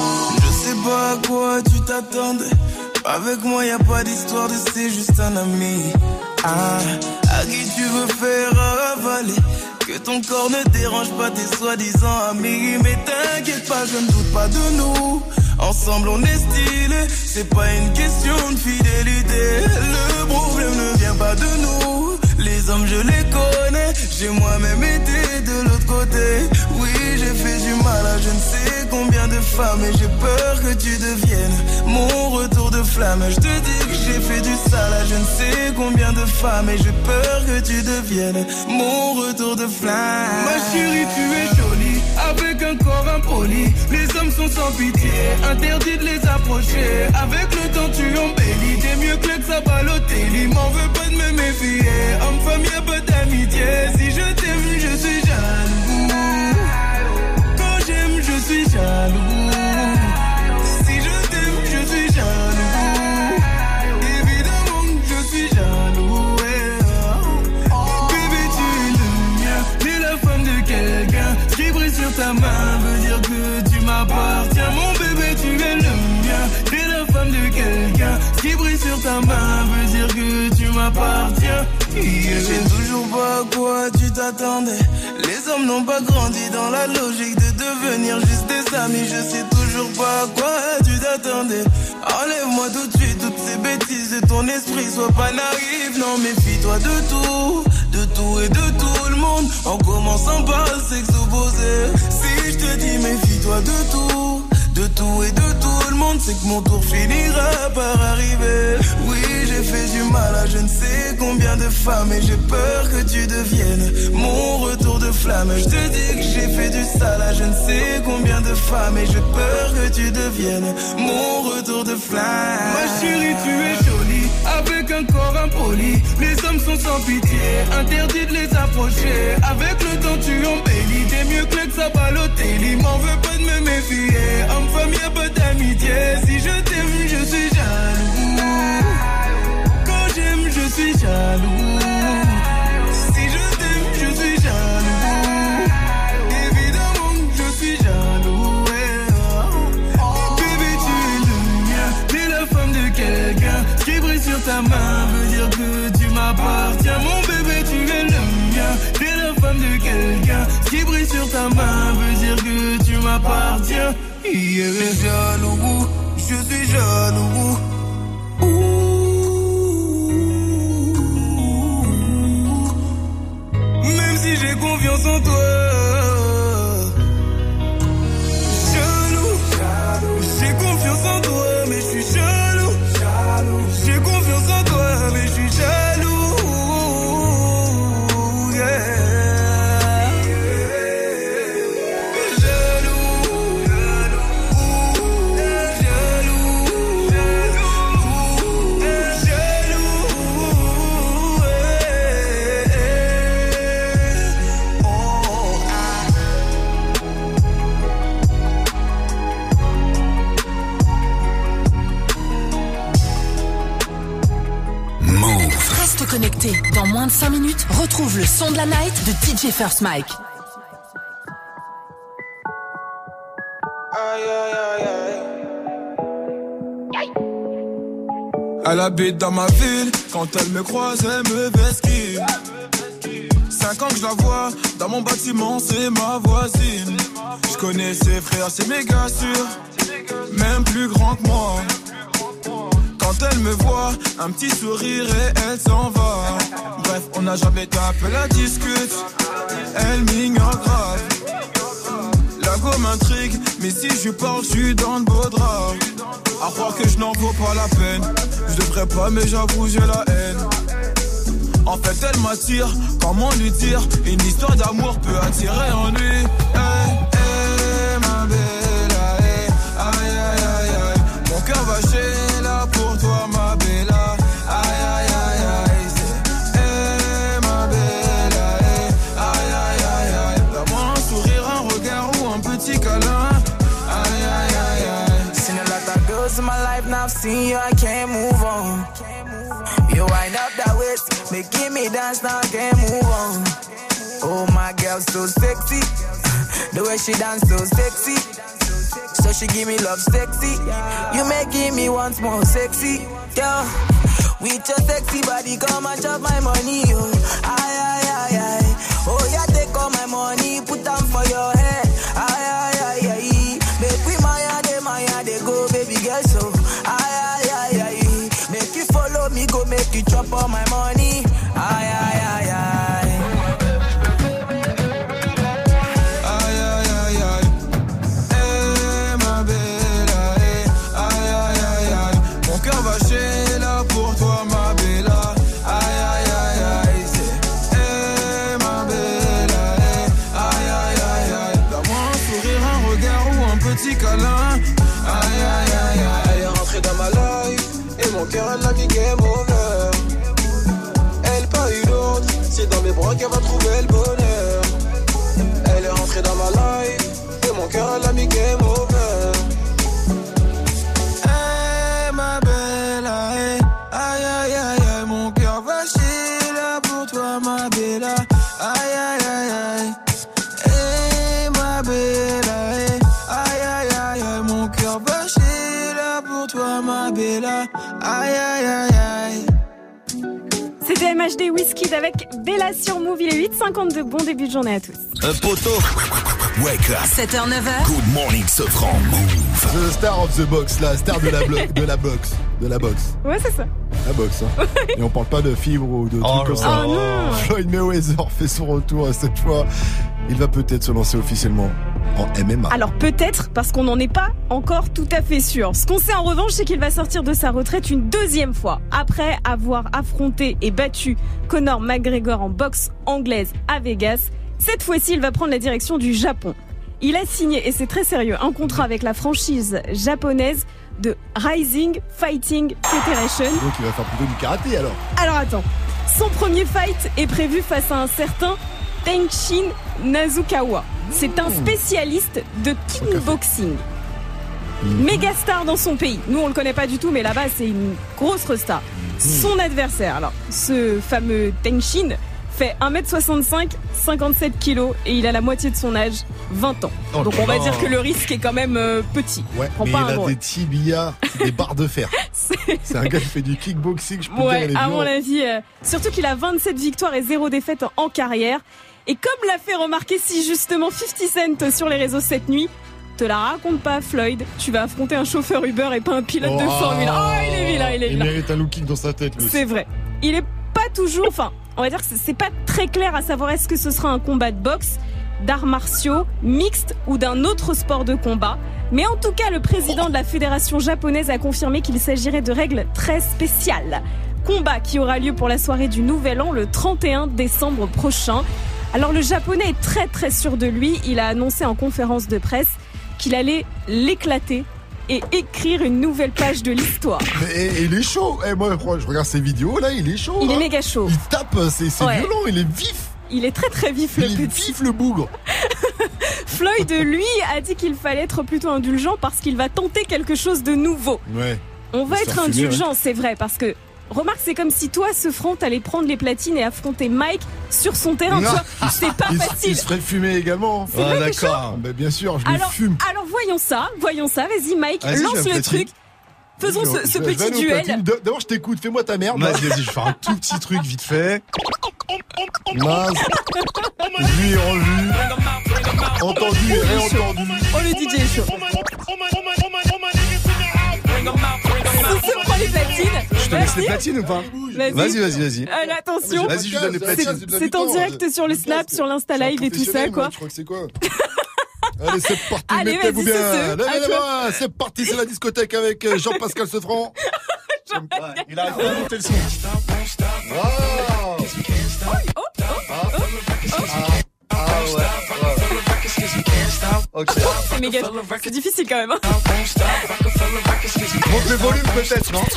Je sais pas à quoi tu t'attendais. Avec moi y a pas d'histoire de c'est juste un ami. Ah, à qui tu veux faire avaler. Que ton corps ne dérange pas tes soi-disant amis. Mais t'inquiète pas, je ne doute pas de nous. Ensemble on est stylé, c'est pas une question de fidélité. Le problème ne vient pas de nous. Les hommes je les connais, j'ai moi-même été de l'autre côté. Oui, j'ai fait du mal à je ne sais combien de femmes. Et j'ai peur que tu deviennes mon retour de flamme. Je te dis que j'ai fait du sale à je ne sais combien de femmes. Et j'ai peur que tu deviennes mon retour de flamme. Ma chérie, tu es jolie, avec un corps impoli. Les hommes sont sans pitié, interdit de les approcher. Avec le temps tu embellis, t'es mieux que le Sabalotelli. M'en veux pas de me méfier, homme-femme y'a pas d'amitié. Si je t'aime je suis jaloux, quand j'aime je suis jaloux. Si je t'aime je suis jaloux, évidemment que je suis jaloux, yeah. Bébé tu es le mien, t'es la femme de quelqu'un. Ce qui brille sur ta main veut dire que tu m'appartiens. Mon bébé tu es le mien, t'es la femme de quelqu'un. Ce qui brille sur ta main veut dire que tu m'appartiens. Yeah. Je sais toujours pas à quoi tu t'attendais. Les hommes n'ont pas grandi dans la logique de devenir juste des amis. Je sais toujours pas à quoi tu t'attendais. Enlève-moi tout de suite toutes ces bêtises de ton esprit. Sois pas naïf, non méfie-toi de tout, de tout et de tout le monde. En commençant par le sexe opposé. Si je te dis méfie-toi de tout, de tout et de tout le monde, c'est que mon tour finira par arriver. Oui, j'ai fait du mal à je ne sais combien de femmes. Et j'ai peur que tu deviennes mon retour de flamme. Je te dis que j'ai fait du sale à je ne sais combien de femmes. Et j'ai peur que tu deviennes mon retour de flamme. Ma chérie, tu es jolie, avec un corps impoli. Les hommes sont sans pitié, interdit de les approcher. Avec le temps tu embellis, t'es mieux que le Sabalotelli. M'en veux pas de me méfier, homme-femme y'a pas d'amitié. Si je t'aime je suis jaloux, quand j'aime je suis jaloux. Si je t'aime je suis jaloux, évidemment que je suis jaloux, yeah. de quelqu'un. Ce qui brille sur ta main veut dire que tu m'appartiens. Yeah. Je suis jaloux, je suis jaloux. Même si j'ai confiance en toi. Jaloux, j'ai confiance en toi, mais je suis jaloux. J'ai confiance en toi, mais je suis jaloux. Yeah. Reste connecté. Dans moins de cinq minutes, retrouve le son de la night de D J First Mike. Elle habite dans ma ville, quand elle me croise, elle me vesquille. Cinq ans que je la vois, dans mon bâtiment, c'est ma voisine. Je connais ses frères, c'est méga sûr, même plus grand que moi. Quand elle me voit, un petit sourire et elle s'en va. Bref, on n'a jamais tapé la discute, elle m'ignore grave. La go m'intrigue, mais si je parle, je suis dans le beau drap. À croire que je n'en vaux pas la peine. Je devrais pas, mais j'avoue, j'ai la haine. En fait, elle m'attire, comment lui dire? Une histoire d'amour peut attirer en lui. Hey, hey, ma belle, hey, aïe, aïe, aïe, aïe. Mon cœur va chez là pour toi, ma belle, aïe, aïe, aïe, aïe. Hey, ma belle, hey, aïe, aïe, aïe, aïe. Donne-moi un sourire, un regard ou un petit câlin. Aïe, aïe, aïe, aïe. Seen a lot of girls in my life, now I've seen you, I can't move on. You wind up that waist, making me dance, now I can't move on. Oh, my girl, so sexy. The way she dance, so sexy. So she give me love sexy. You making me once more sexy. Girl, with your sexy body, come and chop my money, yo. Aye, aye, aye, aye. Oh, yeah, take all my money, put them for your head. Aye, aye, aye, aye. Make we maya, de maya, de go, baby girl, so. Aye, aye, aye, aye. Make you follow me, go make you chop all my money. Aye, aye, aye, aye. Aïe, aïe, aïe, aïe. Eh, ma belle, aïe, aïe, aïe, aïe, aïe. Mon cœur va chez là pour toi, ma belle. Aïe, aïe, aïe, aïe. C'est, eh, ma belle, aïe, aïe, aïe, aïe, aïe. Donne-moi un sourire, un regard ou un petit câlin. Aïe, aïe, aïe, aïe. Elle est rentrée dans ma life et mon cœur, elle l'a mis game over. Elle pas eu d'autre, c'est dans mes bras qu'elle va trouver le bonheur. Elle est rentrée dans ma life et mon cœur, elle a mis game over. Hey, ma belle, aïe, aïe, aïe, aïe, aïe. Mon cœur va chier là pour toi, ma belle. Aïe, aïe, aïe, aïe. Hey, ma belle, aïe, aïe, aïe, aïe, aïe. Mon cœur va chier là pour toi, ma belle. Aïe, aïe, aïe, aïe. C'était M H D Wizkid avec Bella sur Move. Il est huit cinquante-deux. Bon début de journée à tous. Un poteau. Wake up. sept heures neuf heures. Good morning, Sofran. Move. The star of the box, la star de la, blo- de la boxe. De la boxe. Ouais, c'est ça. La boxe, hein. Et on parle pas de fibre ou de trucs Oh comme là ça. là. Oh non. Floyd Mayweather fait son retour et cette fois, il va peut-être se lancer officiellement en M M A. Alors peut-être, parce qu'on n'en est pas encore tout à fait sûr. Ce qu'on sait en revanche, c'est qu'il va sortir de sa retraite une deuxième fois. Après avoir affronté et battu Conor McGregor en boxe anglaise à Vegas, cette fois-ci, il va prendre la direction du Japon. Il a signé, et c'est très sérieux, un contrat avec la franchise japonaise de Rising Fighting Federation. Donc il va faire plutôt du karaté alors. Alors attends, son premier fight est prévu face à un certain Tenshin Nasukawa. C'est un spécialiste de kickboxing. Méga star dans son pays. Nous on le connaît pas du tout, mais là-bas c'est une grosse star. Son adversaire, alors ce fameux Tenshin, fait un mètre soixante-cinq, cinquante-sept kilos et il a la moitié de son âge, vingt ans. Oh Donc là on va là. dire que le risque est quand même euh, petit. Ouais, Prends mais pas il un a gros. des tibias, des barres de fer. C'est un gars qui fait du kickboxing, je peux Ouais, dire, il est à mon violent. avis, euh, surtout qu'il a vingt-sept victoires et zéro défaite en carrière. Et comme l'a fait remarquer si justement fifty Cent sur les réseaux cette nuit, te la raconte pas Floyd, tu vas affronter un chauffeur Uber et pas un pilote oh, de Formule un. Oh, il est vilain, il est vilain. Il mérite un look kick dans sa tête, lui. C'est vrai. Il est pas toujours, enfin, on va dire que c'est pas très clair à savoir est-ce que ce sera un combat de boxe, d'arts martiaux, mixte ou d'un autre sport de combat. Mais en tout cas, le président de la fédération japonaise a confirmé qu'il s'agirait de règles très spéciales. Combat qui aura lieu pour la soirée du Nouvel An le trente et un décembre prochain. Alors le japonais est très très sûr de lui. Il a annoncé en conférence de presse qu'il allait l'éclater et écrire une nouvelle page de l'histoire. Et, et il est chaud. Et moi, je regarde ses vidéos là, il est chaud. Il hein. est méga chaud. Il tape, c'est, c'est ouais. violent, il est vif. Il est très très vif le il petit. Il est vif le bougre. Floyd, lui, a dit qu'il fallait être plutôt indulgent parce qu'il va tenter quelque chose de nouveau. Ouais. On va être indulgent, ouais. c'est vrai, parce que remarque, c'est comme si toi, ce front, t'allais prendre les platines et affronter Mike sur son terrain. Tu vois, c'est pas il, facile. Il se ferait fumer également. C'est ah, vrai, d'accord. Bah, bien sûr, je alors, le fume. Alors voyons ça, voyons ça. Vas-y, Mike, vas-y, lance le truc. Faisons ce, ce petit duel. D'abord, je t'écoute, fais-moi ta merde. Vas-y, vas-y, je vais faire un tout petit truc vite fait. Naze. Vu et revu. Entendu et réentendu. Oh, le D J est chaud. On prend les platines. Je te laisse les platines ou pas? Vas-y, vas-y, vas-y. vas-y. Allez, attention. Vas-y, je lui donne les platines. C'est, c'est en direct sur le Snap, sur l'Insta Live et tout ça, quoi. Je crois que c'est quoi? Allez, c'est parti, Allez, mettez-vous bien. Ce, Levez les mains, c'est parti, c'est la discothèque avec Jean-Pascal Seffran. Il a fait monter le son. Wow. Oh, oh, oh, oh. Ah ouais. Ok. C'est méga. C'est difficile quand même. Hein. Monte le volume peut-être, non?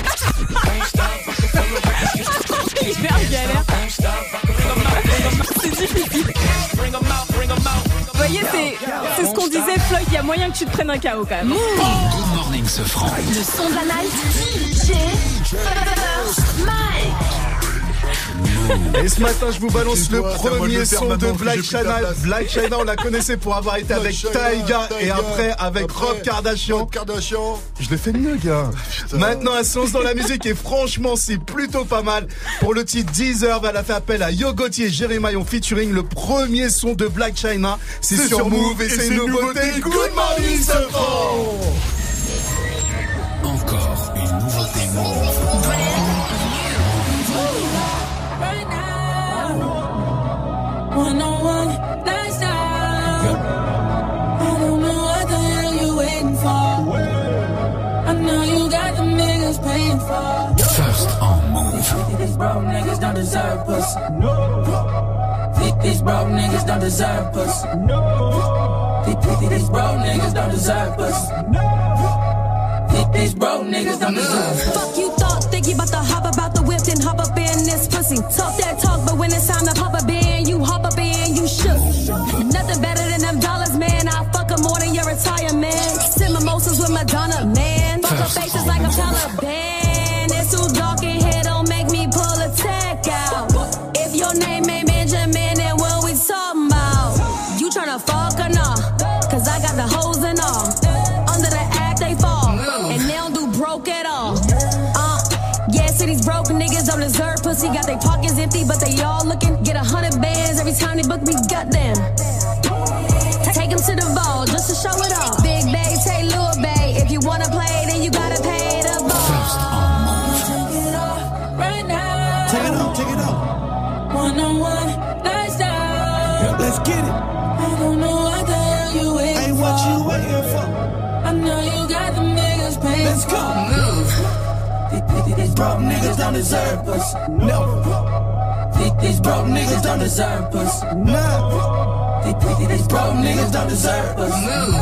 Hyper galère. C'est difficile. Vous voyez, c'est, c'est ce qu'on disait, Floyd, il y a moyen que tu te prennes un K O quand même. Good morning, Seffran. Le son de la night, D J First Mike. Et ce matin, je vous balance le premier son de Black China. Black China, on la connaissait pour avoir été avec Taiga et après avec Rob Kardashian. Kardashian. Je l'ai fait mieux, gars. Maintenant, elle se lance dans la musique et franchement, c'est plutôt pas mal. Pour le titre Deserve, elle a fait appel à Yo Gotti et Jeremiah featuring le premier son de Black China. C'est, c'est sur, sur Move et, et c'est une nouveauté. Good morning, Seffran. Encore une nouveauté Move. One on one, last time. I don't know what the hell you waiting for. I know you got the niggas paying for. First on Move. These broke niggas don't deserve pussy. These broke niggas don't deserve pussy. These broke niggas don't deserve pussy. These broke niggas don't deserve pussy. Fuck you thought, think you about to hop about the whip, then hop up in this pussy. Talk that talk, but when it's time to pop up in, you hop up in, you shook. Nothing better than them dollars, man. I'll fuck them more than your retirement. Sip mimosas with Madonna, man. Fuck her faces like a Taliban. It's too dark in here, don't make me pull a tech out. If your name ain't Benjamin, then what we talking about? You tryna fuck or nah? Cause I got the hoes and all. Under the act they fall, and they don't do broke at all. Uh, yeah, see these broke niggas don't deserve pussy. Got their pockets empty, but they all looking. Get a hundred bands every time they book me, goddamn. Take them to the vault just to show it off. Big Bay, take Lil Bay. If you wanna play, then you gotta pay the ball. Take it off right now. Take it off, take it off. One on one, last time. Let's get it. I don't know what the hell you waiting Ain't for. what you waiting for. I know you got the niggas paying. Let's go. Move. These broke niggas don't deserve pussy. No. These broke niggas don't deserve pussy. No. These broke niggas don't deserve pussy.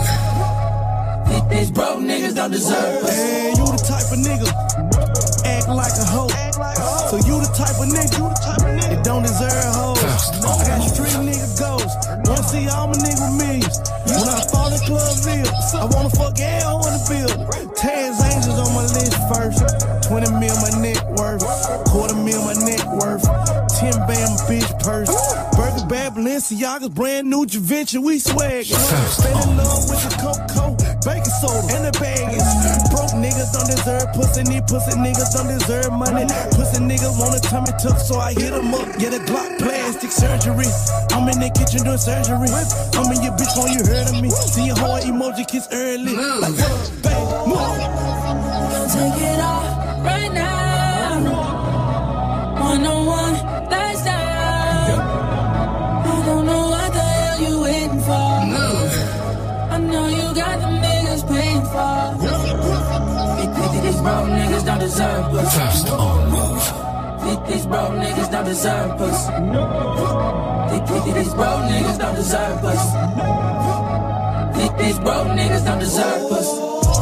Move. These broke niggas don't deserve pussy. Hey, you the type of nigga act like a hoe. So you the type of nigga that don't deserve hoes. I got street nigga goals. Wanna see all my nigga millions. When I fall in Clubville, I wanna fuck L in the building. Taz Angels on my list first. twenty mil my net worth. Quarter mil my net worth. ten band my bitch purse. Burger Bad Balenciaga's brand new Givenchy. We swag. Fell in love with the Coca-Cola, baking soda, and the baggage. Broke nigga niggas don't deserve pussy. These pussy niggas don't deserve money. Pussy niggas want a tummy tuck, so I hit them up. Get a Glock, plastic surgery. I'm in the kitchen doing surgery. I'm in your bitch when you heard of me. See your whole emoji kiss early. Like, what up, babe? Move. Take it off right now. One on one, lifestyle. I don't know what the hell you waiting for. Move. I know you got the niggas paying for. These broke niggas don't deserve pussy. First on Move. These broke niggas don't deserve pussy. These broke niggas don't deserve pussy. These broke niggas don't deserve pussy.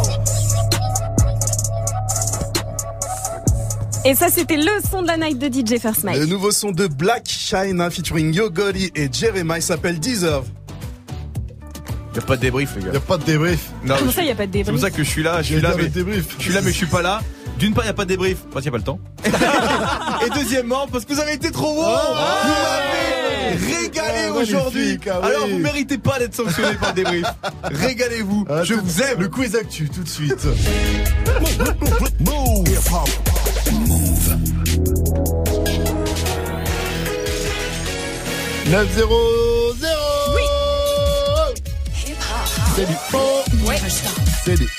Et ça, c'était le son de la night de D J First Mike. Le nouveau son de Black China featuring Yo Gotti et Jeremiah, il s'appelle Deserve. Y'a pas de débrief, les gars. Y'a pas de débrief. Non, Comment ça, y a pas de débrief? C'est pour ça que je suis là, je suis là, mais débrief. je suis là, mais je suis pas là. D'une part, y a pas de débrief parce qu'il y a pas le temps. Et deuxièmement, parce que vous avez été trop bons. Oh, vous m'avez régalé ah, aujourd'hui. Ah, oui. Alors, vous méritez pas d'être sanctionné par le débrief. Régalez-vous. Ah, je vous aime. Le quiz actu tout de suite. Move. Move. neuf zéro zéro. Oui. C'est du haut. Ouais. C'est des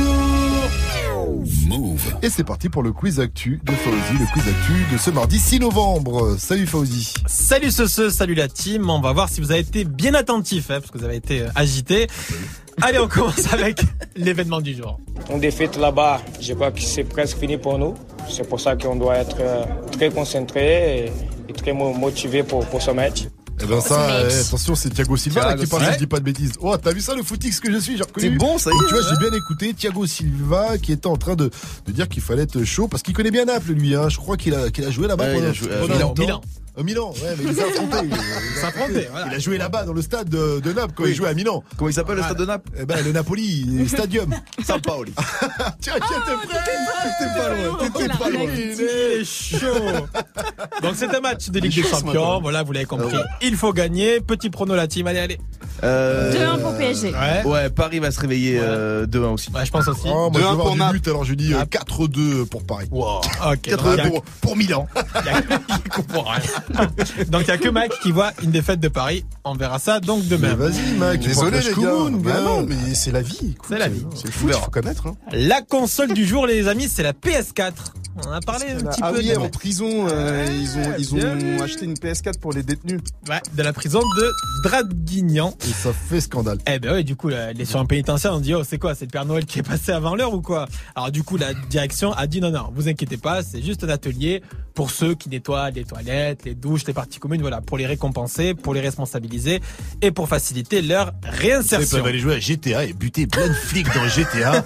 lourds. Move. Et c'est parti pour le quiz actu de Fauzi, le quiz actu de ce mardi six novembre. Salut Fauzi. Salut ce ce, salut la team. On va voir si vous avez été bien attentifs, hein, parce que vous avez été agité. Allez, on commence avec l'événement du jour. On défaite là-bas, je crois que c'est presque fini pour nous. C'est pour ça qu'on doit être très concentré et, et très motivé pour, pour ce match. Eh ben ça, eh, attention, c'est Thiago Silva là, qui parle, ouais. Je dis pas de bêtises. Oh, t'as vu ça, le footix que je suis, j'ai reconnu. C'est bon, ça y est. Tu vois, j'ai bien écouté Thiago Silva qui était en train de, de dire qu'il fallait être chaud parce qu'il connaît bien Naples, lui. Hein. Je crois qu'il a, qu'il a joué là-bas ouais, pendant, il a joué, pendant euh, Milan, Milan. Euh, Milan, ouais, mais il s'est affronté. Il s'est affronté, voilà. Il a joué là-bas dans le stade de, de Naples quand oui. il jouait à Milan. Comment il s'appelle le stade de Naples? Eh ben, le Napoli Stadium. Sampaoli. Tiens, tiens, t'es pas loin. T'étais pas loin. Il est chaud. Donc c'est un match de Ligue des Champions. Voilà, vous l'avez compris. Il faut gagner. Petit prono la team. Allez, allez. Euh... deux un pour P S G. Ouais. ouais, Paris va se réveiller euh, deux un aussi. Ouais, je pense aussi. Oh, moi, deux un je vais pour avoir du Naples. but, alors je dis euh, quatre deux pour Paris. Wow. Okay, quatre deux pour, pour Milan. Il comprend rien. Donc il n'y a que Mike qui voit une défaite de Paris. On verra ça donc demain. Mais vas-y Mike, désolé les gars. Cool, bah non, mais c'est la vie. C'est la vie. C'est le foot, il faut connaître. Hein. La console du jour, les amis, c'est la P S quatre. On en a parlé un petit ah peu. Oui, de... en prison, euh, ils ont, ils ont acheté une P S quatre pour les détenus. Ouais, de la prison de Draguignan. Et ça fait scandale. Eh ben oui, du coup, là, les sur un pénitentiaire, on dit, oh, c'est quoi, c'est le Père Noël qui est passé avant l'heure ou quoi? Alors du coup, la direction a dit, non, non, vous inquiétez pas, c'est juste un atelier pour ceux qui nettoient les toilettes, les douches, les parties communes, voilà, pour les récompenser, pour les responsabiliser et pour faciliter leur réinsertion. Ils peuvent aller jouer à G T A et buter plein de flics dans G T A.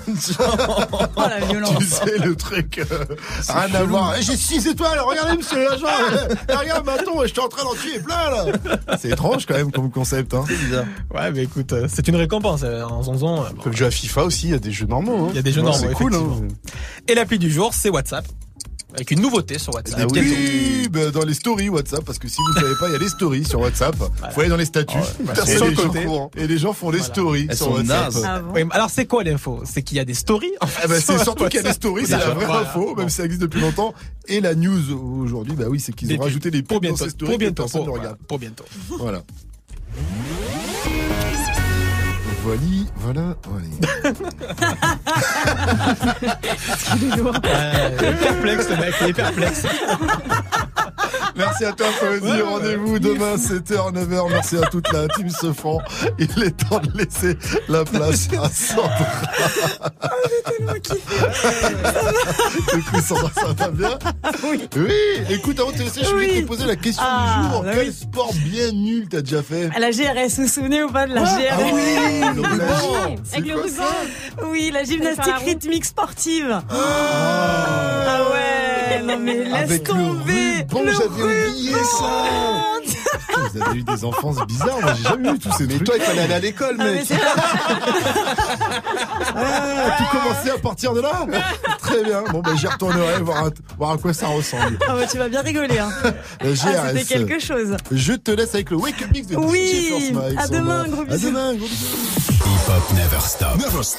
Oh la violence. Tu sais, le truc, euh, rien à voir. J'ai six étoiles, regardez monsieur l'agent. Regarde, Maton, je suis en train d'en tuer plein là. C'est étrange quand même comme concept. Hein. C'est bizarre. Ouais, mais écoute, euh, c'est une récompense. Euh, en zonzon. Euh, Ils peuvent jouer à FIFA aussi, il y a des jeux normaux. Hein. Il y a des jeux ouais, normaux, c'est cool. Hein. Et l'appli du jour, c'est WhatsApp. Avec une nouveauté sur WhatsApp. Ah oui, bah dans les stories WhatsApp, parce que si vous ne savez pas, il y a les stories sur WhatsApp. Voilà. Faut aller dans les statuts. Oh, ouais, et, les gens, et les gens font les voilà. stories Elles sur sont WhatsApp. Ah bon. Oui, alors c'est quoi l'info? C'est qu'il y a des stories. En fait, ah bah, c'est surtout WhatsApp. qu'il y a des stories, c'est la vraie voilà. info, même si ça existe depuis longtemps. Et la news aujourd'hui, bah oui, c'est qu'ils ont rajouté des pour pubs bientôt, dans ces stories pour bientôt, que personne pour, ne regarde. pour bientôt. Voilà. Voilà, voilà, voilà. Il est lourd. Euh, il est perplexe, le mec, il est perplexe. Merci à toi, Fauzi. Ouais, rendez-vous ouais. demain, sept heures, neuf heures. Merci à toute la team Sefran. Il est temps de laisser la place à Sandra. Ah, j'ai tellement kiffé. Écoute, Sandra, ça va bien? Oui. Oui. Écoute, avant de te laisser, je voulais oui. te poser la question ah, du jour. Bah Quel oui. sport bien nul t'as déjà fait? La G R S, vous vous souvenez ou pas de la ah, G R S? Ah oui, le ruban. Avec le ruban. Oui, la gymnastique rythmique sportive. Ah, ah ouais. Non mais laisse avec tomber. Le ruban, j'avais oublié ça. Vous avez eu des enfances bizarres, moi j'ai jamais eu tous ces mais trucs. Mais toi il fallait aller à l'école, ah, mec. Ah, tout commençait à partir de là. Très bien. Bon ben j'y retournerai voir, voir à quoi ça ressemble. Ah bah tu vas bien rigoler hein. La G R S. Ah, c'était quelque chose. Je te laisse avec le Wake Up Mix de oui, D J First Mike. à demain, gros bisous. À demain, gros bisous. Hip Hop Never Stop. Never Stop.